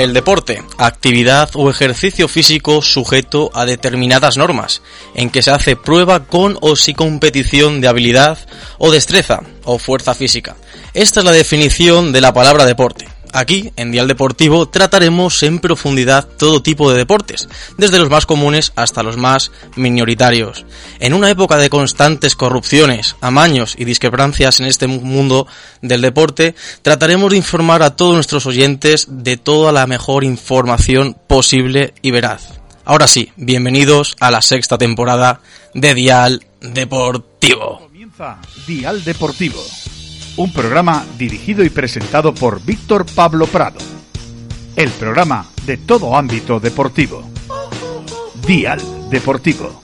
El deporte, actividad o ejercicio físico sujeto a determinadas normas, en que se hace prueba con o sin competición de habilidad o destreza o fuerza física. Esta es la definición de la palabra deporte. Aquí, en Dial Deportivo, trataremos en profundidad todo tipo de deportes, desde los más comunes hasta los más minoritarios. En una época de constantes corrupciones, amaños y discrepancias en este mundo del deporte, trataremos de informar a todos nuestros oyentes de toda la mejor información posible y veraz. Ahora sí, bienvenidos a la 6ª temporada de Dial Deportivo. Comienza Dial Deportivo. Un programa dirigido y presentado por Víctor Pablo Prado. El programa de todo ámbito deportivo. Dial Deportivo.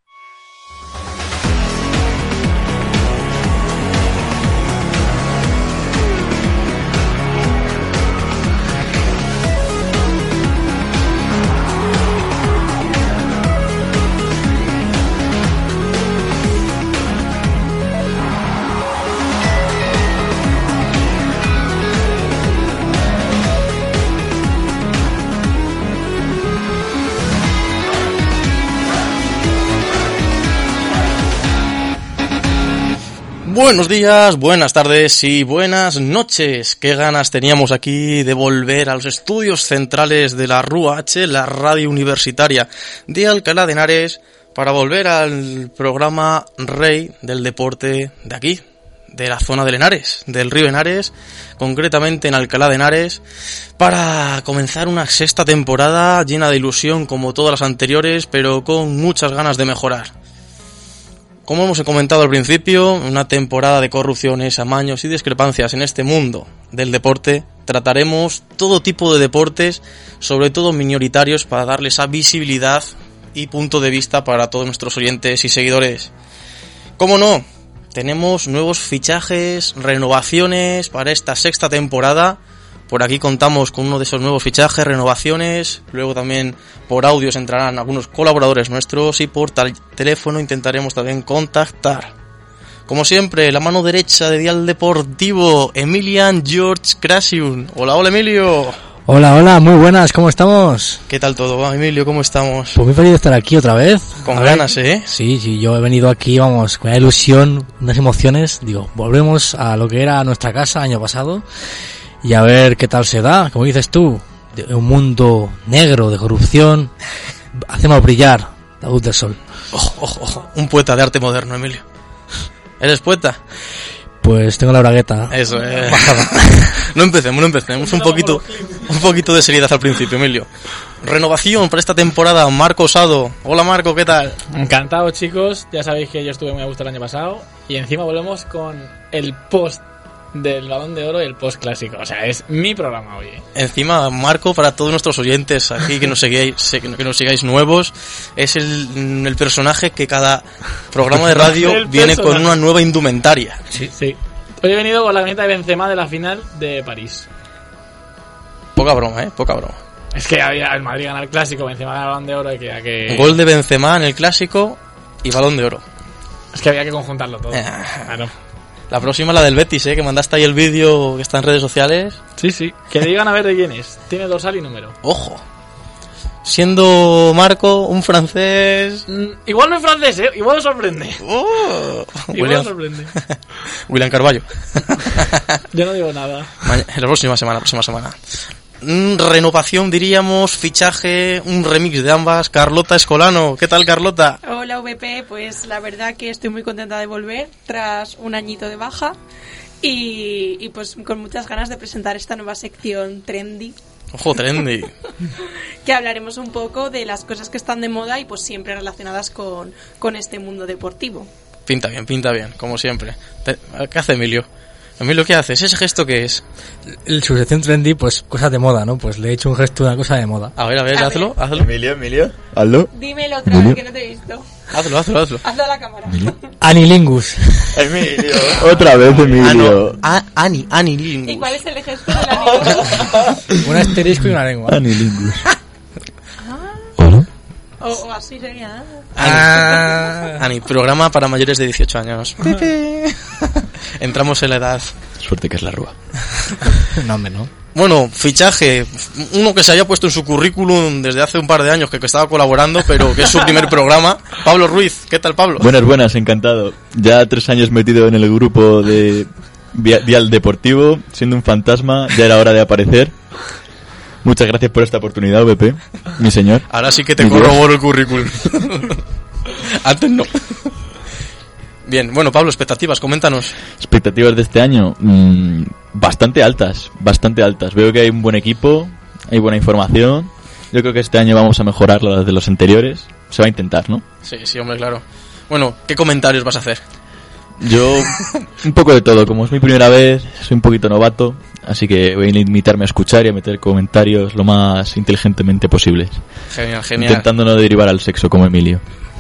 Buenos días, buenas tardes y buenas noches. Qué ganas teníamos aquí de volver a los estudios centrales de la RUH, la radio universitaria de Alcalá de Henares, para volver al programa rey del deporte de aquí, de la zona del Henares, del río Henares, concretamente en Alcalá de Henares, para comenzar una 6ª temporada llena de ilusión como todas las anteriores, pero con muchas ganas de mejorar. Como hemos comentado al principio, una temporada de corrupciones, amaños y discrepancias en este mundo del deporte. Trataremos todo tipo de deportes, sobre todo minoritarios, para darles esa visibilidad y punto de vista para todos nuestros oyentes y seguidores. ¿Cómo no? Tenemos nuevos fichajes, renovaciones para esta 6ª temporada. Por aquí contamos con uno de esos nuevos fichajes, renovaciones. Luego también por audios entrarán algunos colaboradores nuestros y por teléfono intentaremos también contactar. Como siempre, la mano derecha de Dial Deportivo, Emilian George Crasiun. Hola, hola Emilio. Hola, muy buenas, ¿cómo estamos? ¿Qué tal todo, Emilio? ¿Cómo estamos? Pues muy feliz de estar aquí otra vez. Con ganas, ¿eh? Sí, yo he venido aquí, vamos, con una ilusión, unas emociones. Digo, volvemos a lo que era nuestra casa año pasado. Y a ver qué tal se da, como dices tú, de un mundo negro de corrupción, hacemos brillar la luz del sol. Ojo, un poeta de arte moderno, Emilio. ¿Eres poeta? Pues tengo la bragueta. Eso es. No empecemos. Un poquito de seriedad al principio, Emilio. Renovación para esta temporada, Marco Osado. Hola Marco, ¿qué tal? Encantado, chicos, ya sabéis que yo estuve muy a gusto el año pasado. Y encima volvemos con el post del Balón de Oro y el post clásico, o sea, es mi programa hoy. Encima, Marco, para todos nuestros oyentes aquí que nos sigáis nuevos, es el personaje que cada programa de radio viene con una nueva indumentaria. Sí. Hoy he venido con la camiseta de Benzema de la final de París. Poca broma. Es que había el Madrid ganar el clásico, Benzema ganar el Balón de Oro y que... Gol de Benzema en el clásico y Balón de Oro. Es que había que conjuntarlo todo. Claro. La próxima la del Betis, que mandaste ahí el vídeo que está en redes sociales. Sí. Que digan a ver de quién es. Tiene dorsal y número. Ojo. Siendo Marco un francés... Igual no es francés, igual nos sorprende. Igual nos sorprende. William Carballo. Yo no digo nada. La próxima semana. Renovación, diríamos, fichaje, un remix de ambas. Carlota Escolano, ¿qué tal, Carlota? Hola VP, pues la verdad que estoy muy contenta de volver tras un añito de baja y pues con muchas ganas de presentar esta nueva sección Trendy. Ojo, Trendy. Que hablaremos un poco de las cosas que están de moda y pues siempre relacionadas con este mundo deportivo. Pinta bien, como siempre. ¿Qué hace Emilio? Emilio, ¿qué haces? ¿Ese gesto qué es? Su sección trendy, pues cosas de moda, ¿no? Pues le he hecho un gesto de una cosa de moda. A ver, hazlo. Emilio, hazlo. Dímelo otra vez que no te he visto. Hazlo. Hazlo a la cámara. Anilingus. Emilio. Otra vez, Emilio. Anilingus. ¿Y cuál es el gesto del anilingus? Un asterisco y una lengua. Anilingus. O así sería. Ani, programa para mayores de 18 años. Entramos en la edad. Suerte que es la rúa. No, hombre, no. Bueno, fichaje, uno que se había puesto en su currículum desde hace un par de años que estaba colaborando, pero que es su primer programa. Pablo Ruiz, ¿qué tal, Pablo? Buenas, encantado. Ya 3 años metido en el grupo de Dial Deportivo, siendo un fantasma, ya era hora de aparecer. Muchas gracias por esta oportunidad, VP, mi señor. Ahora sí que te corroboro el currículum. Antes no. Bien, bueno, Pablo, expectativas, coméntanos. Expectativas de este año, bastante altas. Veo que hay un buen equipo, hay buena información. Yo creo que este año vamos a mejorar las de los anteriores. Se va a intentar, ¿no? Sí, hombre, claro. Bueno, ¿qué comentarios vas a hacer? Yo, un poco de todo. Como es mi primera vez, soy un poquito novato, así que voy a limitarme a escuchar y a meter comentarios lo más inteligentemente posibles. Genial. Intentando no derivar al sexo como Emilio.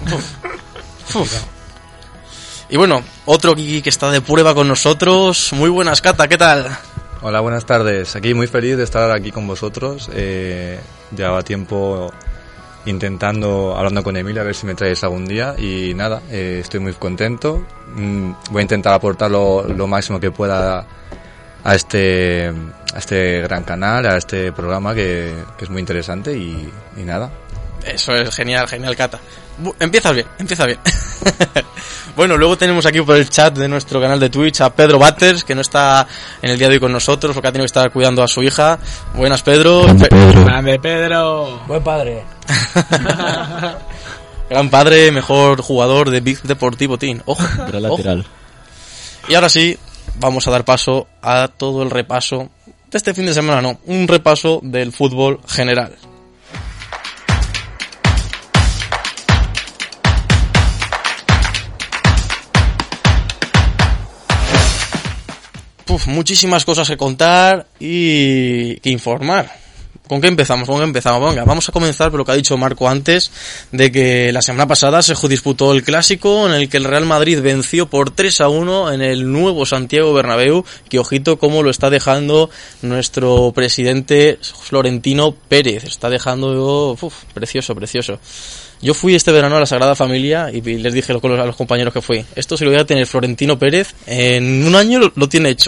Y bueno, otro Kiki que está de prueba con nosotros. Muy buenas, Cata, ¿qué tal? Hola, buenas tardes. Aquí muy feliz de estar aquí con vosotros. Llevaba tiempo hablando con Emilio a ver si me traes algún día y nada, estoy muy contento. Voy a intentar aportar lo máximo que pueda a este gran canal, a este programa que es muy interesante y nada. Eso es genial, Cata. Empiezas bien. Bueno, luego tenemos aquí por el chat de nuestro canal de Twitch a Pedro Batters, que no está en el día de hoy con nosotros porque ha tenido que estar cuidando a su hija. Buenas, Pedro. Grande, Pedro. Buen padre. Gran padre, mejor jugador de Big Deportivo Team. Ojo. Lateral. Y ahora sí, vamos a dar paso a todo el repaso de este fin de semana, un repaso del fútbol general. Muchísimas cosas que contar y que informar. ¿Con qué empezamos? Venga, vamos a comenzar por lo que ha dicho Marco antes, de que la semana pasada se disputó el Clásico, en el que el Real Madrid venció por 3-1 en el nuevo Santiago Bernabéu, que ojito cómo lo está dejando nuestro presidente Florentino Pérez. Está dejando precioso. Yo fui este verano a la Sagrada Familia y les dije a los compañeros que fui, esto si lo voy a tener Florentino Pérez, en un año lo tiene hecho.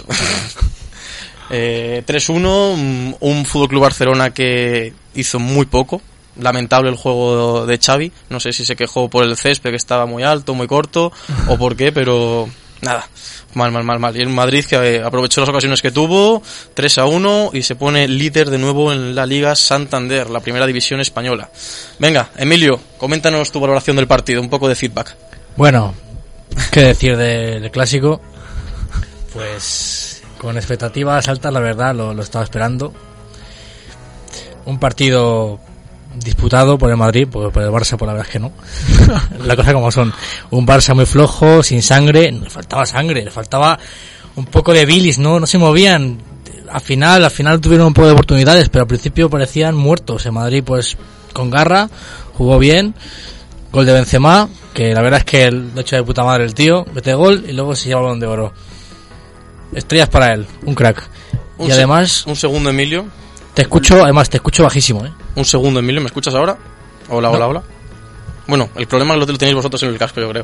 3-1, un Fútbol Club Barcelona que hizo muy poco. Lamentable el juego de Xavi. No sé si se quejó por el césped, que estaba muy alto, muy corto, o por qué, pero nada, mal. Y el Madrid, que aprovechó las ocasiones que tuvo, 3-1, y se pone líder de nuevo en la Liga Santander, la primera división española. Venga, Emilio, coméntanos tu valoración del partido, un poco de feedback. Bueno, ¿qué decir del Clásico? Pues con expectativas altas, la verdad, lo estaba esperando. Un partido disputado por el Madrid, por el Barça, por la verdad es que no. La cosa como son. Un Barça muy flojo, sin sangre. Le faltaba sangre, le faltaba un poco de bilis, no se movían. Al final tuvieron un poco de oportunidades, pero al principio parecían muertos. El Madrid, pues, con garra, jugó bien. Gol de Benzema, que la verdad es que lo ha hecho de puta madre el tío. Mete gol y luego se lleva el Balón de Oro. Estrellas para él, un crack. Y además, un segundo, Emilio. Te escucho bajísimo, Un segundo, Emilio, ¿me escuchas ahora? Hola. Bueno, el problema lo tenéis vosotros en el casco, yo creo.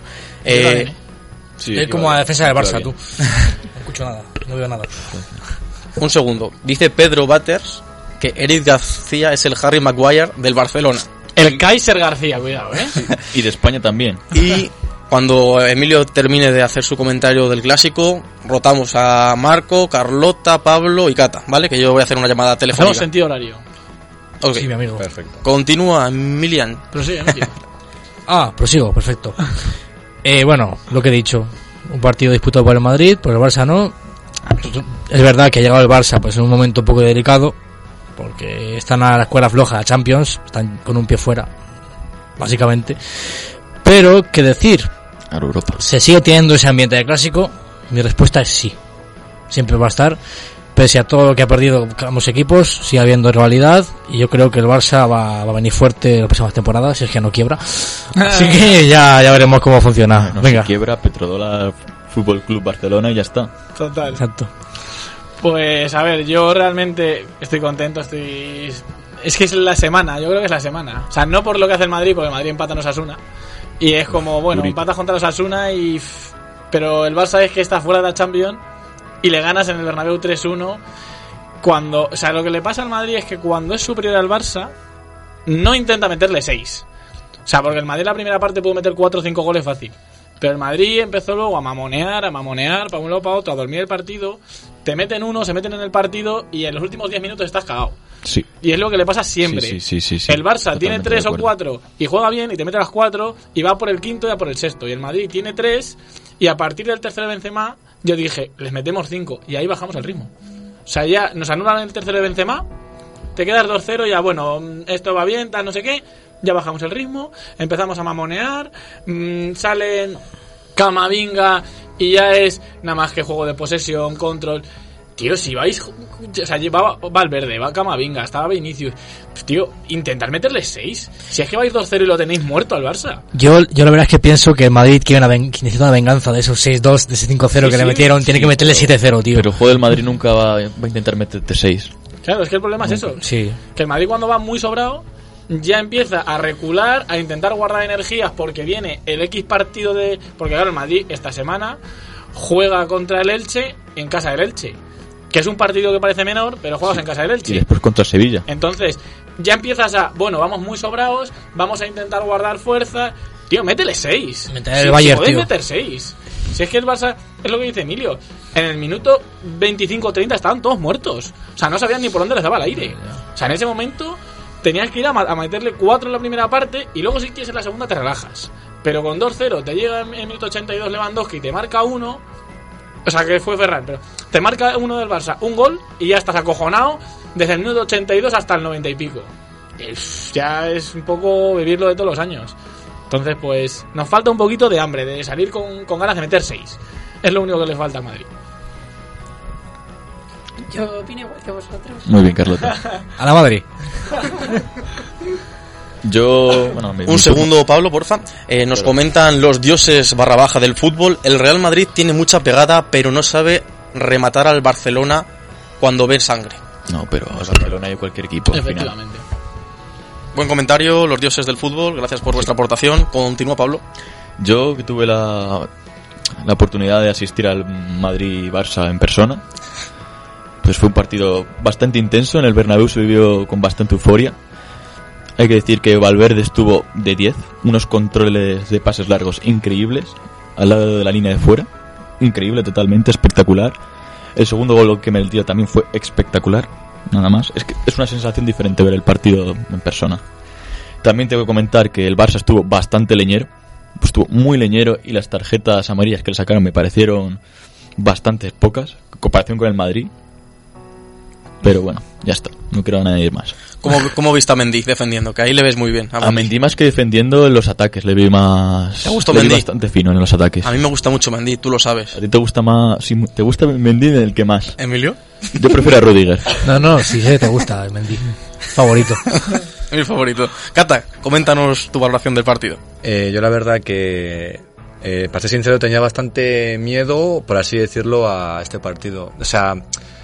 Sí, es como a defensa del Barça, tú. No escucho nada, no veo nada. Un segundo. Dice Pedro Batters que Eric García es el Harry Maguire del Barcelona. El Kaiser García, cuidado, ¿eh? Y de España también. Y cuando Emilio termine de hacer su comentario del Clásico, rotamos a Marco, Carlota, Pablo y Cata, ¿vale? Que yo voy a hacer una llamada telefónica. Hacemos sentido horario. Okay. Sí, mi amigo. Perfecto. Continúa, Emilian. Prosigue, Emilio. Prosigo, perfecto. Bueno, lo que he dicho. Un partido disputado por el Madrid, por el Barça no. Es verdad que ha llegado el Barça pues en un momento un poco delicado, porque están a la escuela floja, a Champions, están con un pie fuera, básicamente. Pero, ¿qué decir? Europa. ¿Se sigue teniendo ese ambiente de Clásico? Mi respuesta es sí. Siempre va a estar. Pese a todo lo que ha perdido ambos equipos, sigue habiendo rivalidad. Y yo creo que el Barça va a venir fuerte las próximas temporadas, si es que no quiebra. Así que ya veremos cómo funciona. No Venga. se quiebra, Petrodólar Fútbol Club Barcelona y ya está. Total. Exacto. Pues a ver, yo realmente estoy contento, es que es la semana, yo creo que es la semana. O sea, no por lo que hace el Madrid, porque el Madrid empata en Osasuna. Y es como, bueno, empatas contra los Osasuna pero el Barça es que está fuera de la Champions y le ganas en el Bernabéu 3-1 o sea, lo que le pasa al Madrid es que cuando es superior al Barça, no intenta meterle 6. O sea, porque el Madrid en la primera parte pudo meter 4 o 5 goles fácil. Pero el Madrid empezó luego a mamonear, para un lado para otro, a dormir el partido. Te meten uno, se meten en el partido y en los últimos 10 minutos estás cagado. Sí. Y es lo que le pasa siempre. Sí. El Barça Totalmente tiene 3 de o acuerdo. 4 y juega bien y te mete las 4 y va por el quinto y a por el sexto. Y el Madrid tiene 3 y a partir del tercero de Benzema yo dije, les metemos 5 y ahí bajamos el ritmo. O sea, ya nos anulan el tercero de Benzema, te quedas 2-0 y ya, bueno, esto va bien, tal, no sé qué. Ya bajamos el ritmo, empezamos a mamonear, salen Camavinga y ya es nada más que juego de posesión, control. Tío, si vais... O sea, llevaba Valverde, va Camavinga, estaba Vinicius. Pues, tío, intentar meterle 6. Si es que vais 2-0 y lo tenéis muerto al Barça. Yo la verdad es que pienso que el Madrid necesita una venganza de esos 6-2, de ese 5-0 que le metieron. Tiene que meterle 7-0, tío. Pero el juego del Madrid nunca va a intentar meterte 6. Claro, es que el problema es eso. Sí. Que el Madrid cuando va muy sobrado ya empieza a recular, a intentar guardar energías porque viene el X partido de... Porque claro, el Madrid esta semana juega contra el Elche en casa del Elche. Que es un partido que parece menor, pero juegas en casa del Elche. Y después contra Sevilla. Entonces, ya empiezas a... Bueno, vamos muy sobrados, vamos a intentar guardar fuerza. Tío, métele 6. Métele el Bayern, podéis tío. meter 6. Si es que el Barça... Es lo que dice Emilio. En el minuto 25-30 estaban todos muertos. O sea, no sabían ni por dónde les daba el aire. O sea, en ese momento tenías que ir a meterle 4 en la primera parte y luego si quieres en la segunda te relajas. Pero con 2-0 te llega en el minuto 82 Lewandowski y te marca 1... O sea, que fue Ferran, pero te marca uno del Barça, un gol y ya estás acojonado desde el minuto 82 hasta el 90 y pico. Ya es un poco vivirlo de todos los años. Entonces, pues, nos falta un poquito de hambre, de salir con ganas de meter 6. Es lo único que le falta a Madrid. Yo opino igual que vosotros. Muy bien, Carlota. A la Madrid. Yo... Bueno, Un segundo, Pablo, porfa. Nos comentan los dioses barra baja del fútbol. El Real Madrid tiene mucha pegada, pero no sabe rematar al Barcelona cuando ve sangre. No, pero a Barcelona hay cualquier equipo al final. Efectivamente. Buen comentario, los dioses del fútbol. Gracias por vuestra aportación. Continúa, Pablo. Yo que tuve la oportunidad de asistir al Madrid-Barça en persona, pues fue un partido bastante intenso. En el Bernabéu se vivió con bastante euforia. Hay que decir que Valverde estuvo de 10, unos controles de pases largos increíbles, al lado de la línea de fuera, increíble, totalmente espectacular. El segundo gol que metió también fue espectacular, nada más. Es que es una sensación diferente ver el partido en persona. También tengo que comentar que el Barça estuvo bastante leñero, estuvo muy leñero y las tarjetas amarillas que le sacaron me parecieron bastante pocas, en comparación con el Madrid. Pero bueno, ya está, no quiero añadir más. ¿Cómo viste a Mendy defendiendo? Que ahí le ves muy bien. A Mendy más que defendiendo en los ataques, le vi más... ¿Te gustó le vi Mendy? bastante fino en los ataques. A mí me gusta mucho Mendy, tú lo sabes. ¿A ti te gusta más... Si te gusta Mendy el que más? ¿Emilio? Yo prefiero a Rudiger. No, sí sé, te gusta el Mendy. Favorito. Mi favorito. Cata, coméntanos tu valoración del partido. Yo la verdad que, para ser sincero, tenía bastante miedo, por así decirlo, a este partido. O sea,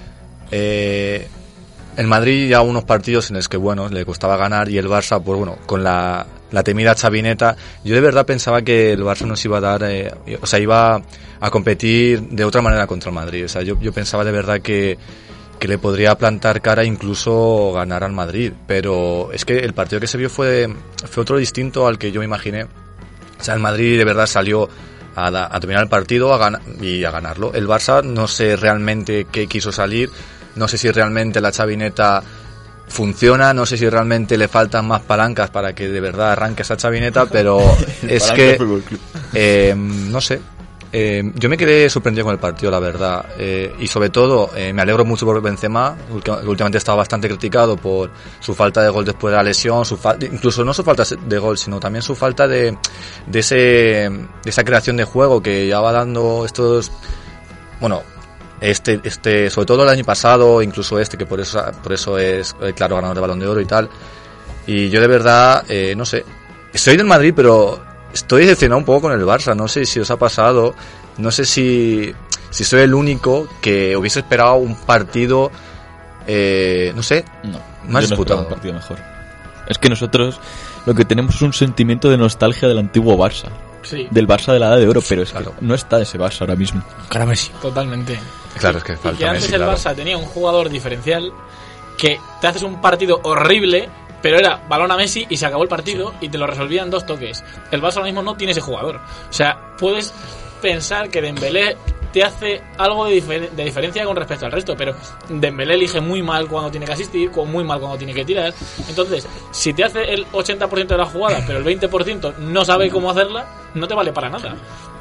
el Madrid ya unos partidos en los que, bueno, le costaba ganar y el Barça, pues bueno, con la temida chavineta, yo de verdad pensaba que el Barça nos iba a dar, o sea, iba a competir de otra manera contra el Madrid. O sea, yo pensaba de verdad que le podría plantar cara e incluso ganar al Madrid, pero es que el partido que se vio fue otro distinto al que yo me imaginé. O sea, el Madrid de verdad salió a terminar el partido y a ganarlo. El Barça no sé realmente qué quiso salir, no sé si realmente la chavineta funciona, no sé si realmente le faltan más palancas para que de verdad arranque esa chavineta, pero es que no sé. Yo me quedé sorprendido con el partido, la verdad, y sobre todo me alegro mucho por Benzema, que últimamente estaba bastante criticado por su falta de gol después de la lesión, incluso no su falta de gol, sino también su falta de esa creación de juego que ya va dando estos, bueno, sobre todo el año pasado, incluso que por eso es claro ganador de Balón de Oro y tal. Y yo de verdad, no sé, soy del Madrid, pero estoy decepcionado un poco con el Barça. No sé si os ha pasado, no sé si soy el único que hubiese esperado un partido, no sé, más disputado. Un partido mejor. Es que nosotros lo que tenemos es un sentimiento de nostalgia del antiguo Barça. Sí. del Barça de la Edad de Oro, pero es Claro. que no está ese Barça ahora mismo. Cara Messi. Totalmente. Claro, es que Y falta que antes Messi, el claro. Barça tenía un jugador diferencial que te haces un partido horrible, pero era balón a Messi y se acabó el partido y te lo resolvían en 2 toques. El Barça ahora mismo no tiene ese jugador. O sea, puedes pensar que Dembélé te hace algo de diferencia con respecto al resto, pero Dembélé elige muy mal cuando tiene que asistir, muy mal cuando tiene que tirar. Entonces, si te hace el 80% de la jugada, pero el 20% no sabe cómo hacerla, no te vale para nada.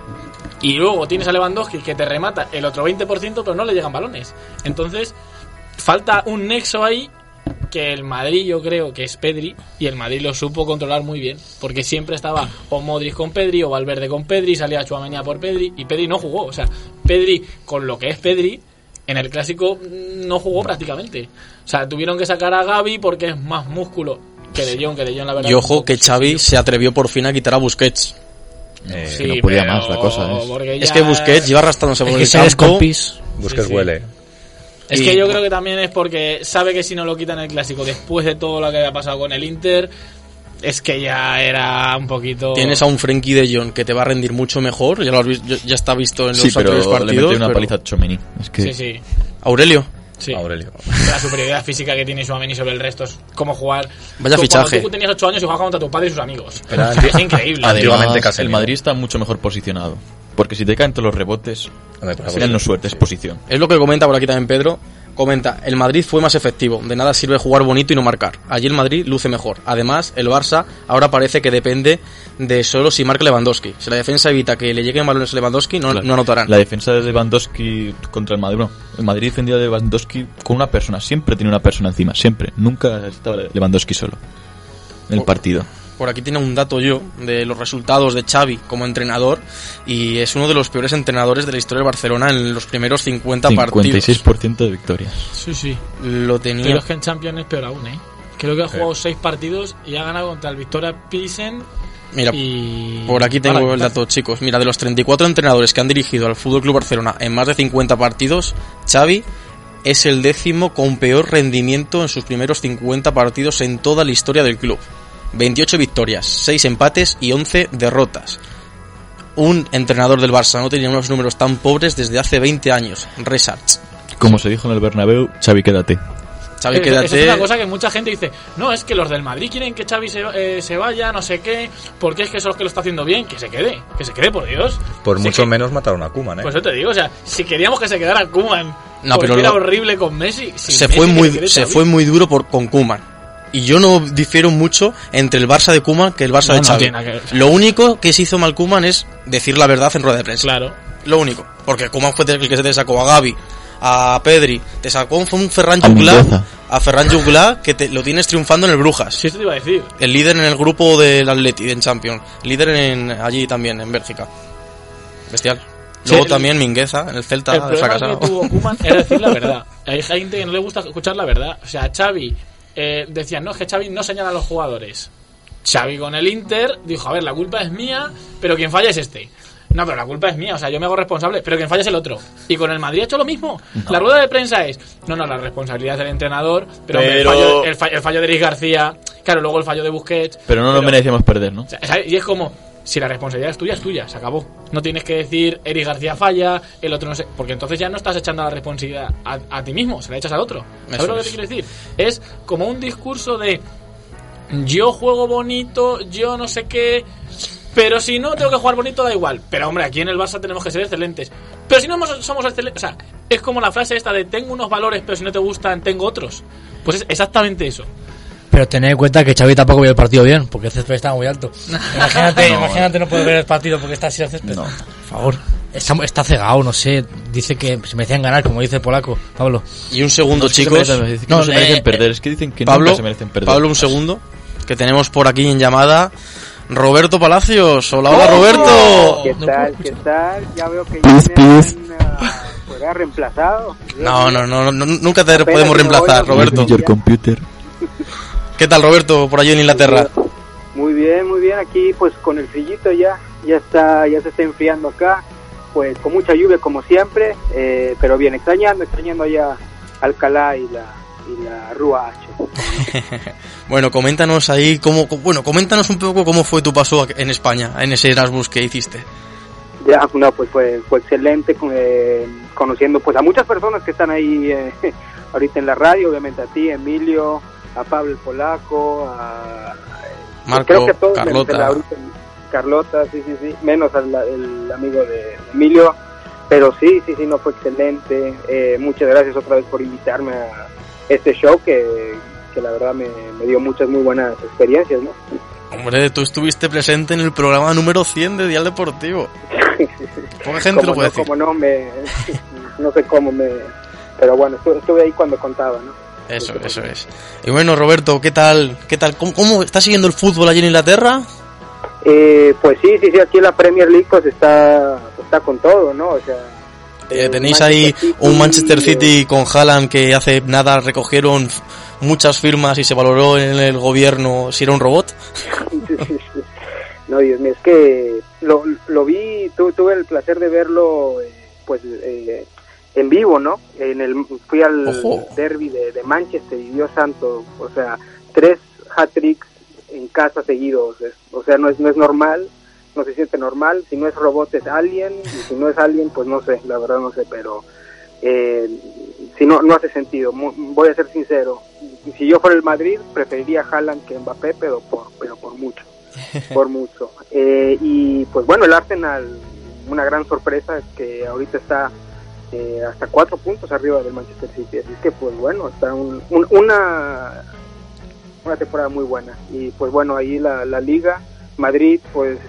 Y luego tienes a Lewandowski que te remata el otro 20%, pero no le llegan balones. Entonces, falta un nexo ahí que el Madrid, yo creo que es Pedri, y el Madrid lo supo controlar muy bien, porque siempre estaba o Modric con Pedri o Valverde con Pedri, salía Tchouaméni a por Pedri y Pedri no jugó. O sea, Pedri, con lo que es Pedri, en el Clásico no jugó prácticamente. O sea, tuvieron que sacar a Gavi porque es más músculo que De Jong, la verdad. Y ojo que Xavi se atrevió por fin a quitar a Busquets. Sí, que no podía pero más, la cosa es. porque Es ya- que Busquets lleva arrastrándose por Es el que se es campo. compis. Busquets Sí, sí. huele. Es Y- que yo creo que también es porque sabe que si no lo quitan el Clásico después de todo lo que había pasado con el Inter, es que ya era un poquito... Tienes a un Frenkie de Jong que te va a rendir mucho mejor, ya lo has visto, ya está visto en los Sí, pero anteriores le partidos. metió una pero- paliza a Tchouaméni. Es que Sí, sí. Aurelio, Sí. Aurelio. La superioridad física que tiene Tchouaméni sobre el resto es como jugar. Vaya Tú, fichaje. Cuando tú tenías 8 años y jugabas contra tu padre y sus amigos. Era- Es increíble. Antiguamente además, el Casemiro. Madrid está mucho mejor posicionado. Porque si te caen todos los rebotes, Hombre, por sería no suerte, es posición. es lo que comenta por aquí también Pedro. Comenta, el Madrid fue más efectivo, de nada sirve jugar bonito y no marcar. Allí el Madrid luce mejor. Además, el Barça ahora parece que depende de solo si marca Lewandowski. Si la defensa evita que le lleguen balones a Lewandowski, no, Claro. no anotarán. La defensa de Lewandowski contra el Madrid. No, el Madrid defendía de Lewandowski con una persona. Siempre tenía una persona encima. Siempre. Nunca estaba Lewandowski solo en el partido. Por aquí tiene un dato yo de los resultados de Xavi como entrenador y es uno de los peores entrenadores de la historia del Barcelona en los primeros 50 partidos. 56% de victorias. Sí, sí. Lo tenía. Pero es que en Champions es peor aún, ¿eh? Creo que ha jugado 6 partidos y ha ganado contra el Victoria Pilsen Mira, y... por aquí tengo Para, el dato, chicos. Mira, de los 34 entrenadores que han dirigido al FC Barcelona en más de 50 partidos, Xavi es el 10º con peor rendimiento en sus primeros 50 partidos en toda la historia del club. 28 victorias, 6 empates y 11 derrotas. Un entrenador del Barça no tenía unos números tan pobres desde hace 20 años. Resarts. Como se dijo en el Bernabéu, Xavi, quédate. Xavi, Eso quédate. es una cosa que mucha gente dice, no, es que los del Madrid quieren que Xavi se vaya, no sé qué, porque es que eso es que lo está haciendo bien, que se quede, por Dios. Por Si mucho que- menos mataron a Koeman, ¿eh? Pues eso te digo, o sea, si queríamos que se quedara Koeman, No, porque pero era lo- horrible con Messi, sin se Messi fue que muy quede se Xavi. fue muy duro con Koeman. Y yo no difiero mucho entre el Barça de Koeman que el Barça No, de no Xavi. tiene nada que ver. Lo único que se hizo mal Koeman es decir la verdad en rueda de prensa. Claro. Lo único. Porque Koeman fue el que se te sacó a Gavi, a Pedri, te sacó fue un Ferran A Juglar, Mendoza. a Ferran Juglar que lo tienes triunfando en el Brujas. Sí, esto te iba a decir. El líder en el grupo del Atleti en Champions, líder allí también en Bélgica. Bestial. Sí, Luego el- también Mingueza en el Celta El problema fracasado. que tuvo Koeman era decir la verdad. Hay gente que no le gusta escuchar la verdad. O sea, Xavi decían, no, es que Xavi no señala a los jugadores. Xavi con el Inter dijo, a ver, la culpa es mía, pero quien falla es este. No, pero la culpa es mía, o sea, yo me hago responsable, pero quien falla es el otro. Y con el Madrid ha hecho lo mismo. La rueda de prensa es, no, la responsabilidad es del entrenador, pero, hombre, Pero- el fallo de Eric García, claro, luego el fallo de Busquets. Pero no nos merecíamos perder, ¿no? O sea, y es como, si la responsabilidad es tuya, se acabó. No tienes que decir, Eric García falla, el otro no sé, porque entonces ya no estás echando la responsabilidad a ti mismo, se la echas al otro. ¿Sabes Eso lo que es. te quiero decir? Es como un discurso de, yo juego bonito, yo no sé qué, pero si no tengo que jugar bonito da igual. Pero hombre, aquí en el Barça tenemos que ser excelentes. Pero si no somos excelentes, o sea, es como la frase esta de, tengo unos valores, pero si no te gustan, tengo otros. Pues es exactamente eso. Pero tened en cuenta que Xavi tampoco vio el partido bien, porque el césped estaba muy alto. Imagínate no poder ver el partido porque está así el césped. No. Por favor. Está cegado, no sé. Dice que se merecían ganar, como dice el polaco, Pablo. Y un segundo, No, es que chicos. se merecen, que No, no se merecen perder. Es que dicen que Pablo, nunca se merecen perder. Pablo, un segundo. Que tenemos por aquí en llamada Roberto Palacios. Hola, hola, Roberto. ¿Qué tal? ¿Qué tal? Ya veo que ya me han reemplazado. No, nunca te Apenas podemos que me reemplazar, voy, Roberto. Your computer. ¿Qué tal, Roberto, por allí en Inglaterra? Muy bien, aquí pues con el frillito ya se está enfriando acá, pues con mucha lluvia como siempre, pero bien, extrañando allá Alcalá y la Rúa H. Bueno, coméntanos ahí coméntanos un poco cómo fue tu paso en España, en ese Erasmus que hiciste. Ya, no, pues fue excelente, conociendo pues a muchas personas que están ahí ahorita en la radio, obviamente a ti, Emilio, a Pablo el Polaco, a Marco, creo que a todos, Carlota, sí, menos el amigo de Emilio, pero sí, no, fue excelente. Muchas gracias otra vez por invitarme a este show que la verdad me dio muchas muy buenas experiencias, ¿no? Hombre, tú estuviste presente en el programa número 100 de Dial Deportivo. Poca gente lo puede decir. No sé cómo pero bueno, estuve ahí cuando contaba, ¿no? Eso es. Y bueno, Roberto, ¿qué tal? ¿Cómo estás siguiendo el fútbol allí en Inglaterra? Pues sí, aquí la Premier League pues está con todo, ¿no? O sea, tenéis ahí un Manchester City con Haaland que hace nada recogieron muchas firmas y se valoró en el gobierno si era un robot. No, Dios mío, es que lo vi, tuve el placer de verlo en vivo, ¿no? Fui al derby de Manchester y Dios santo, o sea, 3 hat-tricks en casa seguidos, o sea, no es normal, no se siente normal. Si no es robot es alien, y si no es alien pues no sé, la verdad no sé, pero si no hace sentido. Voy a ser sincero, si yo fuera el Madrid preferiría Haaland que Mbappé, pero por mucho. Y pues bueno, el Arsenal, una gran sorpresa, que ahorita está hasta 4 puntos arriba del Manchester City, así que pues bueno, está una temporada muy buena. Y pues bueno, ahí la Liga, Madrid pues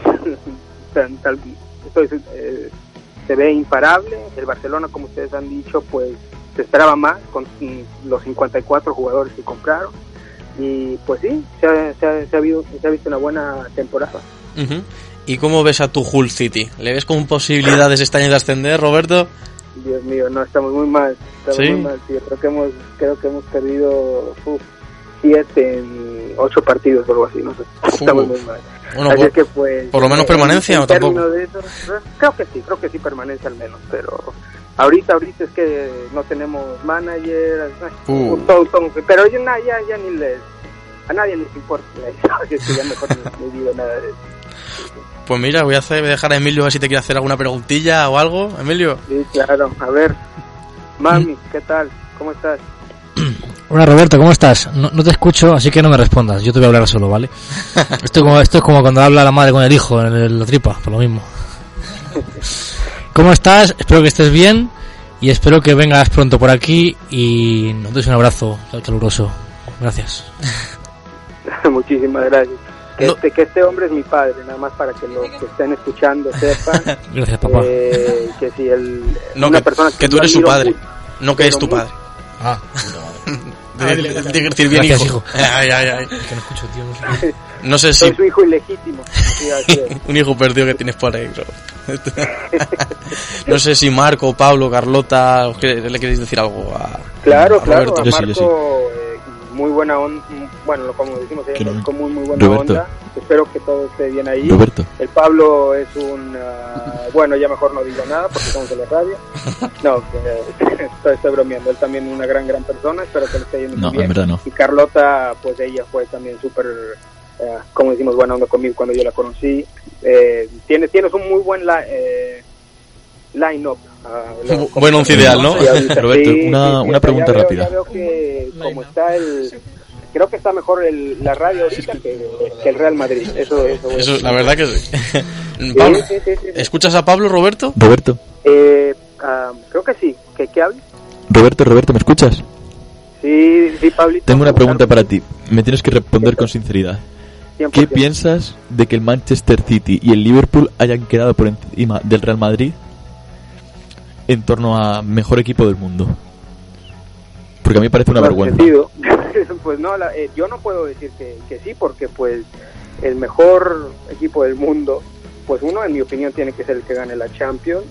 se ve imparable. El Barcelona, como ustedes han dicho, pues se esperaba más con los 54 jugadores que compraron, y pues sí, se ha visto una buena temporada. Uh-huh. ¿Y cómo ves a tu Hull City? ¿Le ves con posibilidades este año de ascender, Roberto? Dios mío, no, estamos muy mal. ¿Sí? Muy mal, tío. Creo que hemos perdido 7 en 8 partidos o algo así, no sé. Estamos muy mal. Bueno, así que pues, por lo menos permanencia, ¿o tampoco? De eso, creo que sí permanencia al menos, pero ahorita es que no tenemos manager, todo, pero ya a nadie les importa eso, que ya mejor no digo nada de eso. Pues mira, voy a dejar a Emilio a ver si te quiere hacer alguna preguntilla o algo, Emilio. Sí, claro, a ver, mami, ¿qué tal? ¿Cómo estás? Hola Roberto, ¿cómo estás? No te escucho, así que no me respondas, yo te voy a hablar solo, ¿vale? Esto es como cuando habla la madre con el hijo en la tripa, por lo mismo. ¿Cómo estás? Espero que estés bien y espero que vengas pronto por aquí y nos des un abrazo caluroso. Gracias. Muchísimas gracias. Que este hombre es mi padre, nada más para que los que estén escuchando sepan. Gracias, papá. Que si una persona que tú eres su padre, no que es tu padre. Tiene que decir bien. Gracias, hijo. Ay. Que no escucho, tío. No sé si... Soy su hijo ilegítimo. Un hijo perdido que tienes por ahí, bro. No sé si Marco, Pablo, Carlota, ¿le queréis decir algo a Claro, Roberto? A Marco, yo sí. Muy buena onda, bueno, como decimos, con muy buena Roberto. onda. Espero que todo esté bien ahí. Roberto. El Pablo es bueno, ya mejor no digo nada porque estamos en la radio. No, estoy bromeando. Él también es una gran persona. Espero que le esté yendo muy bien. En verdad no. Y Carlota, pues ella fue también súper, como decimos, buena onda conmigo cuando yo la conocí. Tienes un muy buen line-up. Buen once ideal, ¿no? Roberto, una pregunta rápida. Ya veo que como está creo que está mejor la radio ahorita que el Real Madrid. Eso la verdad que sí. Pablo, sí. ¿Escuchas a Pablo, Roberto? Roberto. Creo que sí. ¿Qué hablas? Roberto, ¿me escuchas? Sí, Pablito. Tengo una pregunta para ti. Me tienes que responder con sinceridad. 100%. ¿Qué piensas de que el Manchester City y el Liverpool hayan quedado por encima del Real Madrid en torno a mejor equipo del mundo? Porque a mí me parece una vergüenza. Pues no, yo no puedo decir que sí, porque pues el mejor equipo del mundo, pues uno, en mi opinión, tiene que ser el que gane la Champions.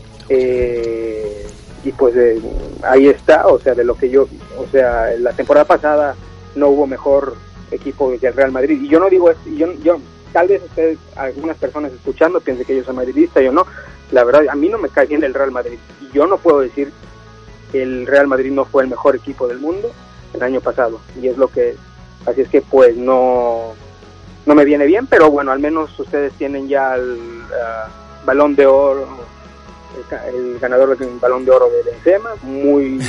Y pues ahí está, o sea, la temporada pasada no hubo mejor equipo que el Real Madrid. Y yo no digo esto, yo tal vez ustedes, algunas personas escuchando, piensen que yo soy madridista, yo no. La verdad, a mí no me cae bien el Real Madrid. Y yo no puedo decir que el Real Madrid no fue el mejor equipo del mundo. el año pasado, y es lo que, así es que pues no me viene bien, pero bueno, al menos ustedes tienen ya el Balón de Oro, el ganador del Balón de Oro de Benzema, muy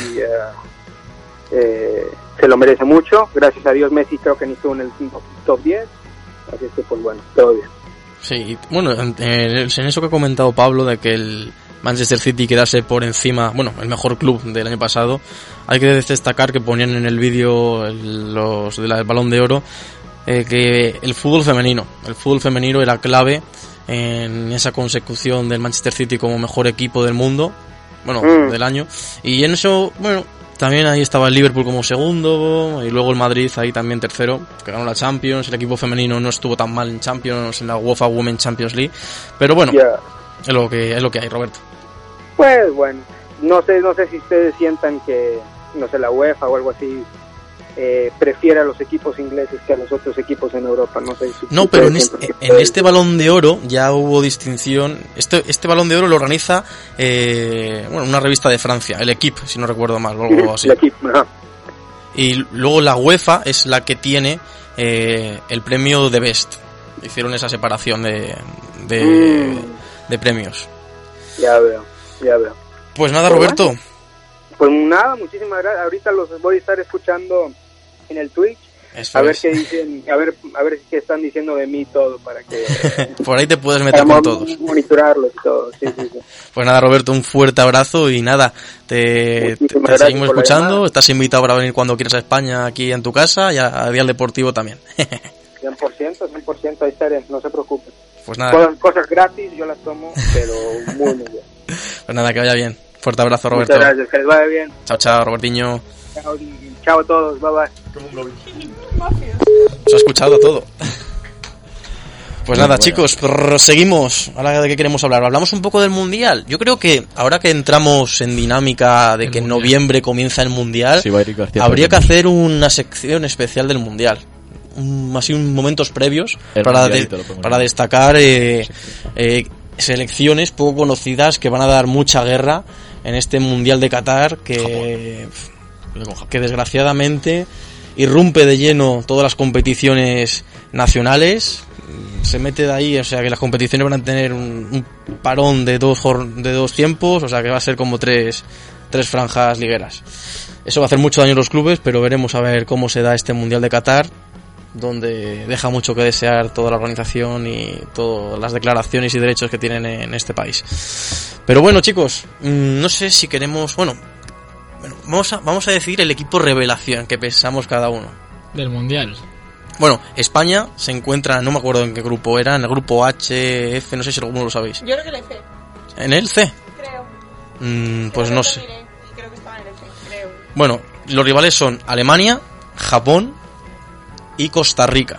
se lo merece mucho, gracias a Dios. Messi creo que ni estuvo en el top 10, así es que pues bueno, todo bien. Sí, bueno, en eso que ha comentado Pablo de que el Manchester City quedase por encima, bueno, el mejor club del año pasado, hay que destacar que ponían en el vídeo los del Balón de Oro que el fútbol femenino era clave en esa consecución del Manchester City como mejor equipo del mundo, bueno, del año, y en eso, bueno, también ahí estaba el Liverpool como segundo, y luego el Madrid ahí también tercero, que ganó la Champions. El equipo femenino no estuvo tan mal en Champions, en la UEFA Women's Champions League, pero bueno, es lo que hay, Roberto. Pues bueno, no sé si ustedes sientan que, no sé, la UEFA o algo así prefiere a los equipos ingleses que a los otros equipos en Europa, no sé si no, pero en este Balón de Oro ya hubo distinción. Este Balón de Oro lo organiza una revista de Francia, el Equipe, si no recuerdo mal, o algo así. El Equipe, ajá. Y luego la UEFA es la que tiene el premio de Best. Hicieron esa separación de premios. Ya veo. Pues nada, Roberto. Pues nada, muchísimas gracias. Ahorita los voy a estar escuchando en el Twitch. Eso a ver es. qué dicen, a ver qué están diciendo de mí todo, para que por ahí te puedes meter con todos. Monitorarlos y todo. Sí. Pues nada, Roberto, un fuerte abrazo y nada, te seguimos escuchando. Estás invitado para venir cuando quieras a España, aquí en tu casa, y a Dial Deportivo también. 100%, ahí estaré, no se preocupen. Pues nada. Cosas gratis, yo las tomo, pero muy bien. Pues nada, que vaya bien. Fuerte abrazo, Roberto. Muchas gracias, que les vaya bien. Chao, Robertiño. Chao a todos, bye. Se ha escuchado todo. Pues nada, chicos, proseguimos. Ahora, ¿de qué queremos hablar? Hablamos un poco del Mundial. Yo creo que ahora que entramos en dinámica de que en noviembre comienza el Mundial, habría que hacer una sección especial del Mundial. Así momentos previos para destacar selecciones poco conocidas que van a dar mucha guerra en este Mundial de Qatar, que desgraciadamente irrumpe de lleno todas las competiciones nacionales, se mete de ahí, o sea que las competiciones van a tener un parón de dos tiempos, o sea que va a ser como tres franjas ligueras. Eso va a hacer mucho daño a los clubes, pero veremos a ver cómo se da este Mundial de Qatar, donde deja mucho que desear toda la organización y todas las declaraciones y derechos que tienen en este país. Pero bueno, chicos, no sé si queremos, vamos a decir el equipo revelación que pensamos cada uno del Mundial. Bueno, España se encuentra, no me acuerdo en qué grupo era, en el grupo H, F, no sé si alguno lo sabéis. Yo creo que el F. ¿En el C? Creo. Pues no sé. Creo que estaba en el F, creo. Bueno, los rivales son Alemania, Japón y Costa Rica.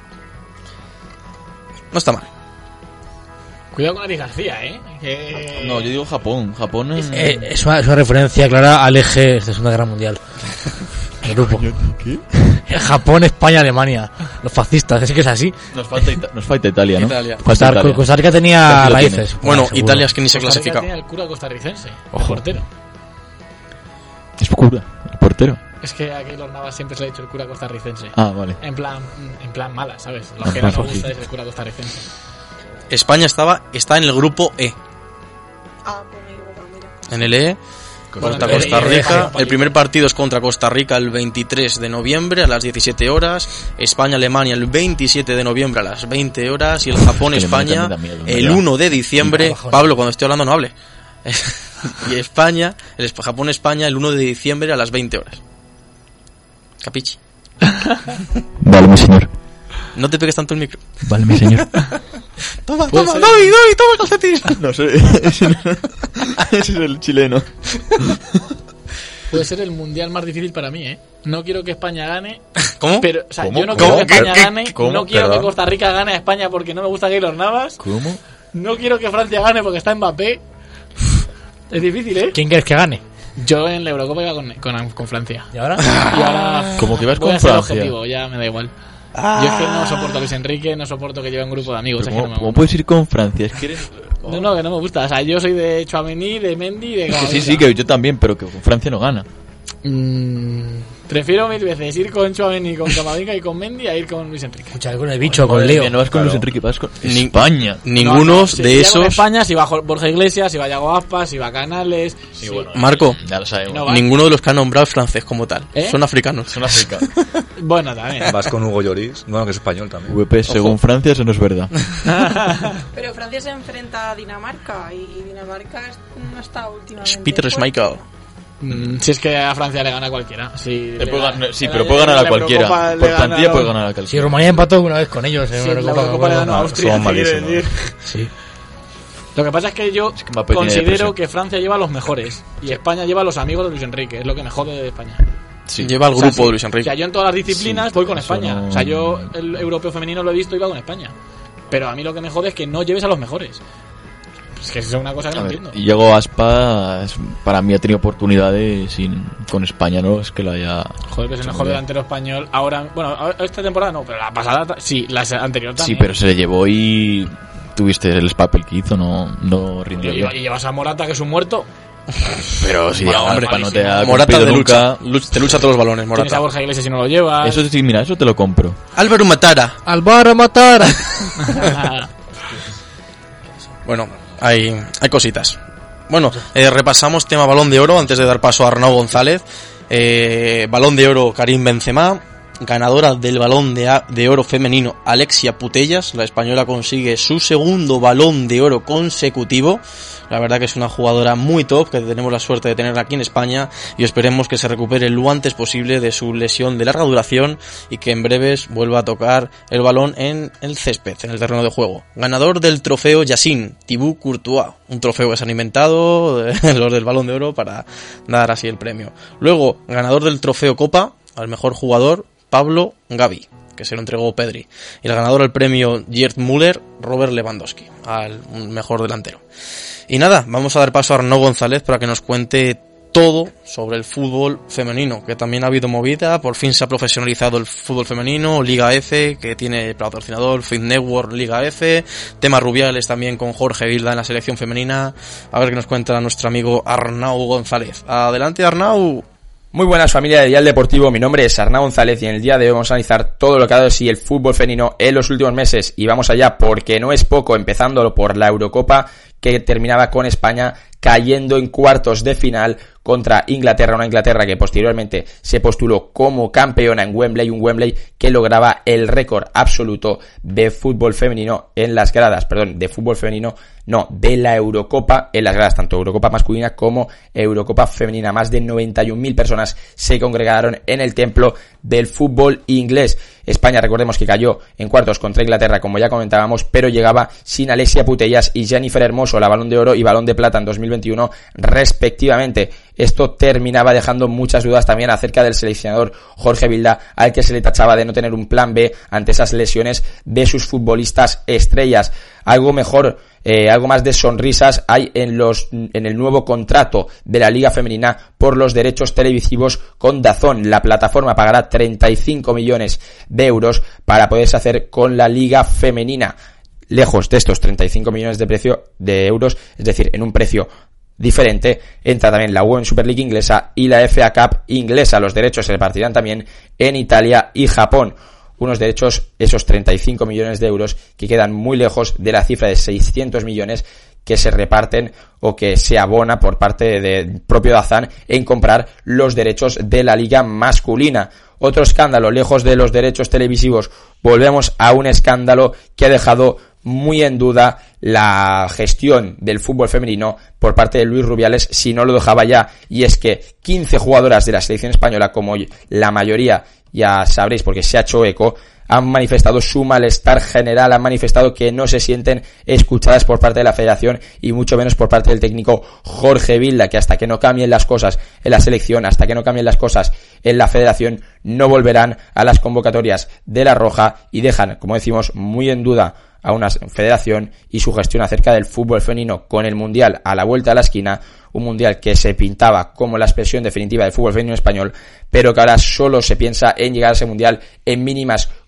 No está mal. Cuidado con Ari García, que... No, yo digo Japón. Japón es una referencia clara al eje de Segunda Guerra Mundial. El grupo. ¿Qué? Japón, España, Alemania. Los fascistas, es que es así. Nos falta Italia, ¿no? Costa Rica tenía raíces. Bueno, seguro. Italia es que ni se clasifica. Tenía el cura costarricense, el portero. Es cura, el portero. Es que a Keylor Navas siempre se le ha dicho el cura costarricense. Ah, vale. En plan mala, ¿sabes? Lo que no nos gusta es el cura costarricense. España está en el grupo E. Pues mira. En el E, contra Costa Rica. El primer partido es contra Costa Rica el 23 de noviembre a las 17 horas. España-Alemania el 27 de noviembre a las 20 horas. Y el Japón-España el 1 de diciembre. Pablo, cuando estoy hablando no hable. Y Japón-España el 1 de diciembre a las 20 horas. ¿Capichi? Vale, mi señor. No te pegues tanto el micro. Vale, mi señor. Toma el calcetín. No sé, ese es el chileno. Puede ser el mundial más difícil para mí, No quiero que España gane. ¿Cómo? Pero, o sea, ¿Cómo? yo no quiero que España gane. ¿Cómo? No quiero ¿Perdón? que Costa Rica gane a España porque no me gusta Keylor Navas. ¿Cómo? No quiero que Francia gane porque está Mbappé. Es difícil, ¿Quién quieres que gane? Yo en la Eurocopa iba con Francia. ¿Y ahora? Y ahora ¿Cómo que ibas voy con a ser Francia? objetivo, ya me da igual. Yo es que no soporto a Luis Enrique, no soporto que lleve un grupo de amigos. ¿Cómo puedes ir con Francia? Es que eres... No, que no me gusta. O sea, yo soy de Tchouaméni, de Mendy, de... Sí, que yo también, pero que con Francia no gana. Prefiero 1000 veces ir con Tchouaméni, con Camavinga y con Mendy a ir con Luis Enrique. Escucha, con el bicho, con Leo. No vas con Luis Enrique, vas con España. Ninguno si de esos... España, si va Borja Iglesias, si va Yago Aspas, si va Canales... Sí, bueno, Marco, ya lo sabemos. No va. ninguno de los que han nombrado es francés como tal. Son africanos. Son África. Bueno, también. Vas con Hugo Lloris, bueno, que es español también. VP, según Francia, eso no es verdad. Pero Francia se enfrenta a Dinamarca y Dinamarca no está últimamente. Peter Schmeichel. Si es que a Francia le gana cualquiera. Sí, pero puede ganar a cualquiera. Por plantilla puede ganar a cualquiera. Si Rumanía empató una vez con ellos en la Eurocopa le ganó a Austria. Somos malísimos. Sí. Lo que pasa es que yo considero que Francia lleva a los mejores y España lleva a los amigos de Luis Enrique. Es lo que me jode de España. Sí. Lleva al grupo de Luis Enrique. O sea, yo en todas las disciplinas voy con España. No... O sea, yo el europeo femenino lo he visto y va con España. Pero a mí lo que me jode es que no lleves a los mejores. Es que es una cosa que no entiendo. Y Yago Aspas, para mí ha tenido oportunidades con España, ¿no? Es que lo haya... Joder, que es el mejor delantero español. Ahora, bueno, esta temporada no, pero la pasada sí, la anterior también. Sí, pero se le llevó y tuviste el papel que hizo, no rindió bien. Y llevas a Morata, que es un muerto. Pero sí, bueno, hombre, no te ha Morata te nunca. Te lucha todos los balones, Tienes a Morata. Borja Iglesias si no lo llevas. Eso sí, mira, eso te lo compro. Álvaro Matara. ¡Álvaro Matara! Bueno, hay cositas. Bueno, repasamos tema Balón de Oro antes de dar paso a Arnau González. Balón de Oro Karim Benzema. Ganadora del Balón de Oro femenino Alexia Putellas. La española consigue su segundo Balón de Oro consecutivo. La verdad que es una jugadora muy top, que tenemos la suerte de tenerla aquí en España, y esperemos que se recupere lo antes posible de su lesión de larga duración y que en breves vuelva a tocar el balón en el césped, en el terreno de juego. Ganador del trofeo Yacine, Thibaut Courtois, un trofeo que se han inventado los del Balón de Oro para dar así el premio. Luego, ganador del trofeo Copa, al mejor jugador, Pablo Gavi, que se lo entregó Pedri. Y el ganador del premio Gerd Müller, Robert Lewandowski, al mejor delantero. Y nada, vamos a dar paso a Arnau González para que nos cuente todo sobre el fútbol femenino, que también ha habido movida. Por fin se ha profesionalizado el fútbol femenino, Liga F, que tiene patrocinador Fit Network, Liga F, temas Rubiales también con Jorge Vilda en la selección femenina. A ver qué nos cuenta nuestro amigo Arnau González. Adelante, Arnau. Muy buenas, familia de Dial Deportivo, mi nombre es Arnau González y en el día de hoy vamos a analizar todo lo que ha dado sí el fútbol femenino en los últimos meses, y vamos allá porque no es poco, empezándolo por la Eurocopa, que terminaba con España cayendo en cuartos de final contra Inglaterra, una Inglaterra que posteriormente se postuló como campeona en Wembley, un Wembley que lograba el récord absoluto de fútbol femenino en las gradas, de la Eurocopa en las gradas, tanto Eurocopa masculina como Eurocopa femenina. Más de 91.000 personas se congregaron en el templo del fútbol inglés. España, recordemos que cayó en cuartos contra Inglaterra, como ya comentábamos, pero llegaba sin Alexia Putellas y Jennifer Hermoso, la Balón de Oro y Balón de Plata en 2021 respectivamente. Esto terminaba dejando muchas dudas también acerca del seleccionador Jorge Vilda, al que se le tachaba de no tener un plan B ante esas lesiones de sus futbolistas estrellas. Algo mejor, algo más de sonrisas hay en el nuevo contrato de la Liga Femenina por los derechos televisivos con DAZN. La plataforma pagará 35 millones de euros para poderse hacer con la Liga Femenina. Lejos de estos 35 millones de euros, es decir, en un precio diferente, entra también la Women's Super League inglesa y la FA Cup inglesa. Los derechos se repartirán también en Italia y Japón. Unos derechos, esos 35 millones de euros, que quedan muy lejos de la cifra de 600 millones que se reparten o que se abona por parte del propio DAZN en comprar los derechos de la liga masculina. Otro escándalo, lejos de los derechos televisivos, volvemos a un escándalo que ha dejado muy en duda la gestión del fútbol femenino por parte de Luis Rubiales, si no lo dejaba ya, y es que 15 jugadoras de la selección española, como la mayoría ya sabréis porque se ha hecho eco, han manifestado su malestar general, han manifestado que no se sienten escuchadas por parte de la federación y mucho menos por parte del técnico Jorge Vilda, que hasta que no cambien las cosas en la selección, hasta que no cambien las cosas en la federación, no volverán a las convocatorias de la Roja y dejan, como decimos, muy en duda a una federación y su gestión acerca del fútbol femenino, con el Mundial a la vuelta de la esquina, un Mundial que se pintaba como la expresión definitiva del fútbol femenino español, pero que ahora solo se piensa en llegar a ese Mundial en mínimas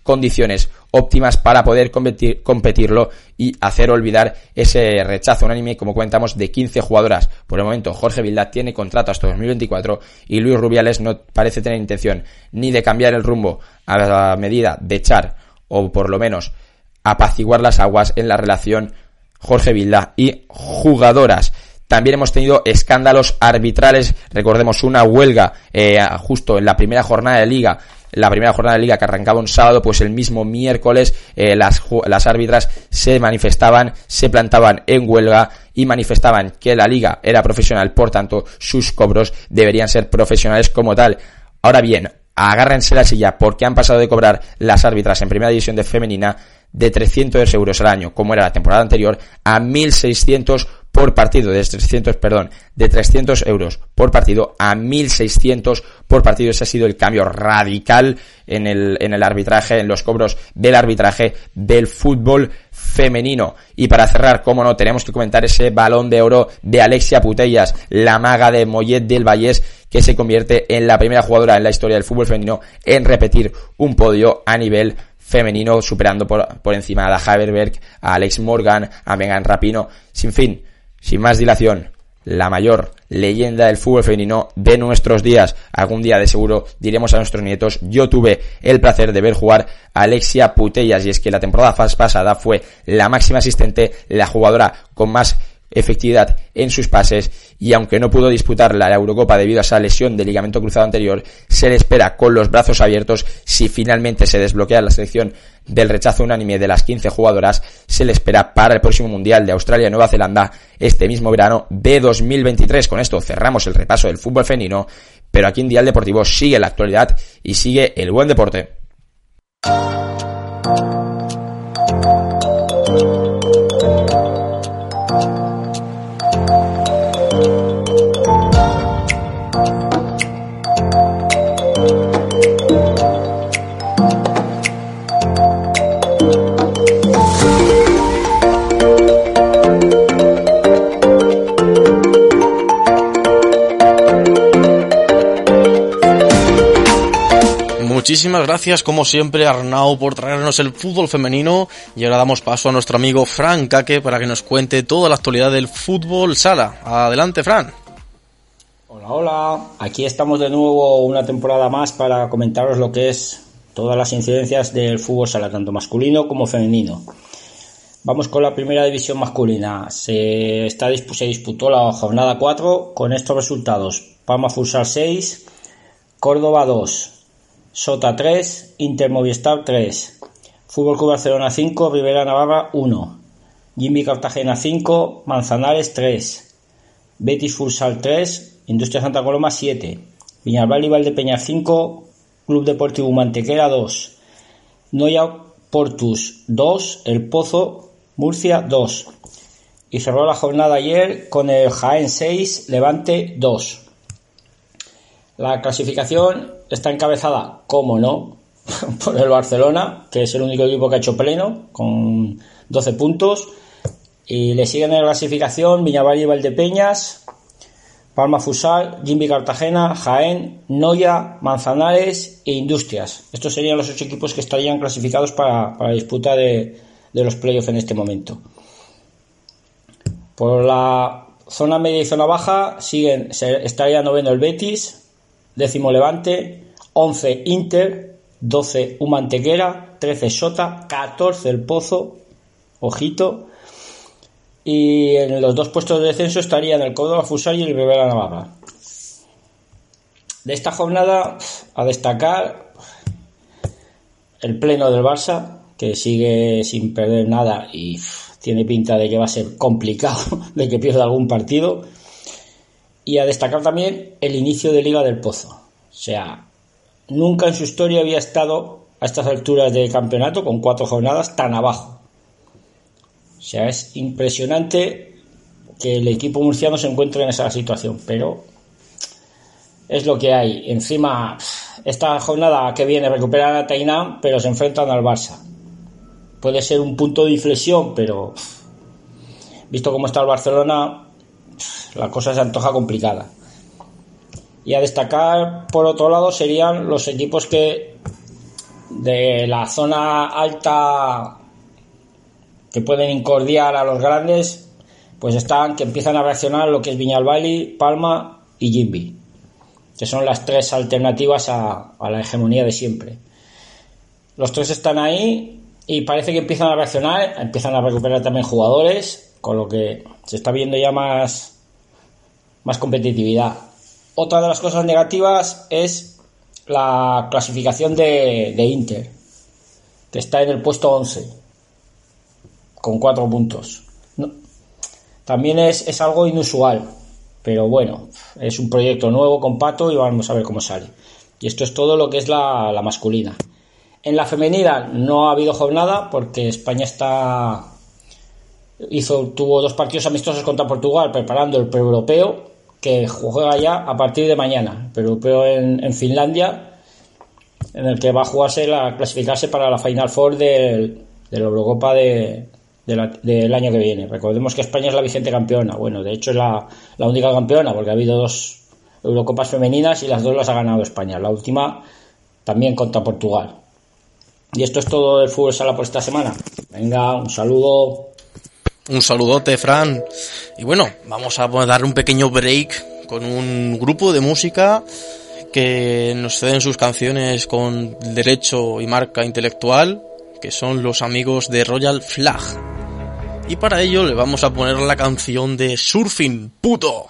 condiciones óptimas para poder competirlo y hacer olvidar ese rechazo unánime, como comentamos, de 15 jugadoras. Por el momento, Jorge Vilda tiene contrato hasta 2024 y Luis Rubiales no parece tener intención ni de cambiar el rumbo a la medida de echar, o por lo menos apaciguar las aguas en la relación Jorge Vilda y jugadoras. También hemos tenido escándalos arbitrales. Recordemos una huelga justo en la primera jornada de liga. La primera jornada de liga que arrancaba un sábado, pues el mismo miércoles las árbitras se manifestaban, se plantaban en huelga y manifestaban que la liga era profesional, por tanto sus cobros deberían ser profesionales como tal. Ahora bien, agárrense la silla, porque han pasado de cobrar las árbitras en primera división de femenina de 300 euros al año, como era la temporada anterior, a 1.600 por partido, de 300 euros por partido a 1.600 por partido. Ese ha sido el cambio radical en el arbitraje, en los cobros del arbitraje del fútbol femenino. Y para cerrar, como no, tenemos que comentar ese Balón de Oro de Alexia Putellas, la maga de Mollet del Vallès, que se convierte en la primera jugadora en la historia del fútbol femenino en repetir un podio a nivel femenino, superando por encima a Ada Haberberg, a Alex Morgan, a Megan Rapinoe. Sin más dilación, la mayor leyenda del fútbol femenino de nuestros días. Algún día de seguro diremos a nuestros nietos: yo tuve el placer de ver jugar a Alexia Putellas, y es que la temporada pasada fue la máxima asistente, la jugadora con más efectividad en sus pases, y aunque no pudo disputar la Eurocopa debido a esa lesión de ligamento cruzado anterior, se le espera con los brazos abiertos. Si finalmente se desbloquea la selección del rechazo unánime de las 15 jugadoras, se le espera para el próximo Mundial de Australia y Nueva Zelanda este mismo verano de 2023. Con esto cerramos el repaso del fútbol femenino, pero aquí en Dial Deportivo sigue la actualidad y sigue el buen deporte. Muchísimas gracias, como siempre, Arnau, por traernos el fútbol femenino. Y ahora damos paso a nuestro amigo Fran Caque para que nos cuente toda la actualidad del fútbol sala. Adelante, Fran. Hola, aquí estamos de nuevo una temporada más para comentaros lo que es todas las incidencias del fútbol sala, tanto masculino como femenino. Vamos con la primera división masculina. Se disputó la jornada 4 con estos resultados: Palma Futsal 6, Córdoba 2, Sota 3, Inter Movistar 3, Fútbol Club Barcelona 5, Rivera Navarra 1, Jimmy Cartagena 5, Manzanares 3, Betis Futsal 3, Industria Santa Coloma 7, Viñalbal y Valdepeñas 5, Club Deportivo Mantequera 2, Noia Portus 2, El Pozo Murcia 2. Y cerró la jornada ayer con el Jaén 6, Levante 2. La clasificación está encabezada, como no, por el Barcelona, que es el único equipo que ha hecho pleno, con 12 puntos. Y le siguen en la clasificación Viñalbal y Valdepeñas, Palma Futsal, Jimmy Cartagena, Jaén, Noia, Manzanares e Industrias. Estos serían los 8 equipos que estarían clasificados para la disputa de los playoffs en este momento. Por la zona media y zona baja estaría noveno el Betis, 10º Levante, 11 Inter, 12 Humantequera, 13 Sota, 14 El Pozo, ojito. Y en los 2 puestos de descenso estarían el Córdoba Futsal y el Rivera Navarra. De esta jornada, a destacar el pleno del Barça, que sigue sin perder nada y tiene pinta de que va a ser complicado de que pierda algún partido. Y a destacar también el inicio de Liga del Pozo. O sea, nunca en su historia había estado a estas alturas del campeonato, con 4 jornadas, tan abajo. O sea, es impresionante que el equipo murciano se encuentre en esa situación, pero es lo que hay. Encima, esta jornada que viene recuperan a Tainan, pero se enfrentan al Barça. Puede ser un punto de inflexión, pero visto cómo está el Barcelona, la cosa se antoja complicada. Y a destacar, por otro lado, serían los equipos que de la zona alta que pueden incordiar a los grandes, pues están que empiezan a reaccionar lo que es Viñalbali, Palma y Jimby, que son las tres alternativas a la hegemonía de siempre. Los tres están ahí y parece que empiezan a reaccionar, empiezan a recuperar también jugadores, con lo que se está viendo ya más competitividad. Otra de las cosas negativas es la clasificación de Inter, que está en el puesto 11 con 4 puntos. No, también es algo inusual, pero bueno, es un proyecto nuevo con Pato y vamos a ver cómo sale. Y esto es todo lo que es la masculina. En la femenina no ha habido jornada porque España tuvo 2 partidos amistosos contra Portugal preparando el pre-europeo, que juega ya a partir de mañana, el pre-europeo en Finlandia, en el que va a clasificarse para la Final Four de la Eurocopa del año que viene. Recordemos que España es la vigente campeona, bueno, de hecho es la única campeona porque ha habido 2 Eurocopas femeninas y las 2 las ha ganado España, la última también contra Portugal. Y esto es todo del fútbol sala por esta semana. Venga, un saludo. Un saludote, Fran. Y bueno, vamos a dar un pequeño break con un grupo de música que nos ceden sus canciones con derecho y marca intelectual, que son los amigos de Royal Flag. Y para ello le vamos a poner la canción de Surfing, puto.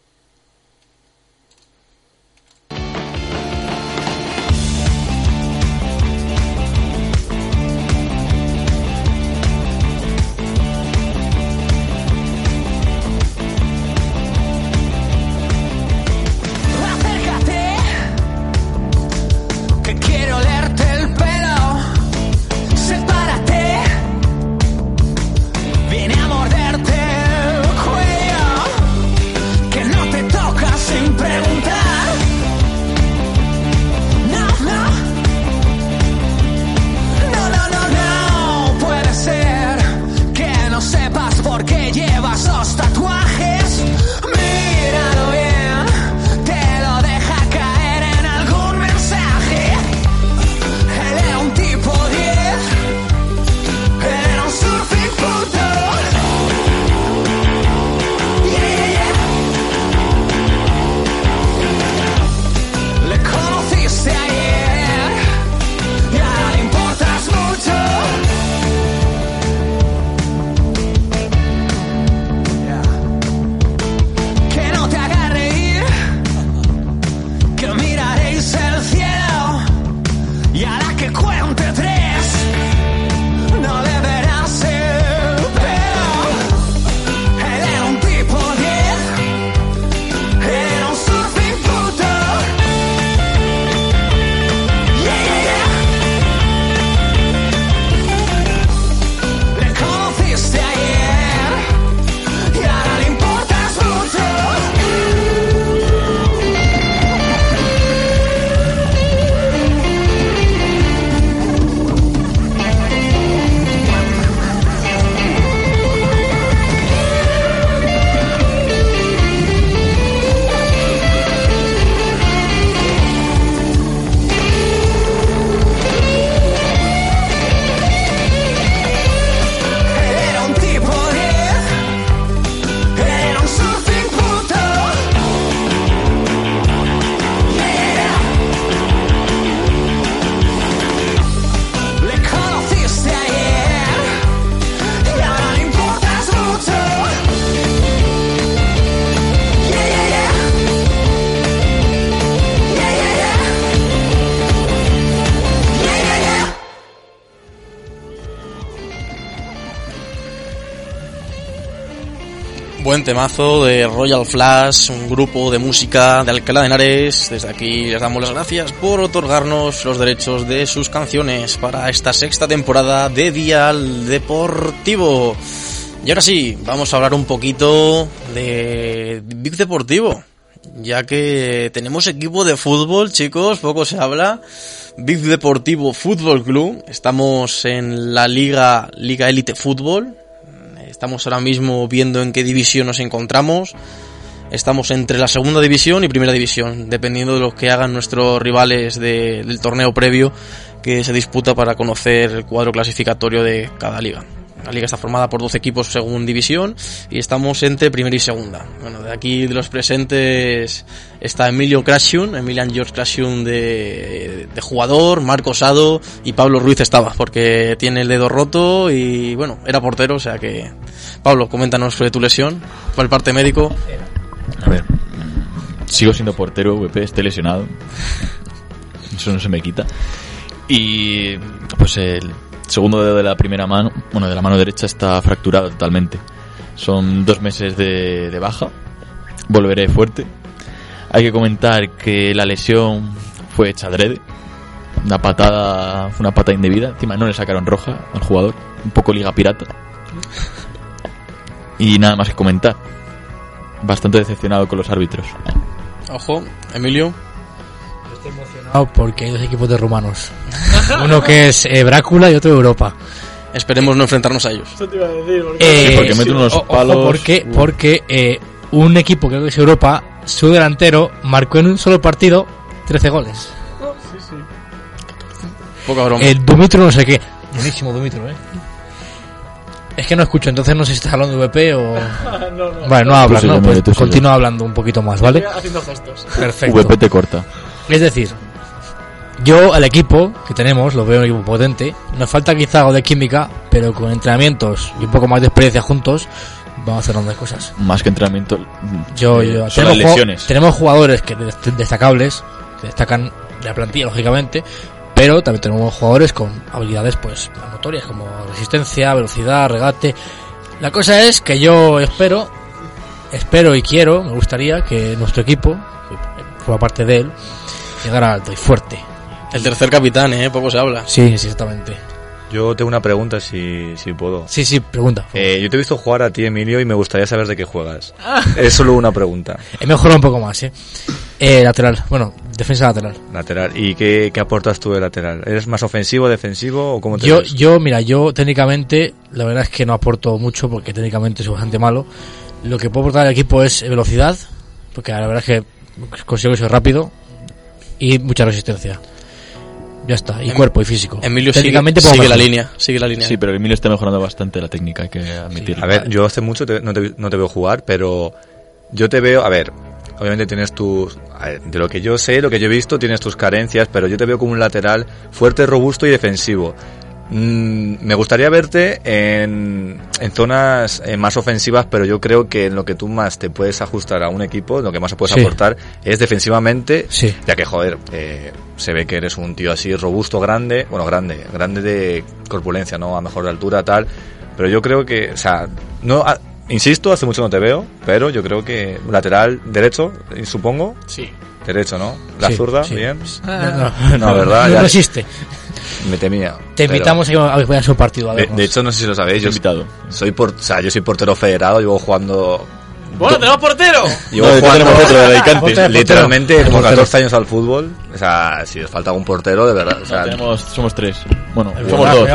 Buen temazo de Royal Flash, un grupo de música de Alcalá de Henares. Desde aquí les damos las gracias por otorgarnos los derechos de sus canciones para esta 6ª temporada de Dial Deportivo. Y ahora sí, vamos a hablar un poquito de Big Deportivo, ya que tenemos equipo de fútbol, chicos, poco se habla. Big Deportivo Fútbol Club, estamos en la Liga Elite Fútbol. Estamos ahora mismo viendo en qué división nos encontramos. Estamos entre la segunda división y primera división, dependiendo de lo que hagan nuestros rivales del torneo previo que se disputa para conocer el cuadro clasificatorio de cada liga. La liga está formada por 12 equipos según división y estamos entre primera y segunda. Bueno, de aquí de los presentes está Emilian George Krasiun de jugador, Marco Sado y Pablo Ruiz estaba porque tiene el dedo roto y bueno, era portero, o sea que... Pablo, coméntanos sobre tu lesión, por el parte médico. A ver, sigo siendo portero, VP, estoy lesionado. Eso no se me quita. Y pues el segundo dedo de la primera mano, bueno, de la mano derecha está fracturado totalmente. Son 2 meses de baja. Volveré fuerte. Hay que comentar que la lesión fue hecha adrede. Una patada indebida. Encima no le sacaron roja al jugador. Un poco liga pirata. Y nada más que comentar. Bastante decepcionado con los árbitros. Ojo, Emilio. Estoy emocionado porque hay 2 equipos de rumanos. Uno que es Brácula y otro Europa. Esperemos no enfrentarnos a ellos. Eso te iba a decir. Porque, sí, porque meten unos palos. Ojo, porque un equipo que es Europa, su delantero marcó en un solo partido 13 goles. Sí. Poca broma. El Dumitru no sé qué. Buenísimo Dumitru, Es que no escucho, entonces no sé si estás hablando de VP o... no. Vale, no hablas, ¿no? Pues tú continúa hablando un poquito más, ¿vale? Estoy haciendo gestos. Perfecto. VP te corta. Es decir, yo al equipo que tenemos lo veo un equipo potente. Nos falta quizá algo de química, pero con entrenamientos y un poco más de experiencia juntos vamos a hacer grandes cosas. Más que entrenamiento, Son las lesiones. Tenemos jugadores que destacables, que destacan de la plantilla, lógicamente, pero también tenemos jugadores con habilidades pues notorias como resistencia, velocidad, regate. La cosa es que yo espero y quiero, me gustaría que nuestro equipo, que forma parte de él, llegara alto y fuerte. El tercer capitán, poco se habla. Sí, exactamente. Yo tengo una pregunta, si puedo. Sí, pregunta. Yo te he visto jugar a ti, Emilio, y me gustaría saber de qué juegas. Es solo una pregunta. He mejorado un poco más, lateral, bueno, defensa lateral. Lateral. ¿Y qué aportas tú de lateral? ¿Eres más ofensivo, defensivo o cómo te ves? Yo técnicamente, la verdad es que no aporto mucho porque técnicamente soy bastante malo. Lo que puedo aportar al equipo es velocidad, porque la verdad es que consigo que soy rápido, y mucha resistencia. Ya está, y cuerpo y físico. Emilio sigue la línea. Sí, pero Emilio está mejorando bastante la técnica, hay que admitirlo. A ver, yo hace mucho no te veo jugar, pero yo te veo, a ver, obviamente tienes de lo que yo sé, lo que yo he visto, tienes tus carencias, pero yo te veo como un lateral fuerte, robusto y defensivo. Me gustaría verte en zonas más ofensivas, pero yo creo que en lo que tú más te puedes ajustar a un equipo, lo que más puedes aportar es defensivamente, ya que se ve que eres un tío así robusto, grande de corpulencia, no a mejor de altura, tal, pero yo creo que, o sea, no, insisto, hace mucho no te veo, pero yo creo que lateral derecho, supongo. Sí. Derecho, ¿no? La zurda, sí. bien. No, ¿verdad? No existe. Me temía. Te invitamos a que vayas a un partido. De hecho, no sé si lo sabéis. Yo soy portero federado. Llevo jugando. Bueno, tenemos portero. Llevo jugando de Alicante. Literalmente como 14 años al fútbol. O sea, si os falta algún portero, de verdad. O sea, somos 3. Bueno, somos 2.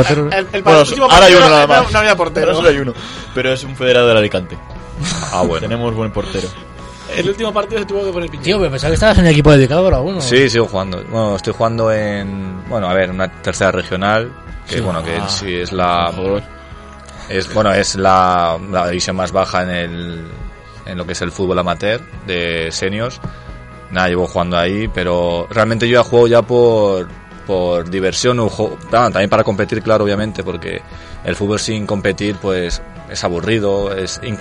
Ahora hay uno nada más. No había portero. Solo hay uno. Pero es un federado del Alicante. Bueno. Tenemos buen portero. El último partido se tuvo que poner pinche. Tío, me pensaba que estabas en el equipo dedicado ahora uno. Sí, sigo jugando. Bueno, estoy jugando en una tercera regional, que es la es la división más baja en lo que es el fútbol amateur de seniors. Nada, llevo jugando ahí, pero realmente yo ya juego ya por diversión, también para competir, claro, obviamente, porque el fútbol sin competir pues es aburrido,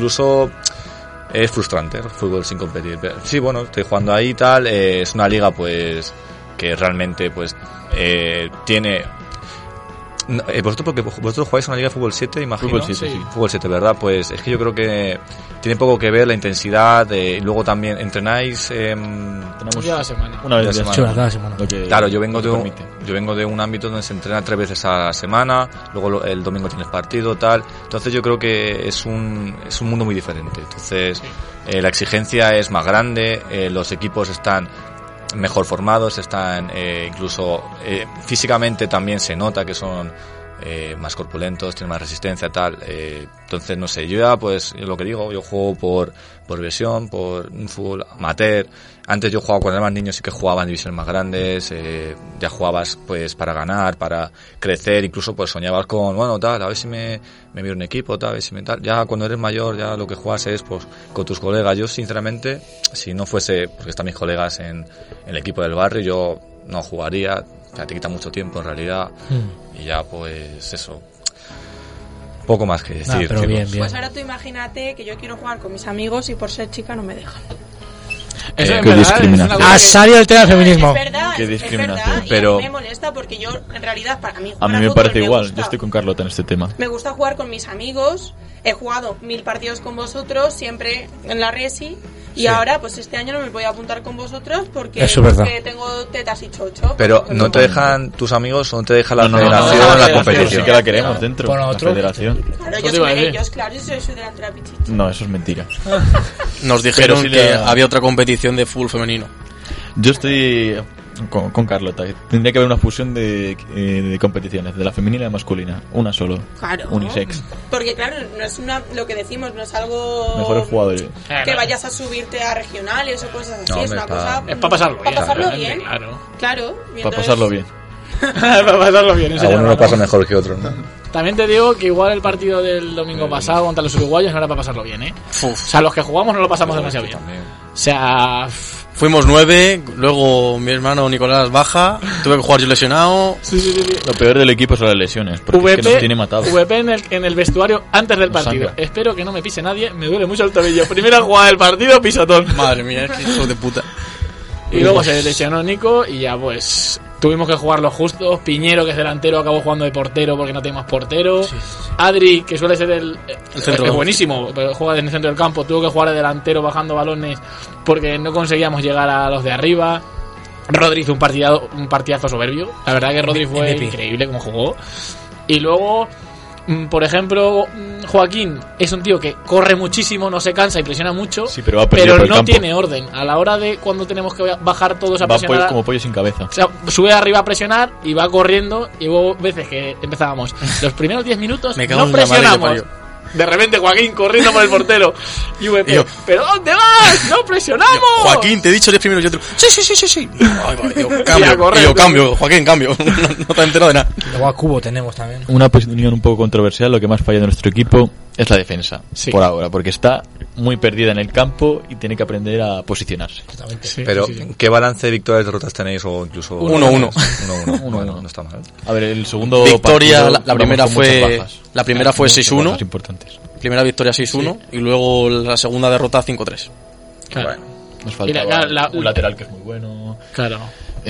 es frustrante el fútbol sin competir. Pero, sí, bueno, estoy jugando ahí y tal. Es una liga pues que realmente pues tiene... Vosotros jugáis una liga de fútbol 7, imagino. Fútbol 7, sí. Fútbol 7, ¿verdad? Pues es que yo creo que tiene poco que ver la intensidad. Luego también entrenáis. Tenemos ya la semana. Una vez a la semana. Claro, yo vengo de un ámbito donde se entrena 3 veces a la semana. Luego el domingo tienes partido, tal. Entonces yo creo que es un mundo muy diferente. Entonces la exigencia es más grande. Los equipos están mejor formados, están incluso físicamente también se nota que son más corpulentos, tienen más resistencia, tal. Entonces, no sé, yo ya, pues, lo que digo, yo juego por versión, por un fútbol amateur. Antes yo jugaba cuando era más niño, sí que jugaba en divisiones más grandes, ya jugabas, pues, para ganar, para crecer, incluso, pues, soñabas con, bueno, tal, a ver si me miro un equipo, tal, a ver si me tal. Ya cuando eres mayor, ya lo que juegas es, pues, con tus colegas. Yo, sinceramente, si no fuese, porque están mis colegas en el equipo del barrio, yo no jugaría. O sea, te quita mucho tiempo en realidad. Y ya, pues, eso. Poco más que decir. Pero bien. Pues ahora tú imagínate que yo quiero jugar con mis amigos y por ser chica no me dejan. Eso es qué verdad, discriminación. Ha salido el tema del feminismo. Es verdad, Qué es discriminación. verdad, Pero y a mí me molesta porque yo, en realidad, para mí a jugar mí me fútbol parece igual. gusta. Yo estoy con Carlota en este tema. Me gusta jugar con mis amigos. He jugado 1000 partidos con vosotros, siempre en la Resi. Y ahora, pues este año no me voy a apuntar con vosotros porque tengo tetas y chocho. Pero no te dejan tus amigos o no te deja la federación no, la sí competición. que la queremos dentro. Bueno, la federación. Claro, yo soy de ellos, claro, yo soy delantera pichichi. No, eso es mentira. Nos dijeron Pero sí que había otra competición de fútbol femenino. Yo estoy con Carlota. Tendría que haber una fusión de competiciones, de la femenina y la masculina. Una solo. Claro. Unisex. Porque claro, no es lo que decimos, no es algo Mejores jugadores. que vayas a subirte a regionales o cosas así, No, es una cosa... Es para pasarlo bien. Para pasarlo bien. Claro. Para pasarlo bien. Para pasarlo bien. Eso Algunos ya lo pasan mejor que otros, ¿no? También te digo que igual el partido del domingo pasado contra los uruguayos no era para pasarlo bien, ¿eh? O sea, los que jugamos no lo pasamos demasiado bien. O sea... Fuimos 9, luego mi hermano Nicolás baja, tuve que jugar yo lesionado. Sí. Lo peor del equipo son las lesiones, porque es que nos tiene matados. VP en el vestuario antes del partido. sangra. Espero que no me pise nadie, me duele mucho el tobillo. Primera jugada del partido, pisotón. Madre mía, qué hijo de puta. Y luego se lesionó Nico y ya pues tuvimos que jugar los justos. Piñero, que es delantero, acabó jugando de portero porque no tenemos portero. Adri, que suele ser el centro, es buenísimo, pero juega en el centro del campo, tuvo que jugar de delantero bajando balones porque no conseguíamos llegar a los de arriba. Rodri hizo un partidazo soberbio. La verdad que Rodri fue increíble como jugó. Y luego, por ejemplo, Joaquín es un tío que corre muchísimo, no se cansa y presiona mucho, sí, pero no tiene orden. A la hora de cuando tenemos que bajar todos a presionar, como pollo sin cabeza. O sea, sube arriba a presionar y va corriendo. Y hubo veces que empezábamos los primeros 10 minutos no presionamos. De repente Joaquín corriendo por el portero y VP, yo, ¿pero dónde vas? ¡No presionamos! Joaquín, te he dicho 10 primeros y otro, sí. Ay, va, cambio, Joaquín, cambio. No te has enterado de nada. Luego a Cubo tenemos también. Una opinión un poco controversial, lo que más falla de nuestro equipo es la defensa, por ahora, porque está muy perdida en el campo y tiene que aprender a posicionarse. Sí, pero, ¿qué balance de victorias y derrotas tenéis? O incluso 1-1. 1-1. Bueno, no está mal. A ver, el segundo victoria, partido, la primera fue 6-1. Importantes. Primera victoria 6-1 y luego la segunda derrota 5-3. Claro. Bueno, nos faltaba un lateral que es muy bueno. Claro.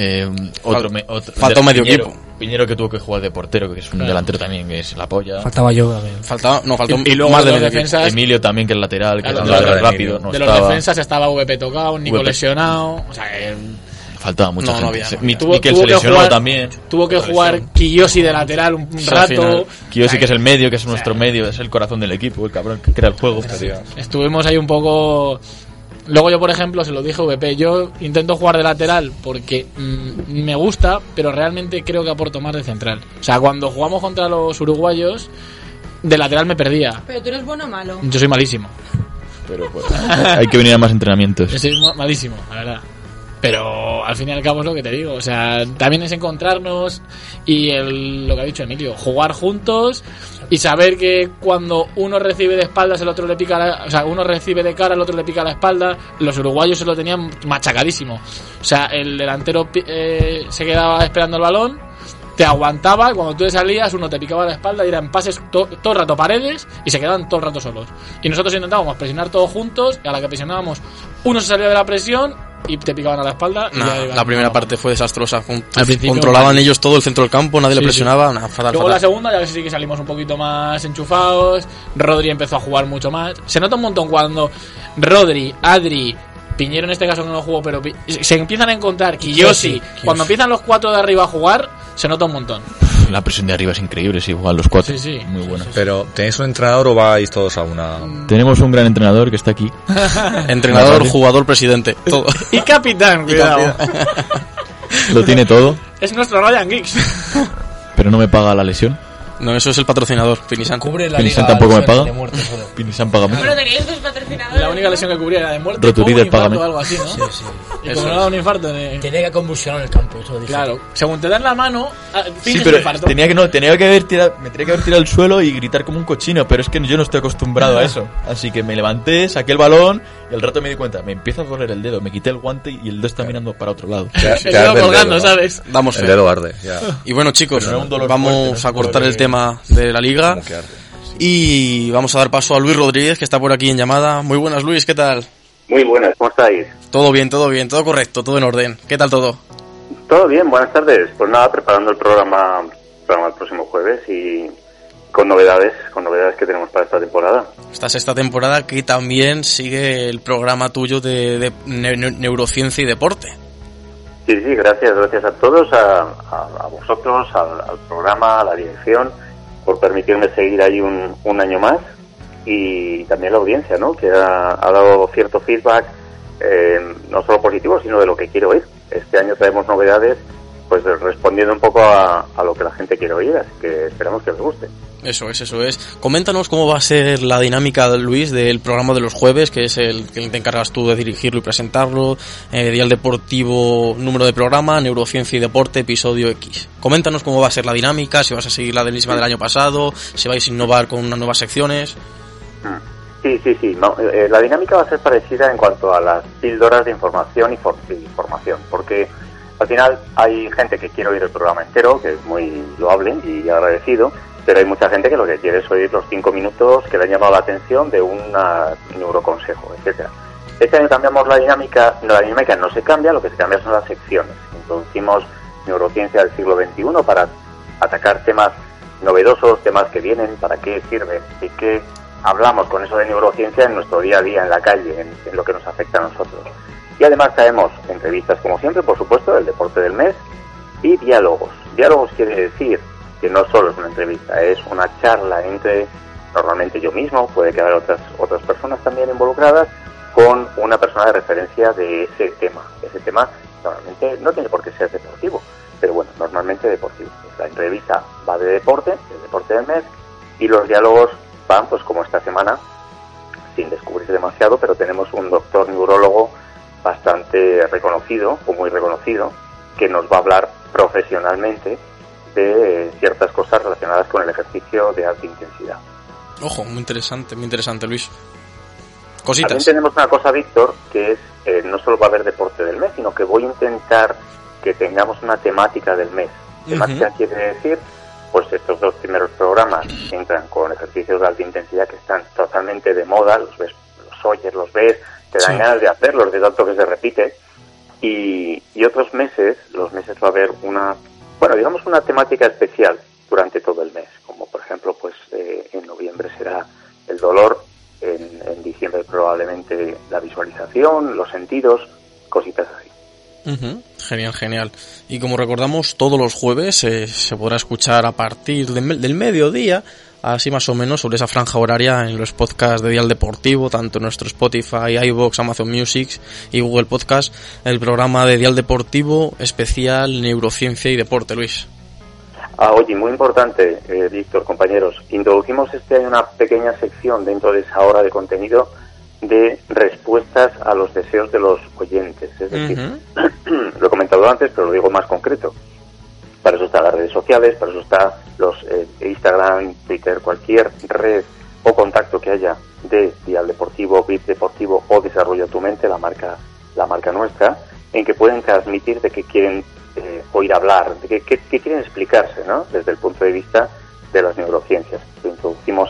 Faltó medio equipo. Piñero, que tuvo que jugar de portero, que es un delantero también, que es la polla. Faltaba yo también. Faltó y luego más de los defensas. Emilio también, que es lateral, que es un lateral rápido. De los defensas estaba VP tocado, Nico lesionado. O sea, faltaba mucha gente. Mikel se lesionó también. Tuvo que jugar Kiyoshi de lateral un rato. Kiyoshi, que es el medio, que es nuestro medio, es el corazón del equipo, el cabrón que crea el juego. Estuvimos ahí un poco... Luego yo, por ejemplo, se lo dije a VP, yo intento jugar de lateral porque me gusta, pero realmente creo que aporto más de central. O sea, cuando jugamos contra los uruguayos, de lateral me perdía. ¿Pero tú eres bueno o malo? Yo soy malísimo. Pero pues, hay que venir a más entrenamientos. Yo soy malísimo, la verdad. Pero al fin y al cabo es lo que te digo. O sea, también es encontrarnos y lo que ha dicho Emilio, jugar juntos y saber que cuando uno recibe de espaldas el otro le pica uno recibe de cara, el otro le pica la espalda. Los uruguayos se lo tenían machacadísimo. O sea, el delantero se quedaba esperando el balón, te aguantaba y cuando tú te salías uno te picaba la espalda y eran pases todo el rato paredes y se quedaban todo el rato solos. Y nosotros intentábamos presionar todos juntos y a la que presionábamos uno se salía de la presión y te picaban a la espalda. La primera parte fue desastrosa. Controlaban ellos todo el centro del campo, nadie le presionaba. Fatal. Luego la segunda ya que sí que salimos un poquito más enchufados. Rodri empezó a jugar mucho más. Se nota un montón cuando Rodri, Adri, Piñero en este caso que no jugó, pero se empiezan a encontrar Kiyoshi. Cuando empiezan los 4 de arriba a jugar, se nota un montón. La presión de arriba es increíble, sí, igual los 4. Sí. Muy buena. Pero, ¿tenéis un entrenador o vais todos a una...? Tenemos un gran entrenador que está aquí. Entrenador, jugador, presidente, todo. Y capitán, cuidado. Lo tiene todo. Es nuestro Ryan Giggs. Pero no me paga la lesión. No, eso es el patrocinador, Finisan. Cubre la Finisan liga tampoco me paga. de muerte solo. Finisan paga Pero teníais dos patrocinadores. La única lesión que cubría era de muerte. Roturí o un del infarto págame. o algo así, ¿no? Sí. Y como no da un infarto... Tenía que convulsionar el campo, eso lo dije. Claro, según te dan la mano, Sí, finges pero un infarto. me tenía que haber tirado al suelo y gritar como un cochino, pero es que yo no estoy acostumbrado a eso. Así que me levanté, saqué el balón y al rato me di cuenta, me empieza a doler el dedo, me quité el guante y el dedo está mirando para otro lado. El dedo colgando, ¿sabes? Damos El fe. dedo arde, ya. Y bueno, chicos, Pero no un dolor vamos fuerte, ¿no? a cortar el tema de la liga Como que arde. y vamos a dar paso a Luis Rodríguez, que está por aquí en llamada. Muy buenas, Luis, ¿qué tal? Muy buenas, ¿cómo estáis? Todo bien, todo correcto, todo en orden. ¿Qué tal todo? Todo bien, buenas tardes. Pues nada, preparando el programa el próximo jueves y con novedades que tenemos para esta temporada. Esta sexta temporada que también sigue el programa tuyo de neurociencia y deporte. Sí, gracias a todos, a vosotros, al programa, a la dirección, por permitirme seguir ahí un año más, y también la audiencia, ¿no?, que ha dado cierto feedback, no solo positivo, sino de lo que quiero oír. Este año traemos novedades, pues respondiendo un poco a lo que la gente quiere oír, así que esperamos que les guste. Eso es. Coméntanos cómo va a ser la dinámica, Luis, del programa de los jueves, que es el que te encargas tú de dirigirlo y presentarlo, Dial Deportivo, número de programa, Neurociencia y Deporte, episodio X. Coméntanos cómo va a ser la dinámica, si vas a seguir la misma del año pasado, si vais a innovar con unas nuevas secciones. Sí. No, la dinámica va a ser parecida en cuanto a las píldoras de información y formación, porque al final hay gente que quiere oír el programa entero, que es muy loable y agradecido, pero hay mucha gente que lo que quiere es oír los 5 minutos que le han llamado la atención de un neuroconsejo, etcétera. Este año cambiamos la dinámica no se cambia, lo que se cambia son las secciones. Introducimos neurociencia del siglo XXI para atacar temas novedosos, temas que vienen, para qué sirven y qué hablamos con eso de neurociencia en nuestro día a día, en la calle, en lo que nos afecta a nosotros. Y además traemos entrevistas, como siempre, por supuesto, del deporte del mes, y diálogos. Diálogos quiere decir que no solo es una entrevista, es una charla entre, normalmente yo mismo, puede que haya otras personas también involucradas, con una persona de referencia de ese tema. Ese tema normalmente no tiene por qué ser deportivo, pero bueno, normalmente deportivo. La entrevista va de deporte, el deporte del mes, y los diálogos van, pues como esta semana, sin descubrirse demasiado, pero tenemos un doctor neurólogo bastante reconocido, o muy reconocido, que nos va a hablar profesionalmente de ciertas cosas relacionadas con el ejercicio de alta intensidad. Ojo, muy interesante, Luis. Cositas. También tenemos una cosa, Víctor, que es, no solo va a haber deporte del mes, sino que voy a intentar que tengamos una temática del mes. Temática quiere decir, pues estos 2 primeros programas entran con ejercicios de alta intensidad que están totalmente de moda, los ves, los oyes, los ves, te dan ganas de hacerlos de tanto que se repite, y otros meses, los meses va a haber una temática especial durante todo el mes, como por ejemplo, pues en noviembre será el dolor, en diciembre probablemente la visualización, los sentidos, cositas así. Genial. Y como recordamos, todos los jueves se podrá escuchar a partir del mediodía, así más o menos, sobre esa franja horaria en los podcasts de Dial Deportivo, tanto en nuestro Spotify, iVoox, Amazon Music y Google Podcast, el programa de Dial Deportivo especial Neurociencia y Deporte, Luis. Oye, muy importante, Víctor, compañeros, introducimos este año una pequeña sección dentro de esa hora de contenido de respuestas a los deseos de los oyentes. Es decir, lo he comentado antes, pero lo digo más concreto. Para eso están las redes sociales, para eso está los Instagram, Twitter, cualquier red o contacto que haya de Dial Deportivo, VIP Deportivo o Desarrollo tu Mente, la marca nuestra, en que pueden transmitir de qué quieren oír hablar, de qué quieren explicarse, ¿no?, desde el punto de vista de las neurociencias. Lo introducimos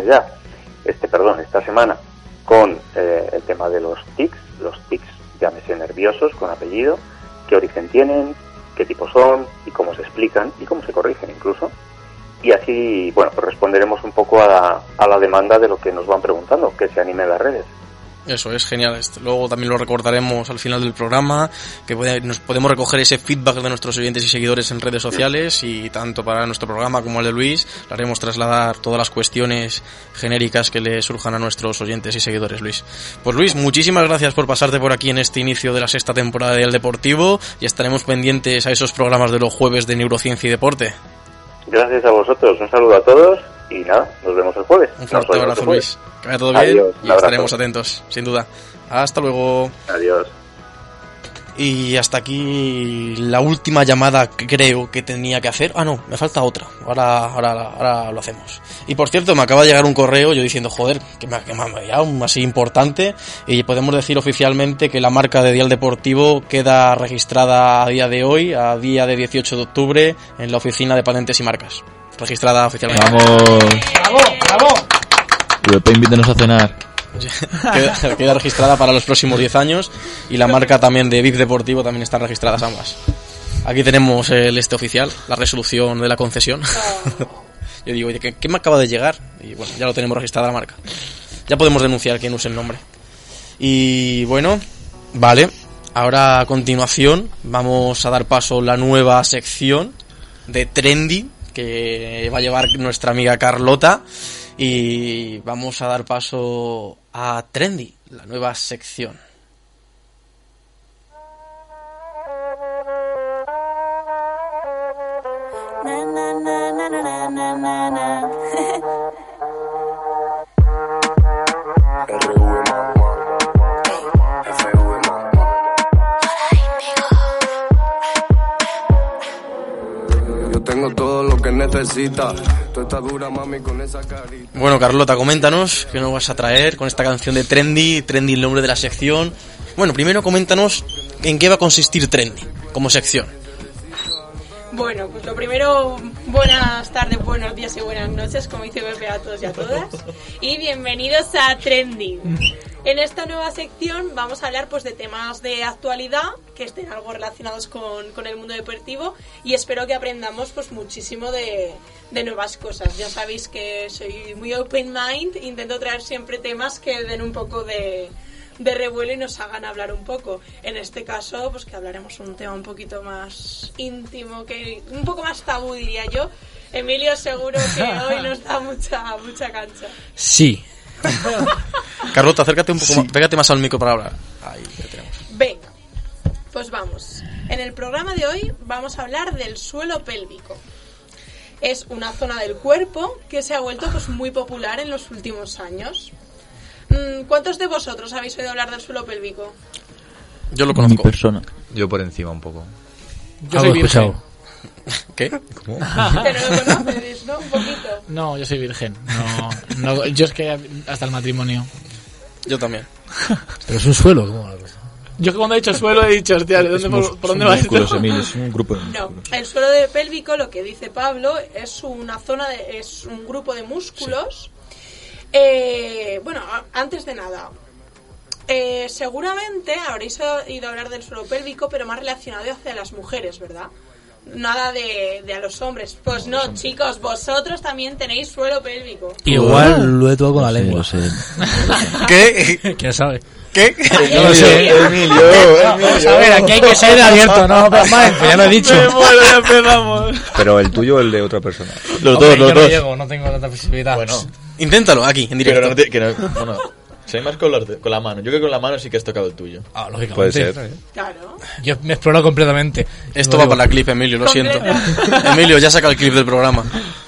esta semana con el tema de los tics, llámese nerviosos con apellido, qué origen tienen, qué tipo son y cómo se explican y cómo se corrigen incluso. Y así, bueno, pues responderemos un poco a la demanda de lo que nos van preguntando, que se anime en las redes. Eso es genial. Luego también lo recordaremos al final del programa, que nos podemos recoger ese feedback de nuestros oyentes y seguidores en redes sociales, y tanto para nuestro programa como el de Luis, le haremos trasladar todas las cuestiones genéricas que le surjan a nuestros oyentes y seguidores, Luis. Pues Luis, muchísimas gracias por pasarte por aquí en este inicio de la sexta temporada del Deportivo, y estaremos pendientes a esos programas de los jueves de Neurociencia y Deporte. Gracias a vosotros, un saludo a todos y nada, nos vemos el jueves. Un fuerte abrazo, Luis. Que vaya todo bien. Adiós, y estaremos atentos, sin duda. Hasta luego. Adiós. Y hasta aquí la última llamada que creo que tenía que hacer. Ah, no, me falta otra. Ahora lo hacemos. Y por cierto, me acaba de llegar un correo yo diciendo, joder, que me ha llegado así importante. Y podemos decir oficialmente que la marca de Dial Deportivo queda registrada a día de hoy, a día de 18 de octubre, en la oficina de patentes y marcas. Registrada oficialmente. ¡Vamos! ¡Bravo! VP, invítenos a cenar. Queda registrada para los próximos 10 años y la marca también de VIP Deportivo también están registradas ambas. Aquí tenemos el oficial, la resolución de la concesión. Yo digo, oye, ¿qué me acaba de llegar? Y bueno, ya lo tenemos registrada la marca. Ya podemos denunciar quién usa el nombre. Y bueno, vale. Ahora a continuación vamos a dar paso a la nueva sección de Trendy que va a llevar nuestra amiga Carlota. Y vamos a dar paso a Trendy, la nueva sección. Tengo todo lo que necesita. Tú estás dura, mami, con esa carita. Bueno, Carlota, coméntanos qué nos vas a traer con esta canción de Trendy el nombre de la sección. Bueno, primero coméntanos en qué va a consistir Trendy como sección. Bueno, pues lo primero, buenas tardes, buenos días y buenas noches, como dice Pepe, a todos y a todas. Y bienvenidos a Trendy. En esta nueva sección vamos a hablar pues de temas de actualidad que estén algo relacionados con el mundo deportivo y espero que aprendamos pues muchísimo de nuevas cosas. Ya sabéis que soy muy open mind, intento traer siempre temas que den un poco de revuelo y nos hagan hablar un poco. En este caso, pues que hablaremos un tema un poquito más íntimo, que un poco más tabú, diría yo. Emilio, seguro que hoy nos da mucha cancha. Sí. Carlota, acércate un poco, pégate más al micro para hablar. Ahí ya tenemos. Venga, pues vamos. En el programa de hoy vamos a hablar del suelo pélvico. Es una zona del cuerpo que se ha vuelto pues muy popular en los últimos años. ¿Cuántos de vosotros habéis oído hablar del suelo pélvico? Yo lo conozco. Mi persona. Yo por encima un poco. Yo soy virgen. ¿Qué? ¿Cómo? Pero lo conoces, ¿no? Un poquito. No, yo soy virgen. No, yo es que hasta el matrimonio. Yo también. Pero es un suelo, ¿cómo la cosa? Yo que cuando he dicho suelo he dicho, hostia, ¿por dónde va esto? Emilio, es un grupo de músculos. No, el suelo de pélvico, lo que dice Pablo, es una zona es un grupo de músculos. Sí. Bueno, antes de nada, seguramente habréis oído hablar del suelo pélvico, pero más relacionado hacia las mujeres, ¿verdad? Nada de a los hombres. Pues no, chicos, vosotros también tenéis suelo pélvico. Igual lo he tocado con la lengua. ¿Qué? ¿Quién sabe? ¿Qué? No lo sé. Emilio. Vamos a ver, aquí hay que ser abierto, no, pero ya lo he dicho. Bueno, ya empezamos. Pero el tuyo o el de otra persona. Los dos. No llego, no tengo tanta posibilidad. Bueno, inténtalo aquí, en directo. pero bueno, soy más con la mano. Yo creo que con la mano sí que has tocado el tuyo. Ah, lógicamente. Puede ser. Claro. Yo me exploro completamente. Esto va para la clip, Emilio, lo siento. Emilio, ya saca el clip del programa.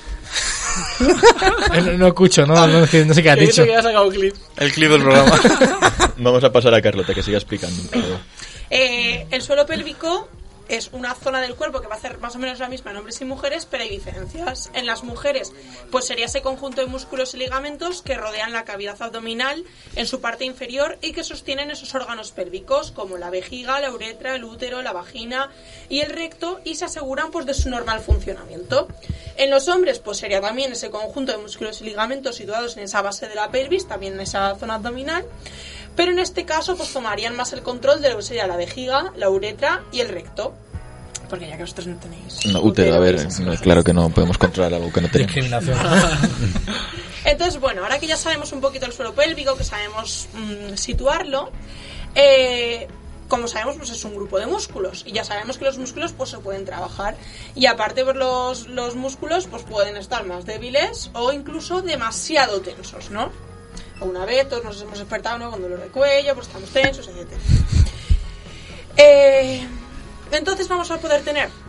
No escucho, no sé qué has dicho. Que ha sacado clip. El clip del programa. Vamos a pasar a Carlota, que siga explicando. El suelo pélvico es una zona del cuerpo que va a ser más o menos la misma en hombres y mujeres, pero hay diferencias. En las mujeres, pues sería ese conjunto de músculos y ligamentos que rodean la cavidad abdominal en su parte inferior y que sostienen esos órganos pélvicos como la vejiga, la uretra, el útero, la vagina y el recto y se aseguran pues de su normal funcionamiento. En los hombres, pues sería también ese conjunto de músculos y ligamentos situados en esa base de la pelvis, también en esa zona abdominal. Pero en este caso pues tomarían más el control de lo que sería la vejiga, la uretra y el recto. Porque ya que vosotros no tenéis... No, útero, a ver, claro que no podemos controlar algo que no tenemos. Discriminación. Entonces, bueno, ahora que ya sabemos un poquito el suelo pélvico, que sabemos situarlo, como sabemos, pues es un grupo de músculos. Y ya sabemos que los músculos pues se pueden trabajar. Y aparte, pues los músculos pues pueden estar más débiles o incluso demasiado tensos, ¿no? Una vez todos nos hemos despertado, ¿no? Con dolor de cuello, pues estamos tensos, etc. Entonces vamos a poder tener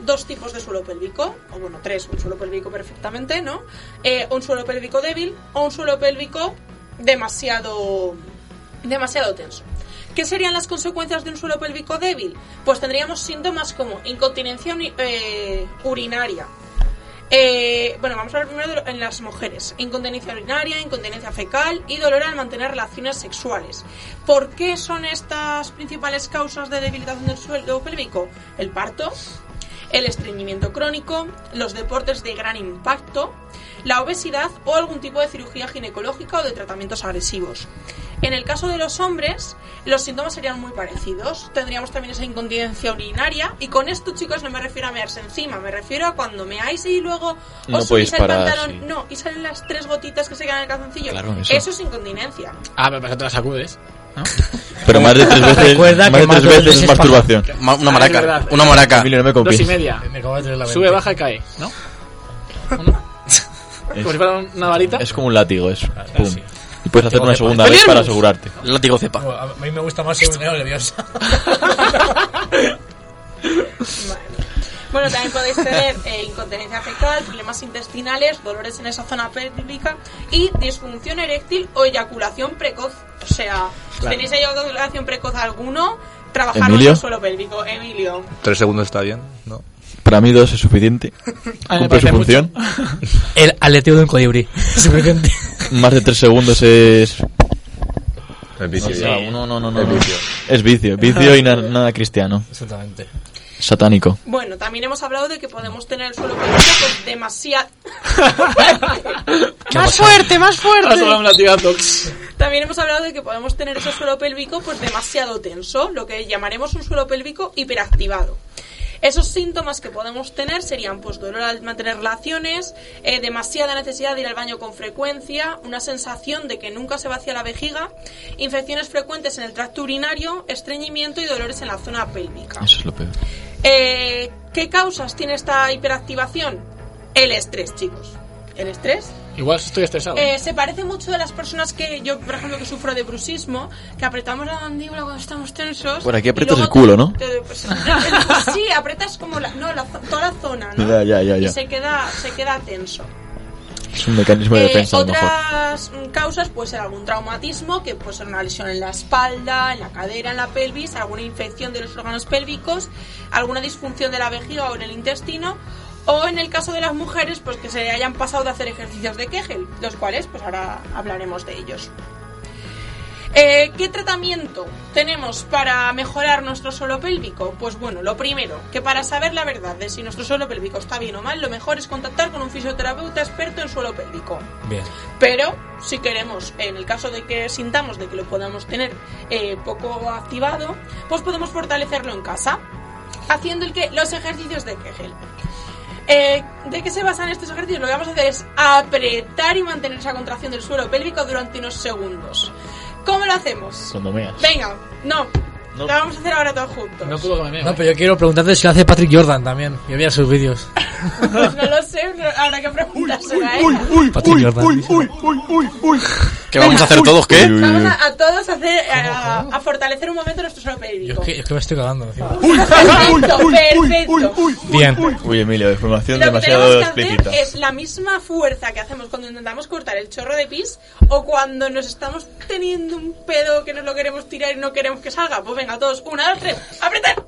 dos tipos de suelo pélvico, o bueno, tres, un suelo pélvico perfectamente, ¿no? Un suelo pélvico débil o un suelo pélvico demasiado tenso. ¿Qué serían las consecuencias de un suelo pélvico débil? Pues tendríamos síntomas como incontinencia urinaria. Bueno, vamos a ver primero en las mujeres. Incontinencia urinaria, incontinencia fecal y dolor al mantener relaciones sexuales. ¿Por qué son estas principales causas de debilitación del suelo pélvico? El parto, el estreñimiento crónico, los deportes de gran impacto, la obesidad o algún tipo de cirugía ginecológica o de tratamientos agresivos. En el caso de los hombres, los síntomas serían muy parecidos. Tendríamos también esa incontinencia urinaria. Y con esto, chicos, no me refiero a mearse encima. Me refiero a cuando meáis y luego os subís el pantalón. Sí. No, y salen las 3 gotitas que se quedan en el calzoncillo. Claro, eso es incontinencia. Ah, pero te la sacudes, ¿no? Pero más de 3 veces, más de 3 veces es masturbación. Una maraca. Una maraca. Emilio, no me confíes. 2,5. Sube, baja y cae, ¿no? Como si fuera una varita. Es como un látigo eso. Pum. Sí. Y puedes hacer una segunda vez para asegurarte. Látigo cepa. A mí me gusta más ser un nerviosa. Bueno, también podéis tener incontinencia fecal, problemas intestinales, dolores en esa zona pélvica y disfunción eréctil o eyaculación precoz. O sea, si tenéis eyaculación precoz alguno, trabajar en el suelo pélvico. Emilio. 3 segundos está bien, ¿no? Para mí 2 es suficiente. Cumple su función. El aleteo de un colibrí. Es suficiente. Más de 3 segundos es... Es vicio. No. Es vicio. Vicio y nada cristiano. Exactamente. Satánico. Bueno, también hemos hablado de que podemos tener el suelo pélvico pues demasiado... ¡Más fuerte! También hemos hablado de que podemos tener ese suelo pélvico pues demasiado tenso, lo que llamaremos un suelo pélvico hiperactivado. Esos síntomas que podemos tener serían pues dolor al mantener relaciones, demasiada necesidad de ir al baño con frecuencia, una sensación de que nunca se vacía la vejiga, infecciones frecuentes en el tracto urinario, estreñimiento y dolores en la zona pélvica. Eso es lo peor. ¿Qué causas tiene esta hiperactivación? El estrés, chicos. El estrés. Igual estoy estresado. Se parece mucho de las personas que yo, por ejemplo, que sufro de bruxismo, que apretamos la mandíbula cuando estamos tensos. Por aquí aprietas el culo, ¿no? Sí, apretas como toda la zona, ¿no? Ya. Y se queda tenso. Es un mecanismo de defensa. Otras causas puede ser algún traumatismo, que puede ser una lesión en la espalda, en la cadera, en la pelvis, alguna infección de los órganos pélvicos, alguna disfunción de la vejiga o en el intestino. O en el caso de las mujeres, pues que se hayan pasado de hacer ejercicios de Kegel, los cuales pues ahora hablaremos de ellos. ¿Qué tratamiento tenemos para mejorar nuestro suelo pélvico? Pues bueno, lo primero, que para saber la verdad de si nuestro suelo pélvico está bien o mal, lo mejor es contactar con un fisioterapeuta experto en suelo pélvico. Bien. Pero, si queremos, en el caso de que sintamos de que lo podamos tener poco activado, pues podemos fortalecerlo en casa, haciendo los ejercicios de Kegel. ¿De qué se basan estos ejercicios? Lo que vamos a hacer es apretar y mantener esa contracción del suelo pélvico durante unos segundos. ¿Cómo lo hacemos? Cuando meas. Venga, no. Lo vamos a hacer ahora todos juntos. No puedo que me meo. No, pero yo quiero preguntarte si lo hace Patrick Jordan también. Yo veía sus vídeos. Pues no lo sé, habrá que preguntárselo a él. Patrick Jordan. ¿Qué vamos a hacer todos? ¿Qué? Vamos a todos a fortalecer un momento nuestro suelo pélvico. Es que me estoy cagando. Perfecto. Bien. Uy, Emilio, información Lo que demasiado tenemos que explícita. hacer es la misma fuerza que hacemos cuando intentamos cortar el chorro de pis o cuando nos estamos teniendo un pedo que nos lo queremos tirar y no queremos que salga. Pues venga, todos, 1, 2, 3, apretar.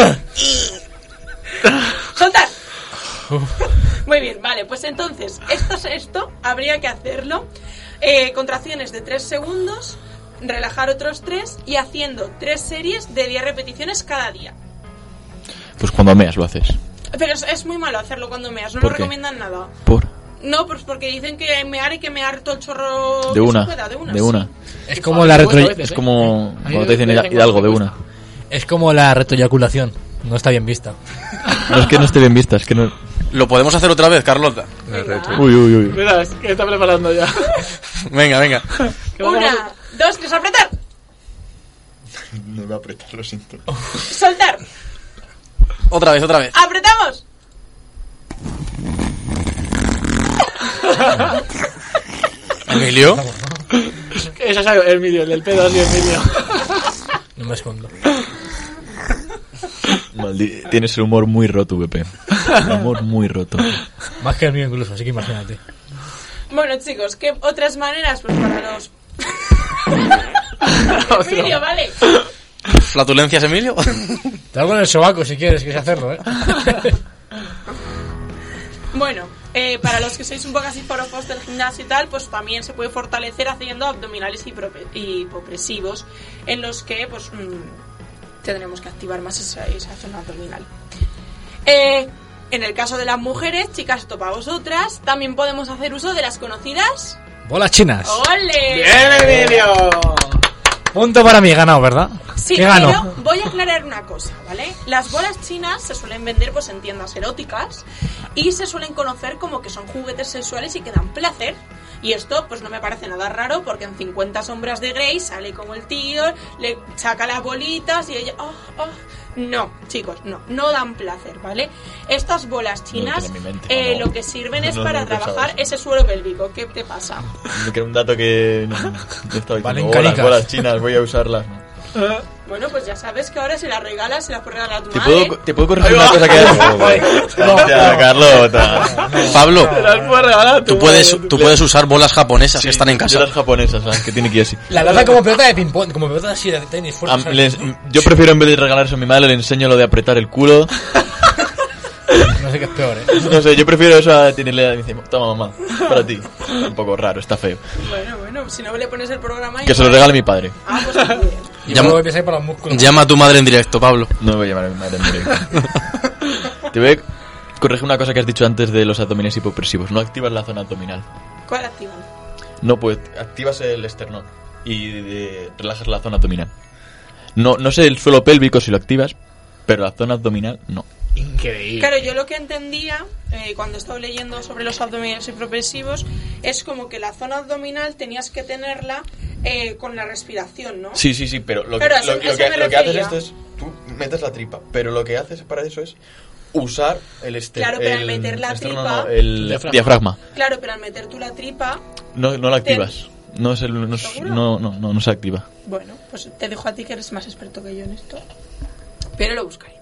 Soltar. Muy bien, vale, pues entonces esto habría que hacerlo contracciones de 3 segundos, relajar otros 3 y haciendo 3 series de 10 repeticiones cada día. Pues cuando meas lo haces. Pero es muy malo hacerlo cuando meas, no ¿Por lo qué? recomiendan nada. ¿Por? No, pues porque dicen que mear hay que mear todo el chorro De que una. se pueda, de una. De una. Sí. Es como la Es como cuando te dicen algo de una. Es como la retroeyaculación. No está bien vista. No es que no esté bien vista, es que no... ¿Lo podemos hacer otra vez, Carlota? Uy. Mira, es que está preparando ya. Venga. 1, 2, 3, apretar. No voy a apretar, lo siento. Soltar. Otra vez. ¡Apretamos! ¿Emilio? Ese es el vídeo, el del pedo así, Emilio. No me escondo. Tienes el humor muy roto, VP. Un amor muy roto. Más que el mío incluso, así que imagínate. Bueno, chicos, ¿qué otras maneras? Pues para los... Emilio, vale. ¿Flatulencias, Emilio? Te hago en el sobaco si quieres hacerlo, Bueno, para los que sois un poco así forofos del gimnasio y tal, pues también se puede fortalecer haciendo abdominales hipopresivos, en los que pues tendremos que activar más esa zona abdominal. En el caso de las mujeres, chicas, esto para vosotras, también podemos hacer uso de las conocidas... bolas chinas. ¡Ole! ¡Bien, Emilio! Punto para mí, he ganado, ¿verdad? Sí, ¿Qué gano? pero voy a aclarar una cosa, ¿vale? Las bolas chinas se suelen vender pues en tiendas eróticas y se suelen conocer como que son juguetes sexuales y que dan placer. Y esto pues no me parece nada raro porque en 50 sombras de Grey sale como el tío, le saca las bolitas y ella... No, chicos, no dan placer, ¿vale? Estas bolas chinas lo que sirven es para trabajar ese suelo pélvico. ¿Qué te pasa? Me queda un dato que no estaba diciendo. Las bolas chinas, voy a usarlas. Bueno, pues ya sabes que ahora si las regalas, se las puedes regalar a tu madre. ¿Te puedo corregir una cosa que has No, Carlota. Pablo, Te las puedes regalar a tu tú puedes usar bolas japonesas que están en casa. Las japonesas, que tiene que ir así. La verdad como pelota de ping-pong, como pelota así de tenis. Yo prefiero en vez de regalar eso a mi madre, le enseño lo de apretar el culo. No sé qué es peor, No sé, yo prefiero eso a tenerle... Me dice, toma mamá, para ti. Un poco raro, está feo. Bueno, si no le pones el programa... Que se lo regale mi padre. Ah, pues muy bien. Llama a tu madre en directo, Pablo. No voy a llamar a mi madre en directo. Te voy a corregir una cosa que has dicho antes de los abdominales hipopresivos. No activas la zona abdominal. ¿Cuál activan? No, pues activas el esternón y relajas la zona abdominal. No sé el suelo pélvico si lo activas, pero la zona abdominal no. Increíble. Claro, yo lo que entendía cuando estaba leyendo sobre los abdominales hipopresivos es como que la zona abdominal tenías que tenerla con la respiración, ¿no? Sí, pero lo que haces esto es tú metes la tripa, pero lo que haces para eso es usar el Claro, pero al meter la tripa... el diafragma. Claro, pero al meter tú la tripa... No la activas. No se activa. Bueno, pues te dejo a ti que eres más experto que yo en esto. Pero lo buscaré.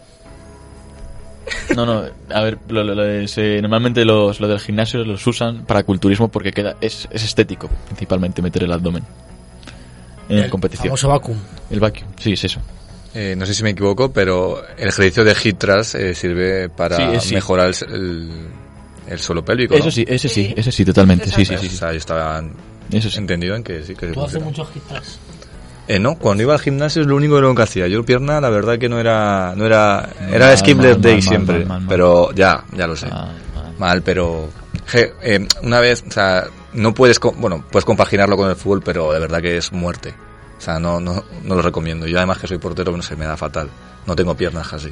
No, a ver, normalmente lo del gimnasio los usan para culturismo porque es estético, principalmente meter el abdomen en la competición. El famoso vacuum. El vacuum, sí, es eso. No sé si me equivoco, pero el ejercicio de hip thrust sirve para mejorar el suelo pélvico, ¿no? Ese sí, totalmente. Sí. O sea, yo estaba entendido en que sí. Que ¿Tú haces muchos hip thrust? No, cuando iba al gimnasio es lo único que hacía. Yo pierna, la verdad que no era skip leg day siempre, pero ya lo sé. Mal, pero una vez, o sea, no puedes compaginarlo con el fútbol, pero de verdad que es muerte. O sea, no lo recomiendo. Yo además que soy portero, no sé, me da fatal. No tengo piernas así.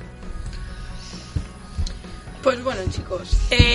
Pues bueno, chicos,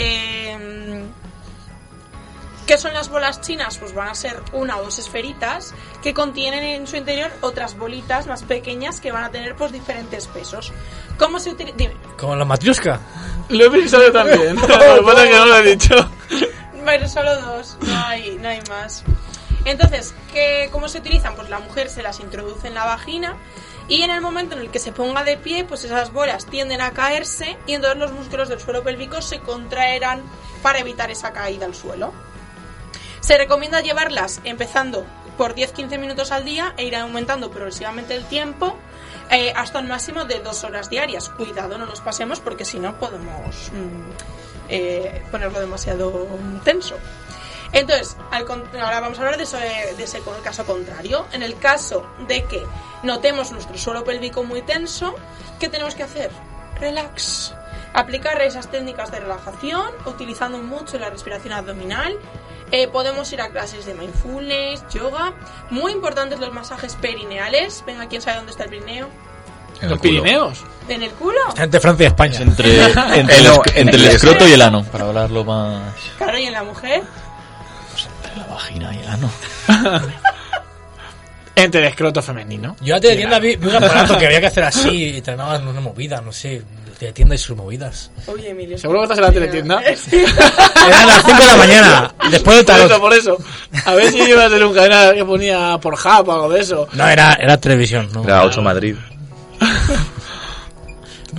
¿qué son las bolas chinas? Pues van a ser 1 o 2 esferitas que contienen en su interior otras bolitas más pequeñas que van a tener pues diferentes pesos. ¿Cómo se utiliza? Dime. ¿Como la matrioshka? Lo he pensado yo también. Lo que pasa es que no lo he dicho. Bueno, solo 2, no hay más. Entonces, ¿cómo se utilizan? Pues la mujer se las introduce en la vagina y en el momento en el que se ponga de pie, pues esas bolas tienden a caerse y entonces los músculos del suelo pélvico se contraerán para evitar esa caída al suelo. Se recomienda llevarlas empezando por 10-15 minutos al día e ir aumentando progresivamente el tiempo hasta un máximo de 2 horas diarias. Cuidado, no nos pasemos porque si no podemos ponerlo demasiado tenso. Entonces, ahora vamos a hablar de ese caso contrario. En el caso de que notemos nuestro suelo pélvico muy tenso, ¿qué tenemos que hacer? Relax. Aplicar esas técnicas de relajación, utilizando mucho la respiración abdominal. Podemos ir a clases de mindfulness, yoga. Muy importantes los masajes perineales. Venga, ¿quién sabe dónde está el perineo? ¿Los Pirineos? ¿En el culo? Entre Francia y España. Entre el escroto y el ano, para hablarlo más... Claro, ¿y en la mujer? Pues entre la vagina y el ano. Entre el escroto femenino. Yo antes de tienda vi un aparato que había que hacer así y trenaban una movida, no sé, de tienda y sus movidas. Oye, Emilio. ¿Seguro que estás en la teletienda? Eran las 5 de la mañana, después del tarot. Por eso. A ver si iba a ser un canal que ponía por Hub o algo de eso. No, era televisión, ¿no? Era 8 Madrid.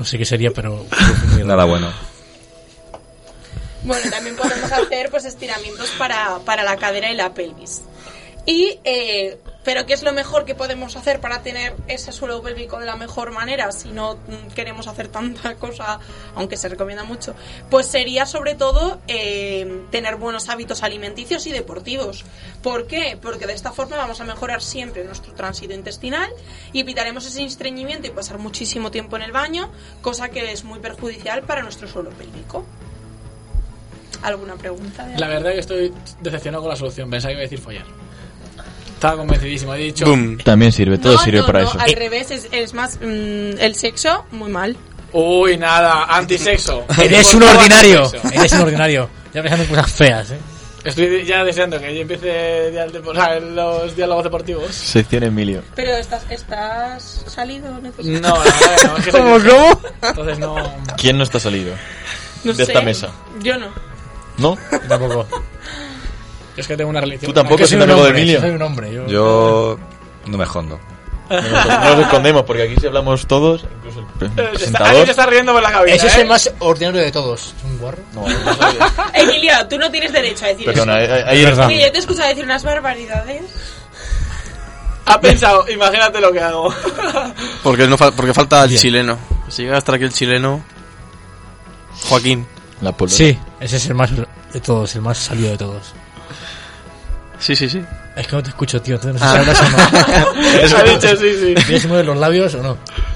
no sé qué sería, pero... Nada bueno. Bueno, también podemos hacer pues estiramientos para la cadera y la pelvis. Y, pero ¿qué es lo mejor que podemos hacer para tener ese suelo pélvico de la mejor manera? Si no queremos hacer tanta cosa, aunque se recomienda mucho, pues sería sobre todo tener buenos hábitos alimenticios y deportivos. ¿Por qué? Porque de esta forma vamos a mejorar siempre nuestro tránsito intestinal y evitaremos ese estreñimiento y pasar muchísimo tiempo en el baño, cosa que es muy perjudicial para nuestro suelo pélvico. ¿Alguna pregunta? La verdad que estoy decepcionado con la solución. Pensaba que iba a decir follar. Estaba convencidísimo, he dicho... Boom. También sirve, todo sirve para eso. Al revés, es más el sexo, muy mal. Uy, nada, antisexo. Eres un ordinario. Eres un ordinario. Ya pensando en cosas feas, Estoy ya deseando que empiece ya los diálogos deportivos. Sección Emilio. Pero estás salido, no, es que ¿Cómo? Entonces no... ¿Quién no está salido? No de sé, esta mesa. Yo no. ¿No? Tampoco. Es que tengo una religión. ¿Tú tampoco eres un amigo de Emilio? Soy un hombre. Yo no me jondo. No nos escondemos porque aquí si hablamos todos, incluso el presentador. Alguien se está riendo por la cabeza. Ese es el más ordinario de todos. ¿Es un guarro? No, Emilio, tú no tienes derecho a decir perdona, eso. ahí es verdad. Oye, yo te he escuchado decir unas barbaridades. Ha pensado, imagínate lo que hago. Porque falta el chileno. Si llega a estar aquí el chileno, Joaquín. La polera. Sí, ese es el más de todos, el más salido de todos. Sí. Es que no te escucho, tío. Entonces no sé si hablas o no. Eso ha dicho, sí. ¿Tienes que mover los labios o no?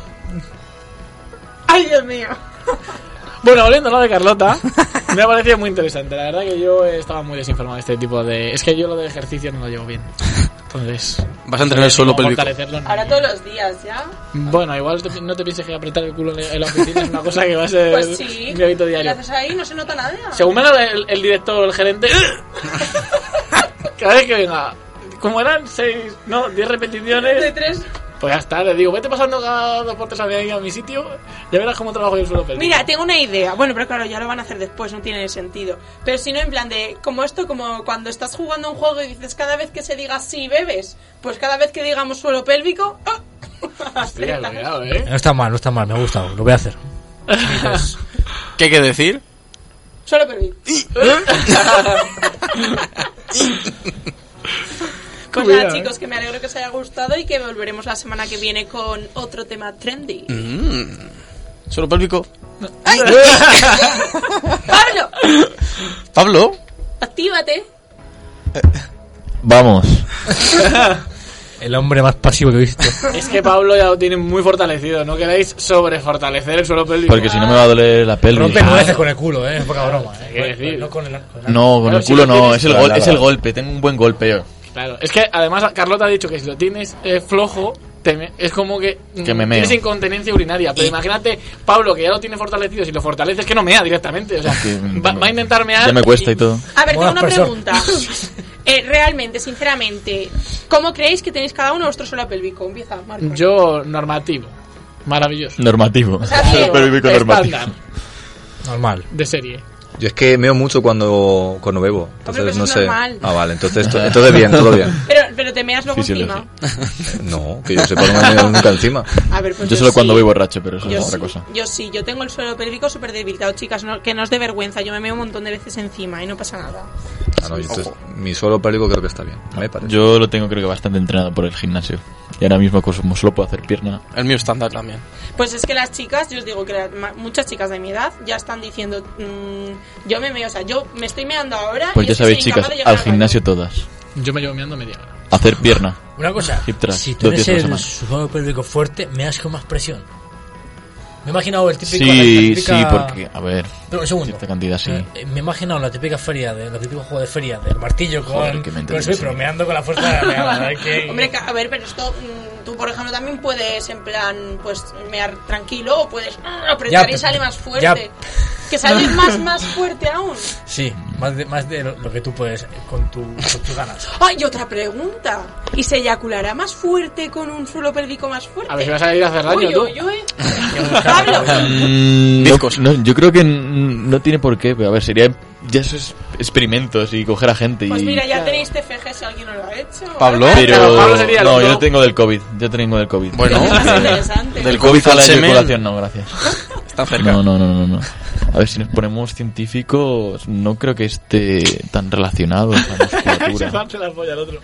Ay, Dios mío. Bueno, volviendo a lo de Carlota, me ha parecido muy interesante. La verdad que yo estaba muy desinformado de este tipo de... Es que yo lo de ejercicio no lo llevo bien. Entonces... Vas a entrenar el suelo pélvico. Ahora todos los días, ¿ya? Bueno, igual no te pienses que apretar el culo en la oficina es una cosa que va a ser pues sí, mi hábito diario. ¿Qué haces ahí? No se nota nada. Según menos el director o el gerente... Cada vez que venga... Como eran 10 repeticiones... De 3... Pues ya está, le digo, vete pasando cada 2 por 3 a mi sitio, ya verás cómo trabajo yo el suelo pélvico. Mira, tengo una idea. Bueno, pero claro, ya lo van a hacer después, no tiene sentido. Pero si no, en plan de, como cuando estás jugando un juego y dices, cada vez que se diga sí bebes, pues cada vez que digamos suelo pélvico... Hostia, cuidado, No está mal, me ha gustado, lo voy a hacer. ¿Qué hay que decir? Suelo pélvico. Pues nada, chicos, que me alegro que os haya gustado y que volveremos la semana que viene con otro tema trendy. ¿Suelo pélvico? ¡Ay! ¿Pablo? Actívate. Vamos. El hombre más pasivo que he visto. Es que Pablo ya lo tiene muy fortalecido. No queráis sobrefortalecer el suelo pélvico. Porque si no me va a doler la pelvis. Rompe nueces con el culo, es poca broma. No con el el culo no, es el golpe. Tengo un buen golpe yo. Claro, es que además Carlota ha dicho que si lo tienes flojo, es como que me meo. Tienes incontinencia urinaria. Pero imagínate, Pablo, que ya lo tiene fortalecido, si lo fortaleces, que no mea directamente. O sea, va a intentar mear. Ya me cuesta y todo. A ver, tengo una pregunta. Realmente, sinceramente, ¿cómo creéis que tenéis cada uno vuestro suelo pélvico? Empieza, Marco. Yo, normativo. Maravilloso. Normativo. O sea, bien. Pélvico normativo. Normal. De serie. Yo es que meo mucho cuando bebo. Entonces Hombre, pues no es sé. normal. Ah, vale, entonces bien, todo bien. Pero te meas luego encima. No, que yo sepa, no me meo nunca encima. A ver, pues yo solo cuando voy borracho, pero eso es otra cosa. Yo tengo el suelo pélvico súper debilitado, chicas, que no os dé vergüenza. Yo me meo un montón de veces encima y no pasa nada. Ah, no, entonces, mi suelo pélvico creo que está bien. Me parece. Yo lo tengo creo que bastante entrenado por el gimnasio. Y ahora mismo como solo puedo hacer pierna. El mío estándar también. Pues es que las chicas, yo os digo que muchas chicas de mi edad ya están diciendo, yo me meo, o sea, yo me estoy meando ahora. Pues y ya sabéis, chicas, al gimnasio todas. Yo me llevo meando media hora. Hacer pierna. Una cosa, hip thrust, si tú eres el suelo pélvico fuerte, me das con más presión. Me he imaginado el típico... Sí, porque, a ver... Pero un segundo. Cierta cantidad, sí. Me he imaginado la típica feria, el típico juego de feria, del martillo con pero me ando con la fuerza de la meada. Hombre, a ver, pero esto... Tú, por ejemplo, también puedes, en plan, pues, mear tranquilo o puedes apretar y sale más fuerte. Ya. Que sale más fuerte aún. Sí, más de lo que tú puedes con tus ganas. ¡Ay, otra pregunta! ¿Y se eyaculará más fuerte con un suelo pélvico más fuerte? A ver si vas a ir a hacer daño, tú. Pablo. No, yo creo que no tiene por qué, pero a ver, sería... Ya eso es experimentos y coger a gente. Pues mira, ya tenéis TFG si alguien no lo ha hecho. Pablo, pero Pablo sería no, yo no tengo del COVID. Yo tengo del COVID. Bueno, es interesante. Del COVID a la eyaculación no, gracias. Tan cerca. No. A ver, si nos ponemos científicos, no creo que esté tan relacionado con la musculatura. Se parte la polla al otro.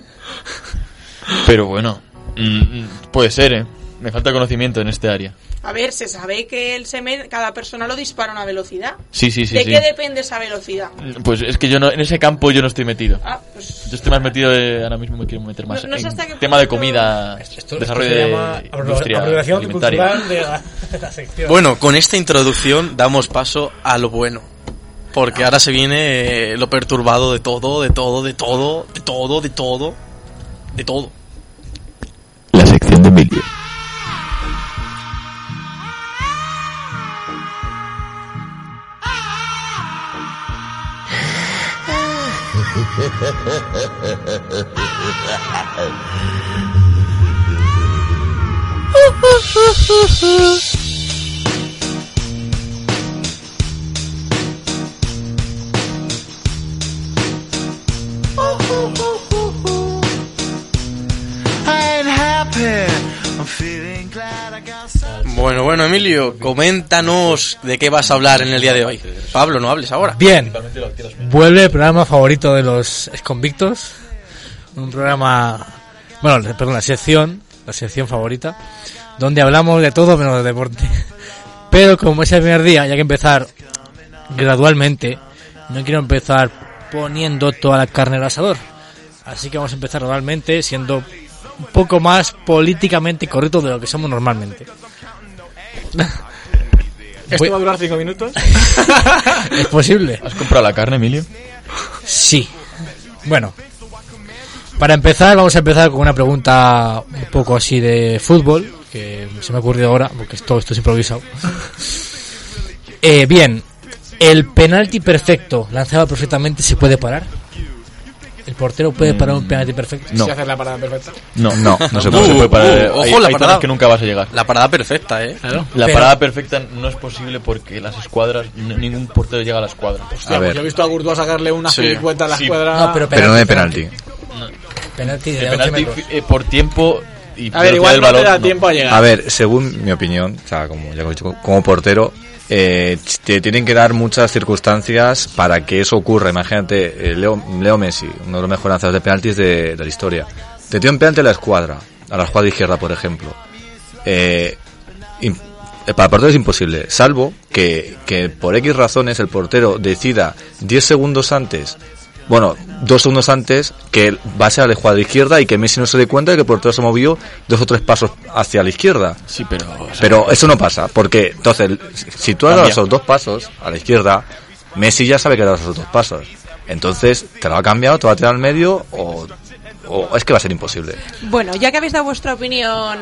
Pero bueno, puede ser, ¿eh? Me falta conocimiento en este área. A ver, se sabe que el semen, cada persona lo dispara a una velocidad. Sí. ¿De qué depende esa velocidad? Pues es que yo no, en ese campo yo no estoy metido. Pues... Yo estoy más metido, ahora mismo me quiero meter más no sé hasta qué en tema de punto... comida, desarrollo de industria alimentaria. De la sección. Bueno, con esta introducción damos paso a lo bueno. Porque ahora se viene lo perturbado de todo. La sección de Emilio. Bueno, Emilio, coméntanos de qué vas a hablar en el día de hoy. Pablo, no hables ahora. Bien, vuelve el programa favorito de los exconvictos. Un programa, la sección favorita, donde hablamos de todo menos de deporte. Pero como es el primer día, hay que empezar gradualmente. No quiero empezar poniendo toda la carne al asador. Así que vamos a empezar gradualmente, siendo un poco más políticamente correctos de lo que somos normalmente. ¿Esto va a durar 5 minutos? Es posible. ¿Has comprado la carne, Emilio? Sí. Bueno, para empezar, vamos a empezar con una pregunta un poco así de fútbol, que se me ha ocurrido ahora, porque esto es improvisado. Bien, ¿el penalti perfecto, lanzado perfectamente, se puede parar? ¿El portero puede parar un penalti perfecto? No. ¿Si haces la parada perfecta? No se puede parar. Ojo, la hay parada que nunca vas a llegar. La parada perfecta, Claro. La parada perfecta no es posible porque las escuadras, ningún portero llega a la escuadra. Hostia, pues yo he visto a Gurdu a sacarle una filicueta a la escuadra. No, pero no de penalti. Penalti de penalti por tiempo y a ver, igual no te da tiempo a llegar. A ver, según mi opinión, o sea, como ya he dicho, como portero, te tienen que dar muchas circunstancias para que eso ocurra. Imagínate, Leo Messi, uno de los mejores lanzadores de penaltis de la historia, te tira un penalti a la escuadra izquierda, por ejemplo. Para el portero es imposible, salvo que por X razones el portero decida 10 segundos antes, 2 segundos antes, que va a ser a la escuadra izquierda y que Messi no se dé cuenta de que el portero se movió 2 o 3 pasos hacia la izquierda. Sí, pero eso no pasa, porque entonces si tú has dado esos 2 pasos a la izquierda, Messi ya sabe que ha dado esos 2 pasos. Entonces te lo ha cambiado, te va a tirar al medio o es que va a ser imposible. Bueno, ya que habéis dado vuestra opinión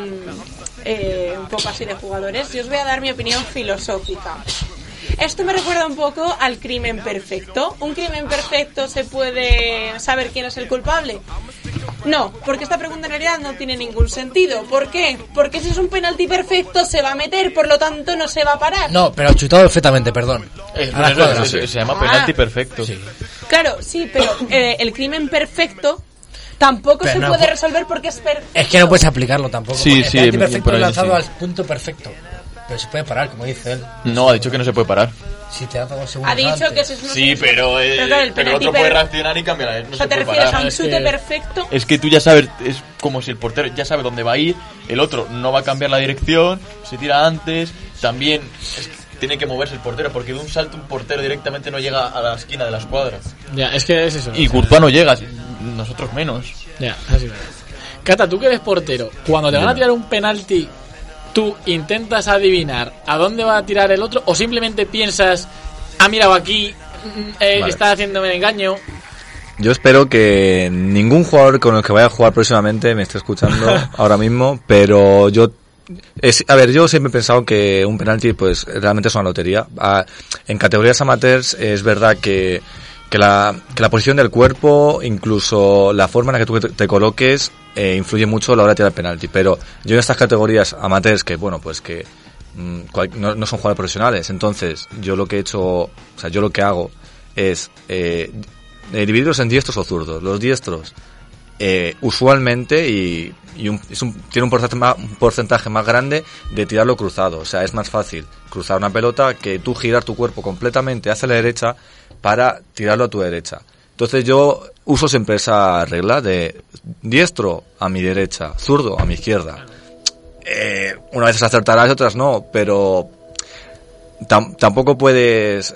un poco así de jugadores, yo os voy a dar mi opinión filosófica. Esto me recuerda un poco al crimen perfecto. ¿Un crimen perfecto se puede saber quién es el culpable? No, porque esta pregunta en realidad no tiene ningún sentido. ¿Por qué? Porque si es un penalti perfecto se va a meter, por lo tanto no se va a parar. No, pero chutado perfectamente, perdón. Se llama penalti perfecto. Sí. Claro, sí, pero el crimen perfecto tampoco se puede resolver porque es perfecto. Es que no puedes aplicarlo tampoco. Sí, el penalti perfecto pero es lanzado al punto perfecto. Pero se puede parar, como dice él. No, ha dicho que no se puede parar. Si te da 2 segundos Ha dicho antes. que eso es Sí, pero el otro puede reaccionar y cambiar. O sea, ¿te refieres a un chute perfecto? Es que tú ya sabes, es como si el portero ya sabe dónde va a ir, el otro no va a cambiar la dirección, se tira antes, también tiene que moverse el portero, porque de un salto un portero directamente no llega a la esquina de la escuadra. Ya, es que es eso. Y Courtois no llega, nosotros menos. Ya, así es. Cata, tú que eres portero, cuando te van a tirar un penalti, ¿tú intentas adivinar a dónde va a tirar el otro o simplemente piensas, ha mirado aquí, vale, está haciéndome el engaño? Yo espero que ningún jugador con el que vaya a jugar próximamente me esté escuchando ahora mismo, pero yo siempre he pensado que un penalti pues realmente es una lotería. En categorías amateurs es verdad que la posición del cuerpo, incluso la forma en la que tú te coloques, influye mucho a la hora de tirar el penalti. Pero yo en estas categorías amateurs, que bueno, pues que no son jugadores profesionales, entonces yo lo que he hecho, o sea, yo lo que hago es dividirlos en diestros o zurdos. Los diestros usualmente tiene un porcentaje más grande de tirarlo cruzado. O sea, es más fácil cruzar una pelota que tú girar tu cuerpo completamente hacia la derecha para tirarlo a tu derecha. Entonces yo uso siempre esa regla de diestro a mi derecha, zurdo a mi izquierda. Unas veces acertarás y otras no, pero tampoco puedes,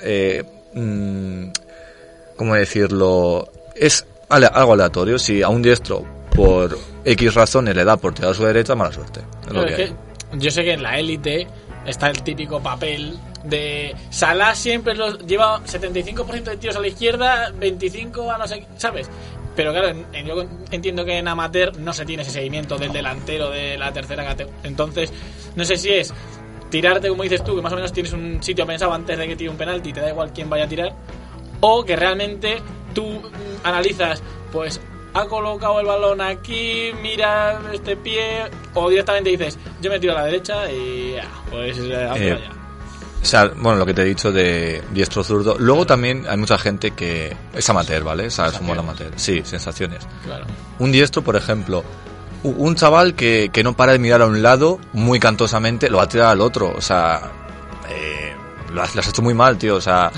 ¿cómo decirlo? Es algo aleatorio. Si a un diestro por X razones le da por tirar a su derecha, mala suerte. Yo sé que en la élite está el típico papel de Salah siempre lleva 75% de tiros a la izquierda, 25 a no sé, ¿sabes? Pero claro, yo entiendo que en amateur no se tiene ese seguimiento del delantero de la tercera categoría. Entonces, no sé si es tirarte, como dices tú, que más o menos tienes un sitio pensado antes de que tire un penalti y te da igual quién vaya a tirar, o que realmente tú analizas, pues ha colocado el balón aquí, mira este pie, o directamente dices, yo me tiro a la derecha y pues allá. O sea, bueno, lo que te he dicho de diestro zurdo. Luego también hay mucha gente que es amateur, ¿vale? O sea, es humor amateur. Sí, sensaciones. Claro. Un diestro, por ejemplo, un chaval que no para de mirar a un lado muy cantosamente, lo va a tirar al otro. O sea, lo has hecho muy mal, tío. O sea,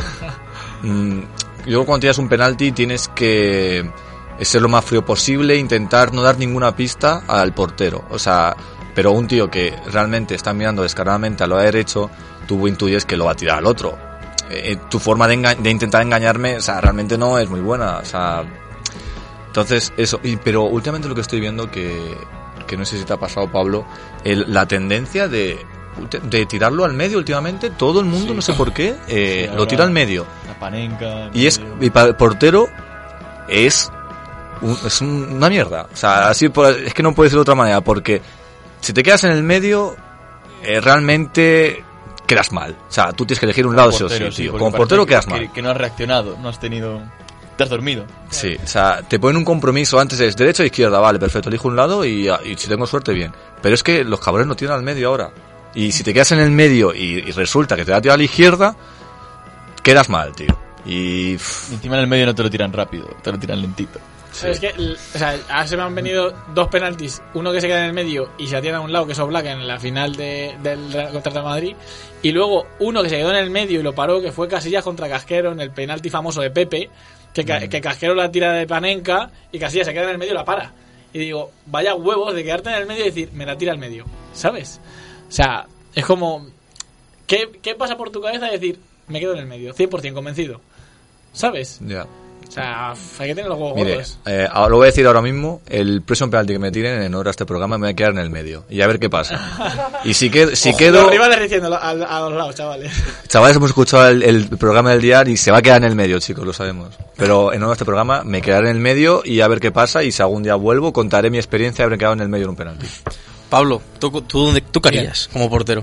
luego cuando tiras un penalti tienes que ser lo más frío posible, intentar no dar ninguna pista al portero. O sea, pero un tío que realmente está mirando descaradamente a lo derecho, tú intuyes que lo va a tirar al otro. Tu forma de intentar engañarme, o sea, realmente no es muy buena. O sea, entonces eso. Pero últimamente lo que estoy viendo que no sé si te ha pasado, Pablo, la tendencia de tirarlo al medio últimamente, todo el mundo, sí, no sé por qué, sí, lo tira al medio. La Panenka. Y para el portero es una mierda. O sea, así es que no puede ser de otra manera, porque si te quedas en el medio, realmente quedas mal. O sea, tú tienes que elegir un lado, sí, tío. Como portero quedas mal. Que no has reaccionado, no has tenido... Te has dormido. Sí, o sea, te ponen un compromiso antes, es derecha o izquierda, vale, perfecto, elijo un lado y si tengo suerte, bien. Pero es que los cabrones no tiran al medio ahora. Y si te quedas en el medio y resulta que te va a tirar a la izquierda, quedas mal, tío. Y encima en el medio no te lo tiran rápido, te lo tiran lentito. Sí. Es que, o sea, ahora se me han venido dos penaltis, uno que se queda en el medio y se atiene a un lado, que es Oblak en la final contra el Madrid, y luego uno que se quedó en el medio y lo paró, que fue Casillas contra Casquero en el penalti famoso de Pepe, que Casquero la tira de Panenka y Casillas se queda en el medio y la para. Y digo, vaya huevos de quedarte en el medio y decir, me la tira al medio, ¿sabes? O sea, es como, ¿qué pasa por tu cabeza de decir, me quedo en el medio, 100% convencido? ¿Sabes? Ya. O sea, hay que tener los huevos gordos. Lo voy a decir ahora mismo, el próximo penalti que me tiren en honor a este programa me voy a quedar en el medio y a ver qué pasa. Y si quedo... Los rivales diciendo a los lados, chavales. Chavales, hemos escuchado el programa del diario y se va a quedar en el medio, chicos, lo sabemos. Pero en honor a este programa me quedaré en el medio y a ver qué pasa, y si algún día vuelvo contaré mi experiencia de haber quedado en el medio en un penalti. Pablo, ¿tú qué harías como portero?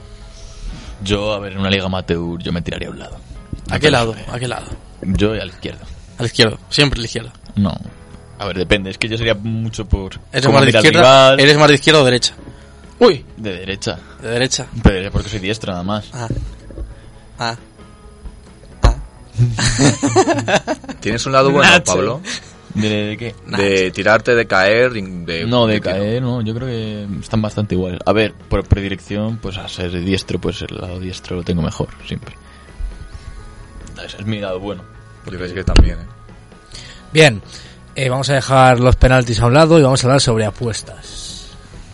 Yo, a ver, en una liga amateur yo me tiraría a un lado. ¿A qué lado? ¿A qué lado? Yo a la izquierda. A la izquierda, siempre a la izquierda. No. A ver, depende, es que yo sería mucho por... ¿Eres más de izquierda? ¿Eres más de izquierda o derecha? Uy, de derecha. ¿De derecha? Pero porque soy diestro nada más. ¿Tienes un lado bueno, Nacho, Pablo? ¿De qué? De tirarte, de caer, de caer, no, yo creo que están bastante iguales. A ver, por predilección, pues a ser diestro, pues el lado diestro lo tengo mejor, siempre. Ese es mi lado bueno. Yo creo que también, Bien, vamos a dejar los penaltis a un lado y vamos a hablar sobre apuestas.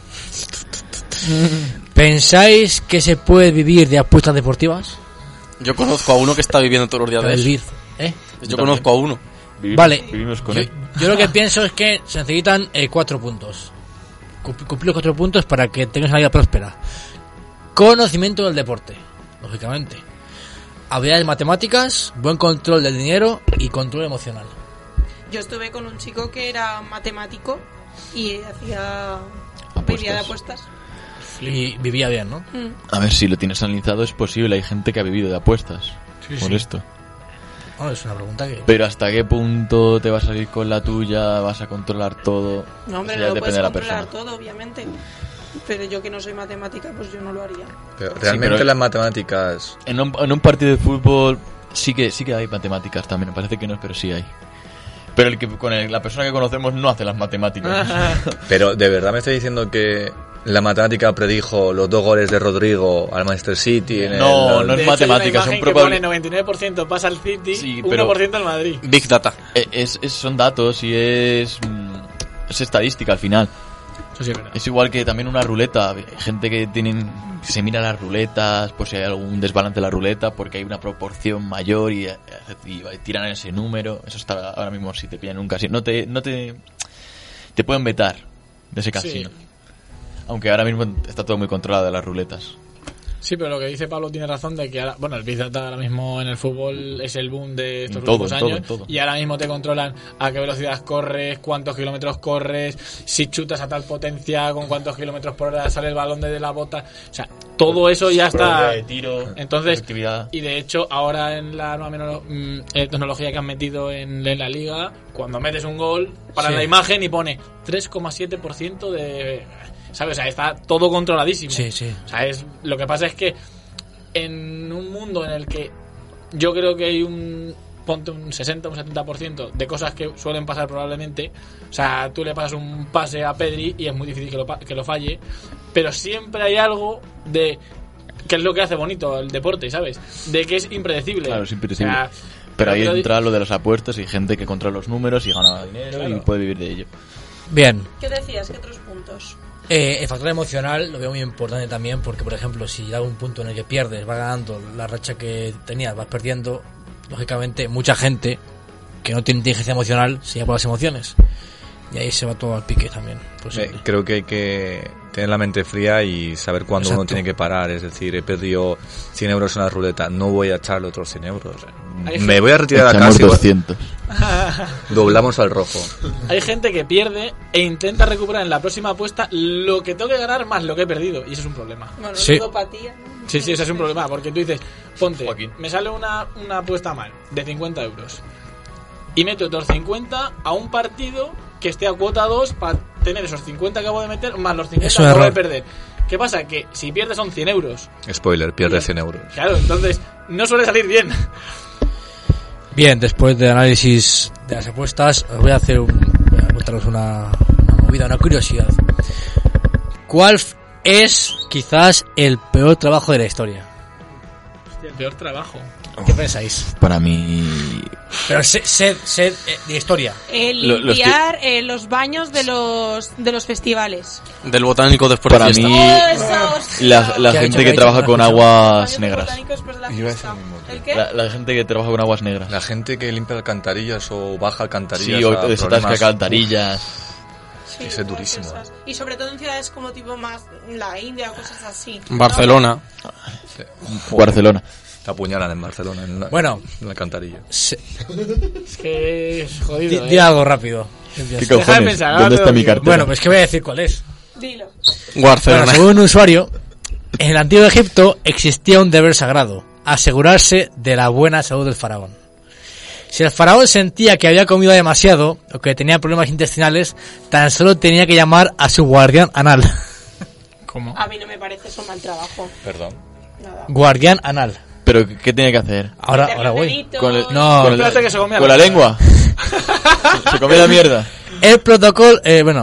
¿Pensáis que se puede vivir de apuestas deportivas? Yo conozco a uno que está viviendo todos los días de eso. Yo conozco a uno. Vivimos con él. Yo lo que pienso es que se necesitan 4 puntos. Cumplir los 4 puntos para que tengas una vida próspera. Conocimiento del deporte, lógicamente. Habilidades matemáticas, buen control del dinero y control emocional. Yo estuve con un chico que era matemático y vivía de apuestas. Y vivía bien, ¿no? A ver, si lo tienes analizado es posible. Hay gente que ha vivido de apuestas por esto. Es una pregunta que... Pero ¿hasta qué punto te vas a salir con la tuya? ¿Vas a controlar todo? No, hombre, no puedes controlar todo, obviamente. Pero yo que no soy matemática, pues yo no lo haría. Pero realmente las matemáticas... En un partido de fútbol sí que hay matemáticas también. Me parece que no, pero sí hay. Pero la persona que conocemos no hace las matemáticas. Pero, ¿de verdad me está diciendo que la matemática predijo los 2 goles de Rodrigo al Manchester City? No es matemática, son probables. 99% pasa al City, sí, 1% al Madrid. Big Data. Son datos y es estadística al final. Eso sí es verdad. Es igual que también una ruleta. Hay gente que se mira las ruletas por si hay algún desbalance en la ruleta, porque hay una proporción mayor y tiran ese número. Eso está ahora mismo, si te pillan un casino. Te pueden vetar de ese casino. Sí. Aunque ahora mismo está todo muy controlado de las ruletas. Sí, pero lo que dice Pablo tiene razón de que ahora, bueno, el Big Data ahora mismo en el fútbol es el boom de estos últimos años. Todo. Y ahora mismo te controlan a qué velocidad corres, cuántos kilómetros corres, si chutas a tal potencia, con cuántos kilómetros por hora sale el balón desde la bota. O sea, todo eso ya está. De tiro, entonces, efectividad. Y de hecho, ahora en la nueva tecnología que han metido en la liga, cuando metes un gol, para la imagen y pone 3,7% de... ¿Sabes? O sea, está todo controladísimo. Sí. O sea, lo que pasa es que en un mundo en el que yo creo que hay ponte un 60 o un 70% de cosas que suelen pasar probablemente. O sea, tú le pasas un pase a Pedri y es muy difícil que lo falle, pero siempre hay algo de... que es lo que hace bonito el deporte, ¿sabes? De que es impredecible. Claro, es impredecible. O sea, pero ahí entra lo de las apuestas y gente que controla los números y gana dinero y puede vivir de ello. Bien. ¿Qué decías? ¿Qué otros puntos? El factor emocional lo veo muy importante también, porque por ejemplo, si llega un punto en el que pierdes, vas ganando la racha que tenías, vas perdiendo, lógicamente mucha gente que no tiene inteligencia emocional se lleva por las emociones y ahí se va todo al pique también. Creo que hay que tener la mente fría y saber cuándo uno tiene que parar. Es decir, he perdido 100 euros en la ruleta, no voy a echarle otros 100 euros. Me voy a retirar a casa. 200. Doblamos al rojo. Hay gente que pierde e intenta recuperar en la próxima apuesta lo que tengo que ganar más lo que he perdido, y eso es un problema. Bueno, sí. ludopatía. Sí, eso es un problema, porque tú dices, ponte, me sale una apuesta mal de 50 euros y meto otros 50 a un partido que esté a cuota 2 para tener esos 50 que acabo de meter más los 50 que acabo de perder. ¿Qué pasa? Que si pierdes son 100 euros. Spoiler, pierdes 100 euros. Claro, entonces no suele salir bien. Bien, después del análisis de las apuestas, os voy a contaros una movida, una curiosidad. ¿Cuál es quizás el peor trabajo de la historia? Hostia, el peor trabajo. ¿Qué pensáis? Para mí... Pero sed de historia. Limpiar los baños de los festivales. Del botánico después para de la fiesta. Mí, la gente que trabaja con aguas negras. La gente que trabaja con aguas negras. La gente que limpia alcantarillas o baja alcantarillas. Sí, o desatasca alcantarillas. Sí, ese es durísimo. Y sobre todo en ciudades como tipo más la India o cosas así. Barcelona. Barcelona. Te apuñalan en Barcelona, en la alcantarilla. Es que es jodido. Di algo rápido. ¿Qué cojones? ¿Dónde está mi cartera? Bueno, pues que voy a decir cuál es. Dilo. Barcelona. Bueno, según un usuario, en el antiguo Egipto existía un deber sagrado: asegurarse de la buena salud del faraón. Si el faraón sentía que había comido demasiado o que tenía problemas intestinales, tan solo tenía que llamar a su guardián anal. ¿Cómo? A mí no me parece eso mal trabajo. Perdón. Nada. Guardián anal. ¿Pero qué tenía que hacer? Ahora voy. Con la lengua. Se comía la mierda. El protocolo,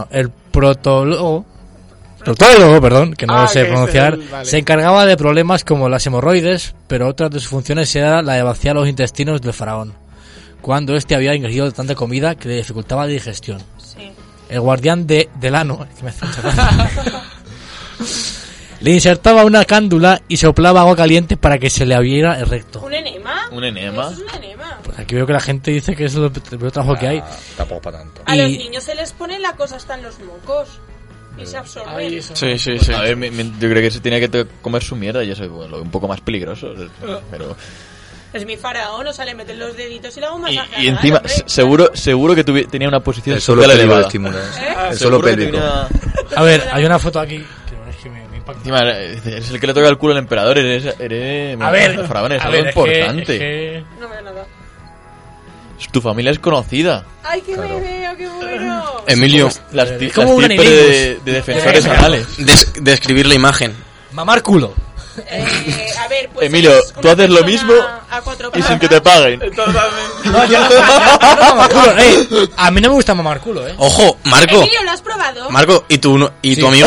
perdón, que no sé pronunciar, se encargaba de problemas como las hemorroides, pero otra de sus funciones era la de vaciar los intestinos del faraón, cuando este había ingerido tanta comida que le dificultaba la digestión. Sí. El guardián del ano, que me hace mucha gracia, le insertaba una cándula y soplaba agua caliente para que se le abriera el recto. ¿Un enema? ¿Un enema? ¿Eso es un enema? Pues aquí veo que la gente dice que es el peor trabajo que hay. Tampoco para tanto. A los niños se les pone la cosa hasta en los mocos y se absorben. Sí. A ver, yo creo que se tenía que comer su mierda y eso es un poco más peligroso. Pero... Es mi faraón, o sea, le meten los deditos y le hago un masaje. Y encima, seguro que tenía una posición el solo pélvico de estímulo. El solo pélvico. A ver, hay una foto aquí que me impacta. Encima, es el que le toca el culo al emperador. Eres a ver, faraón, es algo importante. No veo nada. Tu familia es conocida. ¡Ay, que me veo, qué bueno! Emilio, las como un de defensores anales. Describir la imagen. Mamar culo. A ver, pues Emilio, tú haces lo mismo y sin que te paguen. No, yo no mamar culo, a mí no me gusta mamar culo, Ojo, Marco. Emilio, ¿lo has probado? Marco, ¿y tu amigo?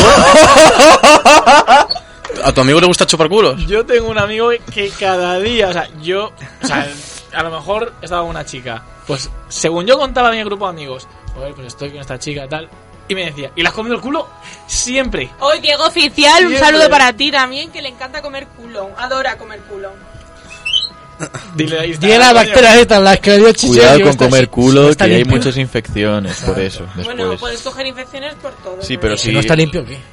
¿A tu amigo le gusta chupar culos? Yo tengo un amigo que cada día, a lo mejor estaba con una chica. Pues según yo contaba a mi grupo de amigos, pues estoy con esta chica tal. Y me decía, ¿y le has comido el culo? Siempre. Hoy Diego Oficial, Siempre. un saludo para ti también, que le encanta comer culo. Adora comer culo. Dile ahí está. Tiene las bacterias estas, las que le dio Chichero. Cuidado con comer culo, está que hay limpio. muchas infecciones por eso. Bueno, Después. puedes coger infecciones por todo. Sí, ¿no? pero Si si no está limpio, ¿qué?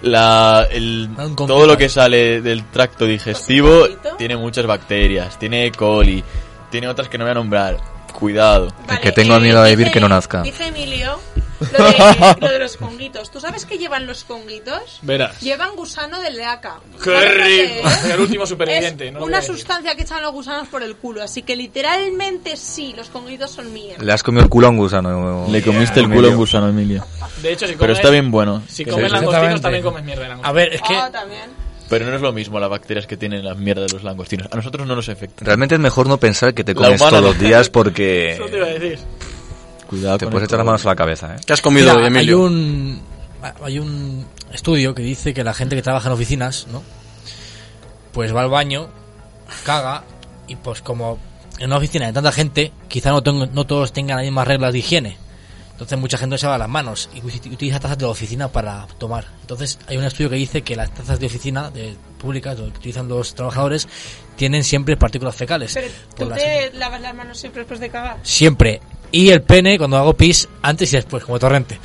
todo lo que sale del tracto digestivo tiene muchas bacterias, tiene E. coli, tiene otras que no voy a nombrar. Cuidado. El que tenga miedo a vivir, que no nazca. Dice Emilio lo de los conguitos. ¿Tú sabes qué llevan los conguitos? Verás. Llevan gusano de leaca. ¡Qué ¿Sabes lo que rico! es? El último superviviente. Es no lo voy a una decir. sustancia que echan los gusanos por el culo. Así que literalmente sí, los conguitos son mierda. Le has comido el culo a un gusano. Le comiste el culo a un gusano, Emilio. De hecho, si Pero comes, está bien bueno. Si Que comes sí. langostinos Exactamente. también comes mierda de langostino. A ver, es que... También. Pero no es lo mismo las bacterias que tienen las mierdas de los langostinos. A nosotros no nos afecta. Realmente es mejor no pensar que te La comes humana todos los no. días porque Eso te iba a decir. Cuidado te con puedes esto. echar las manos a la cabeza, ¿Qué has comido hoy, Mira, Emilio? hay un estudio que dice que la gente que trabaja en oficinas, ¿no? Pues va al baño, caga, y pues como en una oficina de tanta gente, quizá no todos tengan las mismas reglas de higiene. Entonces mucha gente se lava las manos y utiliza tazas de la oficina para tomar. Entonces hay un estudio que dice que las tazas de oficina públicas que utilizan los trabajadores tienen siempre partículas fecales. Pero Por tú las- te lavas las manos siempre después de cagar. Siempre. Y el pene cuando hago pis antes y después, como torrente.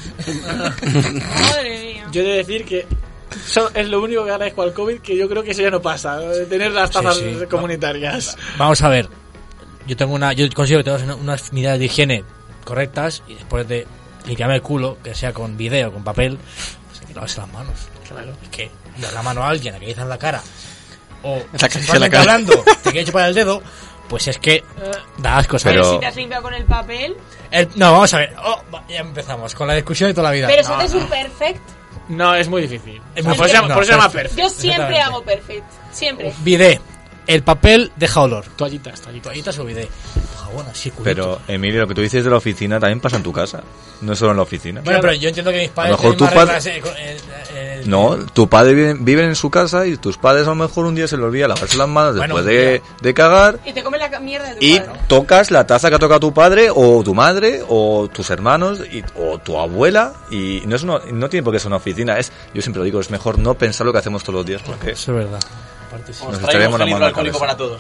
Madre mía. Yo he de decir que eso es lo único que agradezco al COVID, que yo creo que eso ya no pasa, de tener las tazas Sí. comunitarias. Vamos a ver. Yo consigo que tengo unas medidas de higiene correctas y después de limpiarme el culo, que sea con video, con papel, pues hay que lavarse las manos. Claro. Es que dar la mano a alguien, a que en la cara, o sexualmente hablando, te quiere chupar el dedo, pues es que da asco, ¿sabes? Pero si te has limpiado con el papel. No, vamos a ver. Ya empezamos con la discusión de toda la vida. Pero No, si haces no. un perfect. No, es muy difícil. Es Por muy eso difícil. por eso se llama Perfect. perfect. Yo siempre Exactamente. hago perfect. Siempre. Bidet. El papel deja olor. Toallitas. Toallitas o bidet. Jabón así, culito. Pero, Emilio, lo que tú dices de la oficina también pasa en tu casa. No es solo en la oficina. Bueno, pero yo entiendo que mis padres A lo mejor tienen tu más padre- reglas, No, tu padre vive en su casa y tus padres a lo mejor un día se le olvida lavarse las manos Bueno, después un de cagar Y te comes la mierda de tu y padre. tocas la taza que ha tocado tu padre o tu madre o tus hermanos o tu abuela y no tiene por qué ser una oficina. Yo siempre lo digo, es mejor no pensar lo que hacemos todos los días porque Eso es verdad. Aparte, sí. nos echaremos la mano a la cabeza. para todos.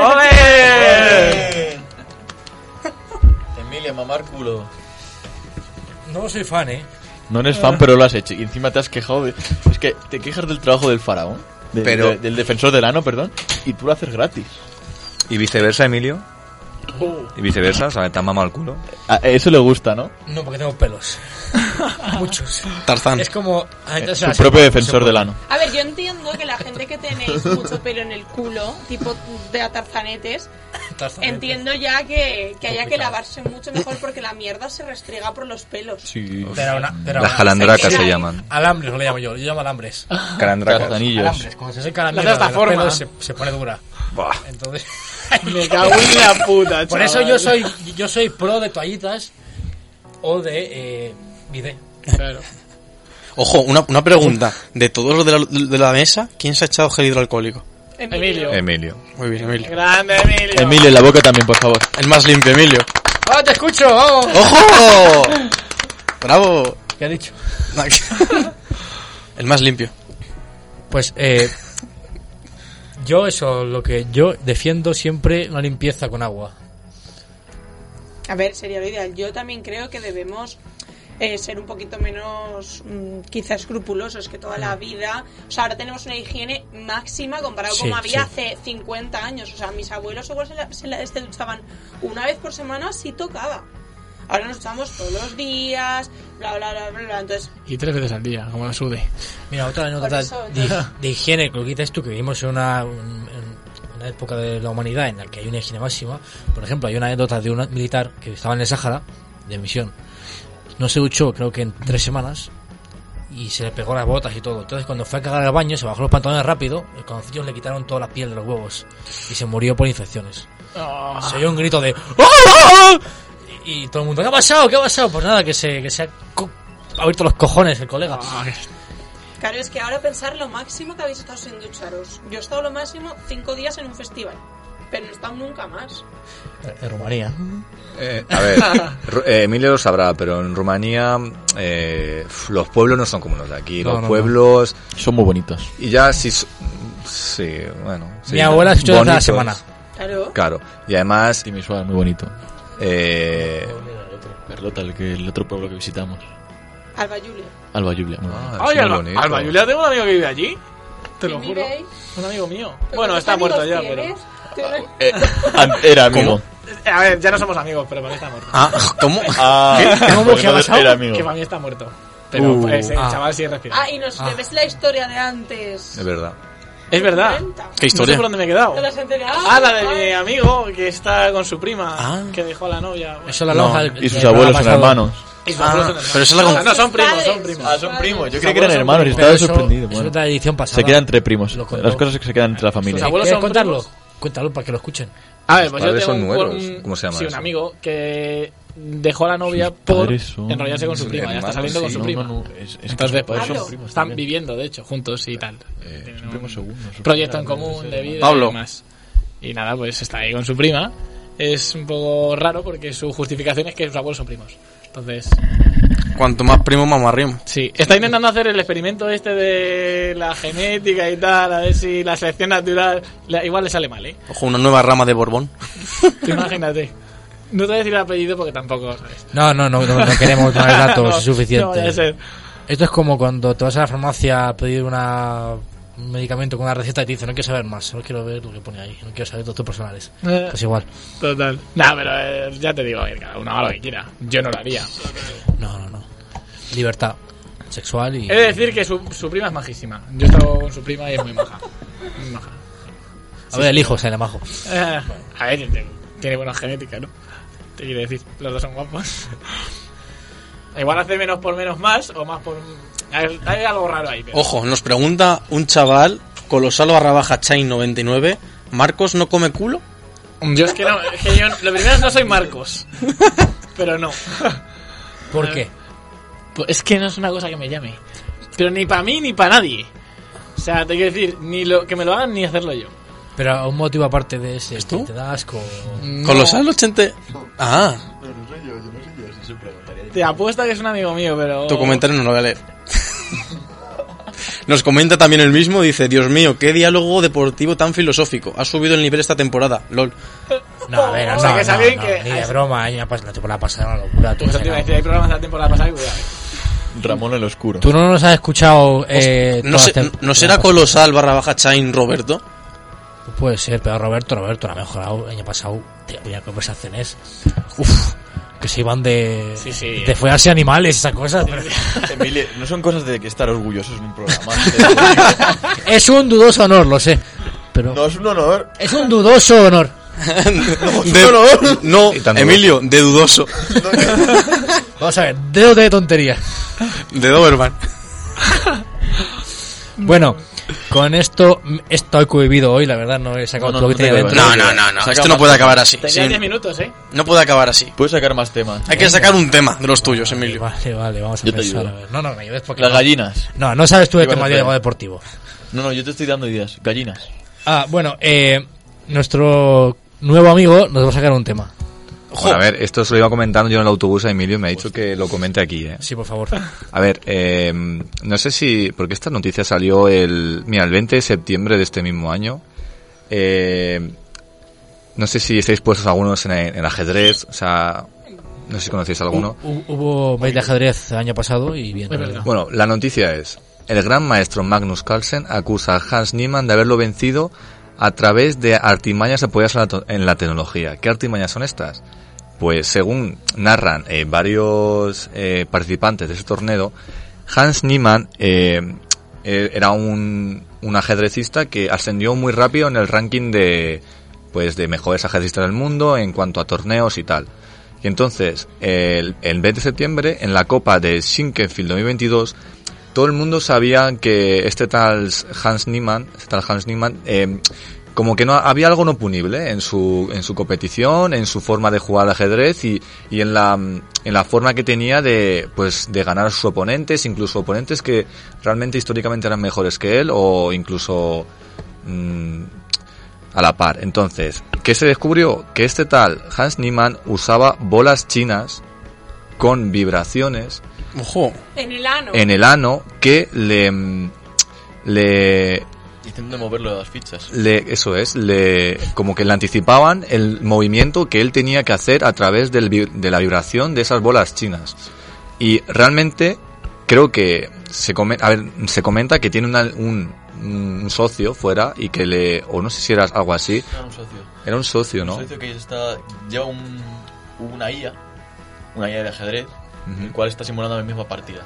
¡Ole! Emilia, mamar culo. No soy fan, No eres fan, pero lo has hecho. Y encima te has quejado de... Es que te quejas del trabajo del faraón. Del defensor del ano, perdón. Y tú lo haces gratis. Y viceversa, Emilio. Y viceversa, o sea, te han mamado el culo. A eso le gusta, ¿no? No, porque tengo pelos. Muchos. Tarzán. Es como... Su propio defensor del ano. A ver, yo entiendo que la gente que tenéis mucho pelo en el culo, tipo de atarzanetes, entiendo ya que haya que lavarse mucho mejor porque la mierda se restriega por los pelos. Sí. Las calandracas se llaman. Alambres, lo llamo yo llamo alambres. Calandracas. Alambres, cuando se seca la Le mierda das la de los forma. pelos, se pone dura. Buah. Entonces... Me cago en la puta, Por eso chaval. yo soy pro de toallitas o de bidet. Claro. Ojo, una pregunta. De todos los de la mesa, ¿quién se ha echado gel hidroalcohólico? Emilio. Muy bien, Emilio. Grande, Emilio. Emilio, en la boca también, por favor. El más limpio, Emilio. ¡Ah, te escucho! ¡Vamos! ¡Ojo! ¡Bravo! ¿Qué ha dicho? El más limpio. Pues, yo defiendo siempre una limpieza con agua. A ver, sería lo ideal. Yo también creo que debemos ser un poquito menos quizás escrupulosos que toda la vida. O sea, ahora tenemos una higiene máxima comparado Sí, como había sí. hace 50 años. O sea, mis abuelos igual se duchaban una vez por semana si tocaba. Ahora nos duchamos todos los días, bla, bla, bla, bla, bla. Entonces, Y 3 veces al día, como la sude. Mira, otra anécdota eso, de higiene, lo que dices tú, que vivimos en una época de la humanidad en la que hay una higiene máxima. Por ejemplo, hay una anécdota de un militar que estaba en el Sáhara, de misión. No se duchó, creo que en 3 semanas, y se le pegó las botas y todo. Entonces cuando fue a cagar al baño se bajó los pantalones rápido, los conocidos le quitaron toda la piel de los huevos y se murió por infecciones. Se oyó un grito de ¡oh! Y todo el mundo, ¿qué ha pasado? ¿Qué ha pasado? Pues nada, que se ha abierto los cojones el colega. Claro, es que ahora pensar lo máximo que habéis estado sin ducharos. Yo he estado lo máximo 5 días en un festival, pero no he estado nunca más. En Rumanía. A ver, Emilio lo sabrá, pero en Rumanía los pueblos no son como los de aquí. Los pueblos son muy bonitos. Y ya sí, bueno. Sí, mi abuela se echó desde la semana. Claro. Y además... Y mi suave, muy bonito. Perlota, el otro pueblo que visitamos. Alba Julia. Alba Julia. Ay, Alba Julia, tengo un amigo que vive allí. Te lo juro. Un amigo mío. Bueno, está muerto ya, pero... Era amigo. A ver, ya no somos amigos, pero para mí está muerto. ¿Cómo? ¿Cómo que ha pasado? Era amigo. Que para mí está muerto. Pero el chaval sí respira. Y nos debes la historia de antes. Es verdad. Es verdad. ¿Qué historia? No sé por dónde me he quedado. ¿Te la has enterado? La de mi amigo que está con su prima, que dejó a la novia. Eso la y sus abuelos son hermanos. Pero eso la no, son primos, son primos. Son primos. Yo creí que eran hermanos y estaba sorprendido. Eso es de la edición pasada. Se quedan entre primos. Las cosas que se quedan entre la familia. ¿Sus abuelos ¿Quieres son contarlo? primos? Cuéntalo para que lo escuchen. A ver, pues yo tengo son nueros. ¿Cómo se llama un eso? amigo que dejó a la novia por enrollarse con su prima. Ya está saliendo con su prima. Entonces, pues están viviendo, de hecho, juntos y tal. Tienen un proyecto en común de vida y demás. Y nada, pues está ahí con su prima. Es un poco raro porque su justificación es que sus abuelos son primos. Entonces... Cuanto más primo, más marrimo. Sí, está intentando hacer el experimento este de la genética y tal, a ver si la selección natural igual le sale mal, ¿eh? Ojo, una nueva rama de Borbón. Imagínate. No te voy a decir el apellido porque tampoco, ¿sabes? No queremos más datos, es suficiente. No vaya a ser. Esto es como cuando te vas a la farmacia a pedir un medicamento con una receta y te dicen, no quiero saber más, solo quiero ver lo que pone ahí, no quiero saber datos personales. Pues igual. Total. Nah, pero ya te digo, cada uno haga lo que quiera. Yo no lo haría. No. Libertad sexual y... He de decir que su prima es majísima. Yo he estado con su prima y es muy maja. Muy maja. A ver, el hijo se le majo. A ver, tiene buena genética, ¿no? Te quiere decir, los dos son guapos. Igual hace menos por menos más o más por... Hay algo raro ahí. Pero... Ojo, nos pregunta un chaval, colosal_chain99, ¿Marcos no come culo? Yo es que no, es que yo lo primero no soy Marcos. Pero no. ¿Por qué? Pues es que no es una cosa que me llame. Pero ni para mí ni para nadie. O sea, te quiero decir, ni que me lo hagan ni hacerlo yo. Pero a un motivo aparte de ese, ¿Es tú? ¿te da asco? No. Colosal 80... Ah. Te apuesto que es un amigo mío, pero... Tu comentario no lo voy a leer. Nos comenta también el mismo, dice, Dios mío, qué diálogo deportivo tan filosófico. Ha subido el nivel esta temporada, lol. No, a ver, o sea, que sabéis que... ni de broma, la temporada pasada era una locura. Tú te iba a decir, hay programas de la temporada pasada y cuidado. Ramón el Oscuro. ¿Tú no nos has escuchado? ¿No será colosal_chain Roberto? Puede ser, pero Roberto lo ha mejorado. El año pasado tenía conversaciones. Que se iban de follarse animales, esas cosas. Pero... Emilio, no son cosas de que estar orgullosos en un programa. Es un dudoso honor, lo sé. Pero no es un honor. Es un dudoso honor. No, Emilio, de dudoso. Vamos a ver, dedo de tontería. De Doberman. Bueno, con esto que he vivido hoy, la verdad no he sacado todo lo que tenía dentro. No, esto no puede acabar así. Te quedan 10 minutos, ¿eh? No puede acabar así. Puedes sacar más temas. Hay que sacar un tema de los tuyos, Emilio. Vale, vamos a pensar. A ver. No, me ayudes porque... Las gallinas. No sabes tú de tema de algo deportivo. No, yo te estoy dando ideas. Gallinas. Bueno, nuestro nuevo amigo nos va a sacar un tema. Bueno, a ver, esto se lo iba comentando yo en el autobús a Emilio y me ha dicho que lo comente aquí, ¿eh? Sí, por favor. A ver, no sé si... Porque esta noticia salió el 20 de septiembre de este mismo año. No sé si estáis puestos algunos en el ajedrez, o sea... No sé si conocéis alguno. Hubo maíz de ajedrez el año pasado y bien. Bueno, la noticia es... El gran maestro Magnus Carlsen acusa a Hans Niemann de haberlo vencido a través de artimañas apoyadas en la tecnología. ¿Qué artimañas son estas? Pues según narran varios participantes de ese torneo, Hans Niemann era un ajedrecista que ascendió muy rápido en el ranking de mejores ajedrecistas del mundo en cuanto a torneos y tal. Y entonces, el 20 de septiembre, en la Copa de Sinquefield 2022, todo el mundo sabía que este tal Hans Niemann, como que no había algo no punible en su competición, en su forma de jugar al ajedrez y en la forma que tenía de ganar a sus oponentes, incluso oponentes que realmente históricamente eran mejores que él o incluso a la par. Entonces, ¿qué se descubrió? Que este tal Hans Niemann usaba bolas chinas con vibraciones. ¡Ojo! En el ano que le intentando moverlo de las fichas. Como que le anticipaban el movimiento que él tenía que hacer a través de la vibración de esas bolas chinas. Y realmente creo que se comenta que tiene un socio fuera y que o no sé si era algo así. Era un socio, ¿no? Un socio que lleva una IA de ajedrez, el cual está simulando la misma partida.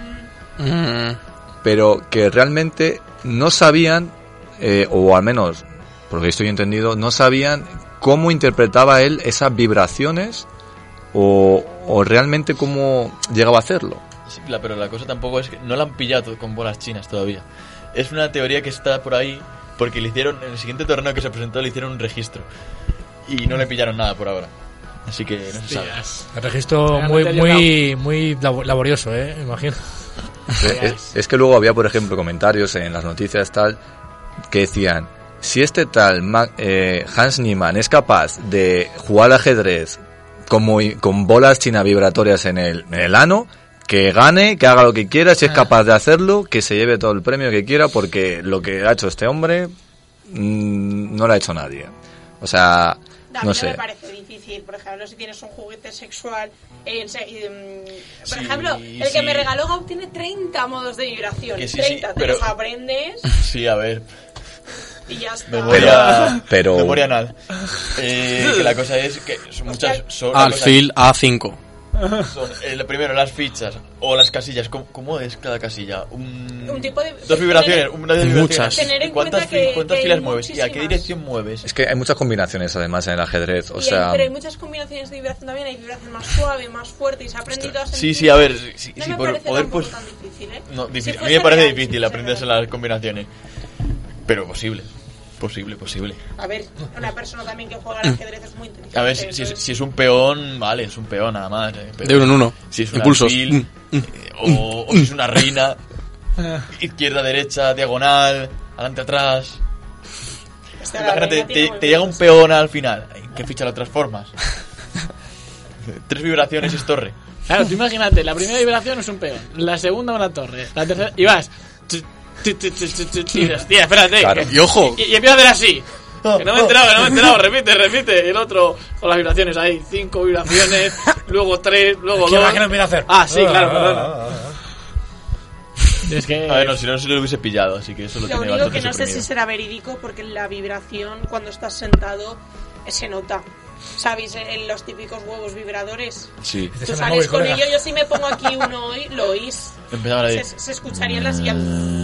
Pero que realmente no sabían, o al menos, porque estoy entendido, no sabían cómo interpretaba él esas vibraciones o realmente cómo llegaba a hacerlo. Sí, pero la cosa tampoco es que no la han pillado con bolas chinas todavía. Es una teoría que está por ahí porque le hicieron, en el siguiente torneo que se presentó, le hicieron un registro y no le pillaron nada por ahora. Así que no se sabe. El registro muy laborioso, me imagino. Es que luego había, por ejemplo, comentarios en las noticias tal que decían: si este tal Hans Niemann es capaz de jugar al ajedrez con bolas chinas vibratorias en el ano, que gane, que haga lo que quiera, si es capaz de hacerlo, que se lleve todo el premio que quiera, porque lo que ha hecho este hombre no lo ha hecho nadie. O sea, no sé. Me parece difícil, por ejemplo, si tienes un juguete sexual, por ejemplo, el que me regaló Gau tiene 30 modos de vibración, 30, te los aprendes. Sí, a ver. Y ya está. Memoria anal. Que la cosa es que son muchas. Alfil A5. Son, primero las fichas o las casillas. ¿Cómo es cada casilla? Un tipo de... Dos vibraciones, muchas. ¿Cuántas filas mueves? ¿Y a qué dirección mueves? Es que hay muchas combinaciones además en el ajedrez, pero hay muchas combinaciones de vibración también. Hay vibración más suave, más fuerte, y se ha aprendido a sentir. Sí, a ver, no me parece poder, pues tan difícil, No, difícil. A mí me parece difícil aprenderse las combinaciones, pero posible. A ver, una persona también que juega al ajedrez es muy inteligente. A ver, si es un peón, vale, es un peón nada más. De uno en uno. Si es un impulsos. Alfil, o si es una reina, izquierda, derecha, diagonal, adelante, atrás. Imagínate, te llega un peón al final. ¿En qué ficha lo transformas? 3 vibraciones es torre. Claro, tú imagínate, la primera vibración es un peón, la segunda una torre, la tercera... Y vas... Hostia, espérate. Claro. Y ojo. Y empieza a hacer así. Que no me he enterado, repite. El otro con las vibraciones ahí, 5 vibraciones, luego 3, luego 2. ¿Qué no empieza a hacer? Sí, claro, perdón. Es que... A ver, no, si no se lo hubiese pillado, así que eso lo tiene bastante único que no sé si será verídico, porque la vibración cuando estás sentado se nota. ¿Sabéis? En los típicos huevos vibradores. Sí. Tú sales con ello, yo si me pongo aquí uno hoy, lo oís. Se escucharía en la silla.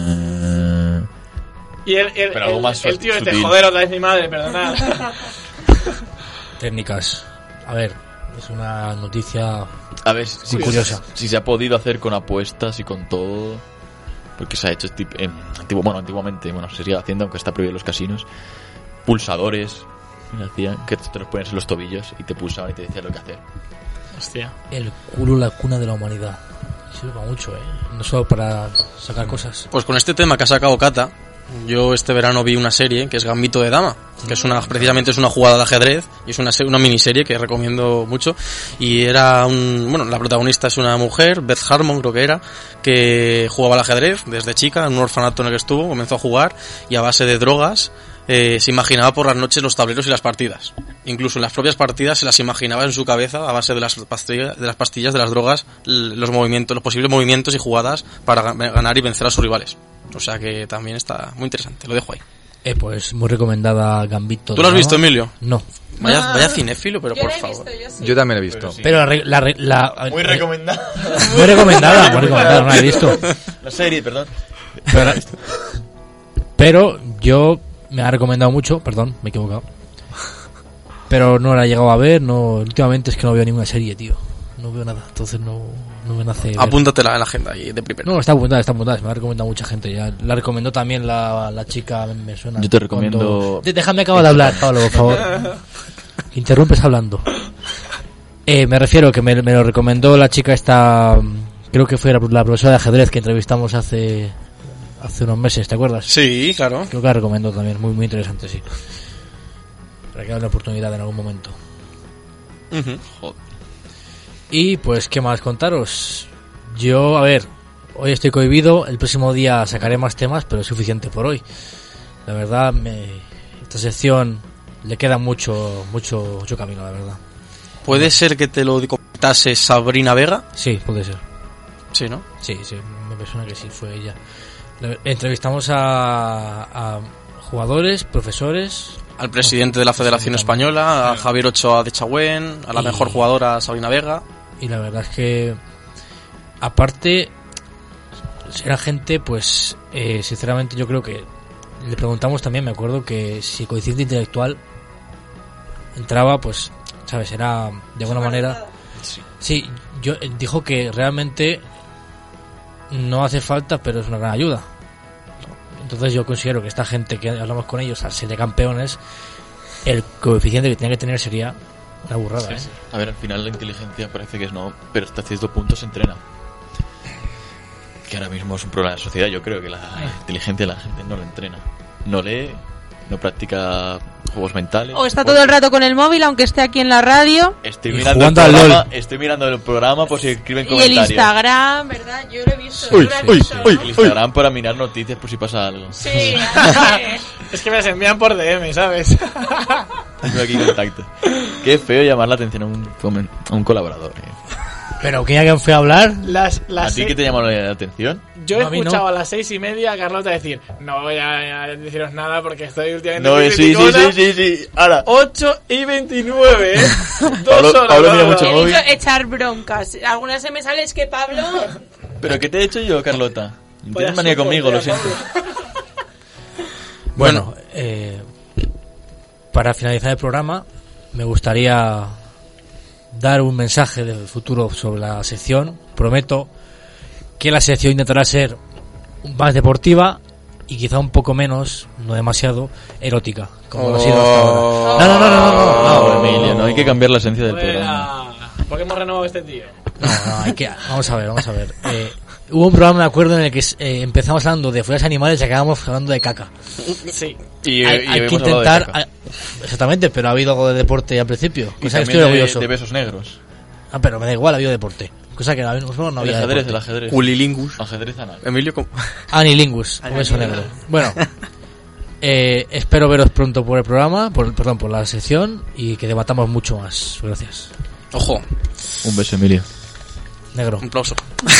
Y el tío este, joder, otra vez mi madre, perdonad. Técnicas. A ver, es una noticia muy curiosa. Si se ha podido hacer con apuestas y con todo, porque se ha hecho antiguamente, se sigue haciendo, aunque está prohibido en los casinos, pulsadores hacían que te los pones en los tobillos y te pulsaban y te decían lo que hacer. Hostia. El culo, la cuna de la humanidad. Sirve para mucho, no solo para sacar cosas. Pues con este tema que ha sacado Cata, yo este verano vi una serie que es Gambito de Dama, que es precisamente es una jugada de ajedrez, y es una miniserie que recomiendo mucho. Y era la protagonista es una mujer, Beth Harmon creo que era, que jugaba al ajedrez desde chica, en un orfanato en el que estuvo, comenzó a jugar y a base de drogas se imaginaba por las noches los tableros y las partidas. Incluso en las propias partidas se las imaginaba en su cabeza a base de las pastillas, de las drogas, los posibles movimientos y jugadas para ganar y vencer a sus rivales. O sea que también está muy interesante, lo dejo ahí. Pues muy recomendada Gambito. ¿Tú lo has visto, Emilio? No. Vaya cinéfilo, pero por favor. Yo también lo he visto. Pero muy recomendada. Muy recomendada, no la he visto. La serie, perdón. Pero yo me ha recomendado mucho, perdón, me he equivocado. Pero no la he llegado a ver, últimamente es que no veo ninguna serie, tío. No veo nada, entonces no no me nace. Apúntatela en la agenda ahí de primero. No, está apuntada, me la ha recomendado mucha gente. Ya la recomendó también la chica, me suena. Yo te recomiendo. Déjame acabar de hablar, Pablo, por favor. Que interrumpes hablando. Me refiero que me lo recomendó la chica esta. Creo que fue la profesora de ajedrez que entrevistamos hace unos meses, ¿te acuerdas? Sí, claro. Creo que la recomendó también, muy interesante, sí. Para que haya una oportunidad en algún momento. Joder. Y pues, ¿qué más contaros? Yo, a ver, hoy estoy cohibido, el próximo día sacaré más temas, pero es suficiente por hoy. La verdad, esta sección le queda mucho camino, la verdad. ¿Puede ser que te lo comentase Sabrina Vega? Sí, puede ser. Sí, ¿no? Sí, me suena que sí, fue ella. Entrevistamos a jugadores, profesores... Al presidente de la Federación Española, a Javier Ochoa de Chahuén, a la mejor jugadora Sabrina Vega. Y la verdad es que, aparte, era gente, pues, sinceramente yo creo que le preguntamos también, me acuerdo que si coeficiente intelectual entraba, pues, ¿sabes? Era de alguna manera... Sí, dijo que realmente no hace falta, pero es una gran ayuda. Entonces yo considero que esta gente que hablamos con ellos, al ser de campeones, el coeficiente que tiene que tener sería una burrada. Sí. A ver, al final la inteligencia parece que es no, pero hasta cierto punto se entrena. Que ahora mismo es un problema de la sociedad. Yo creo que la inteligencia de la gente no lo entrena. No lee, no practica juegos mentales. O está todo el rato con el móvil, aunque esté aquí en la radio. Estoy mirando el programa por si escriben comentarios. Y el Instagram, ¿verdad? Yo lo he visto. El Instagram para mirar noticias por si pasa algo. Sí, es que me las envían por DM, ¿sabes? Tengo aquí contacto. Qué feo llamar la atención a un colaborador. Pero que alguien fue a hablar. ¿A ti qué te llamó la atención? Yo he escuchado a las 6:30 a Carlota decir: no voy a deciros nada porque estoy últimamente. No, sí. Ahora 8:29, ¿eh? 2 horas. Pablo mira mucho he móvil. dicho echar broncas. Algunas se me sale, es que Pablo. ¿Pero qué te he hecho yo, Carlota? Tienes manía conmigo, lo siento. Bueno, para finalizar el programa, me gustaría dar un mensaje del futuro sobre la sección. Prometo que la sección intentará ser más deportiva y quizá un poco menos, no demasiado, erótica, como lo ha sido hasta ahora. No, Emilio, no hay que cambiar la esencia del programa. ¿Por qué hemos renovado este tío? No, hay que... Vamos a ver. Hubo un programa, me acuerdo, en el que empezamos hablando de fuerzas animales y acabamos hablando de caca. Sí. Hay que intentar... Exactamente, pero ha habido algo de deporte al principio. Y cosa que estoy orgulloso. De besos negros. Pero me da igual, ha habido deporte. Cosa que no había el ajedrez. Unilingus. Ajedrez anal. Emilio, ¿cómo? Anilingus, un beso negro. Bueno, espero veros pronto por el programa, por la sección, y que debatamos mucho más. Gracias. Ojo. Un beso, Emilio. Negro. Un aplauso.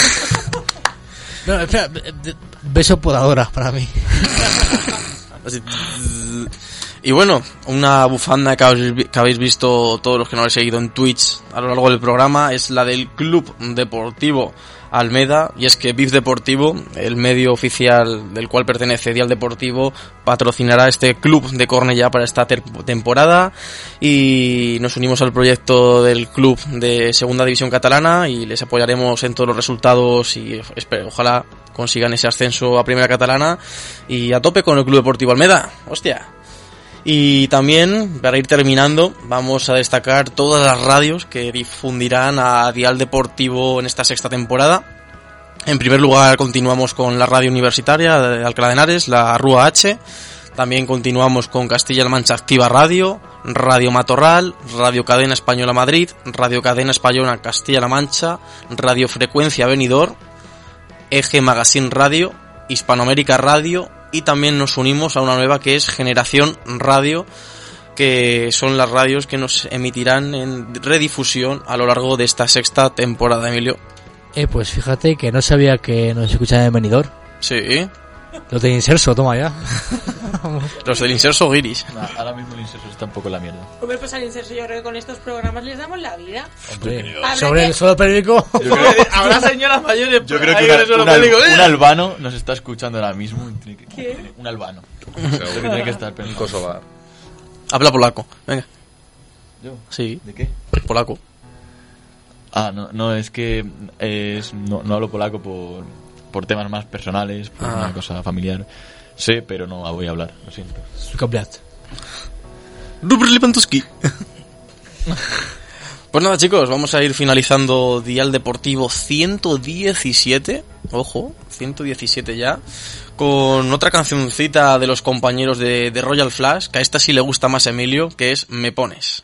No, espera, beso podadora para mí. Así. Y bueno, una bufanda que habéis visto todos los que no habéis seguido en Twitch a lo largo del programa es la del Club Deportivo Almeda, y es que BIF Deportivo, el medio oficial del cual pertenece Dial Deportivo, patrocinará este club de Cornellá para esta temporada, y nos unimos al proyecto del club de Segunda División Catalana y les apoyaremos en todos los resultados y ojalá consigan ese ascenso a Primera Catalana y a tope con el Club Deportivo Almeda. ¡Hostia! Y también, para ir terminando, vamos a destacar todas las radios que difundirán a Dial Deportivo en esta sexta temporada. En primer lugar, continuamos con la radio universitaria de Alcalá de Henares, la Rúa H. También continuamos con Castilla-La Mancha Activa Radio, Radio Matorral, Radio Cadena Española Madrid, Radio Cadena Española Castilla-La Mancha, Radio Frecuencia Benidorm, Eje Magazine Radio, Hispanoamérica Radio, y también nos unimos a una nueva que es Generación Radio, que son las radios que nos emitirán en redifusión a lo largo de esta sexta temporada, Emilio. Pues fíjate que no sabía que nos escuchaban en Benidorm. Sí. Los del Inserso, toma ya. Los del Inserso Guiris. Ahora mismo el Inserso está un poco en la mierda. Hombre, pues al Inserso yo creo que con estos programas les damos la vida. Sobre el suelo periódico. Habrá señoras mayores. Yo creo que un albano nos está escuchando ahora mismo. ¿Qué? Un albano. Tiene que estar un kosovar. Habla polaco, venga. ¿Yo? Sí. ¿De qué? Polaco. No, es que no hablo polaco por temas más personales, por una cosa familiar. Sé, pero no voy a hablar, lo siento. Robert Lewandowski. Pues nada, chicos, vamos a ir finalizando Dial Deportivo 117. Ojo, 117 ya. Con otra cancioncita de los compañeros de Royal Flush, que a esta sí le gusta más a Emilio, que es Me Pones.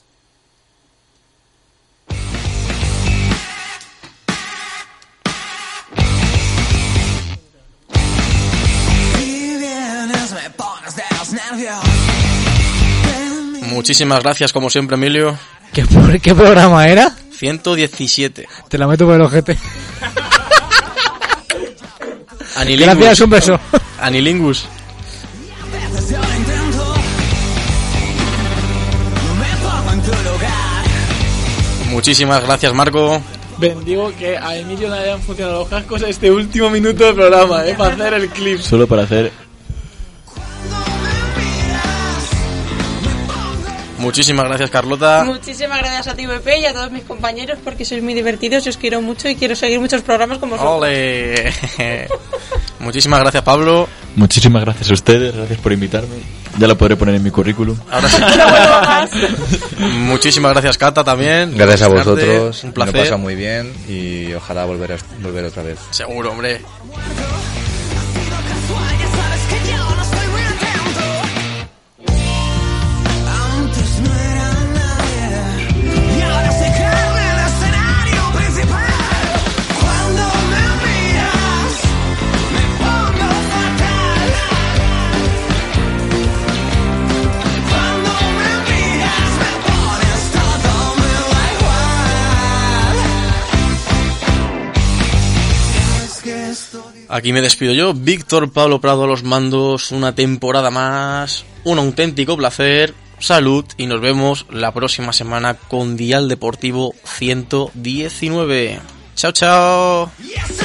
Muchísimas gracias, como siempre, Emilio. ¿Qué programa era? 117. Te la meto por el ojete. Anilingus. Gracias, un beso. Anilingus. Muchísimas gracias, Marco. Bendigo que a Emilio no le hayan funcionado los cascos este último minuto del programa, para hacer el clip. Solo para hacer... Muchísimas gracias, Carlota. Muchísimas gracias a ti, VP, y a todos mis compañeros, porque sois muy divertidos y os quiero mucho y quiero seguir muchos programas con vosotros. ¡Ole! Muchísimas gracias, Pablo. Muchísimas gracias a ustedes, gracias por invitarme. Ya lo podré poner en mi currículum. Ahora sí. Muchísimas gracias, Cata, también. Gracias a vosotros. Un placer. Me lo pasa muy bien y ojalá volver otra vez. Seguro, hombre. Aquí me despido yo, Víctor Pablo Prado a los mandos, una temporada más, un auténtico placer, salud y nos vemos la próxima semana con Dial Deportivo 119. Chao, chao.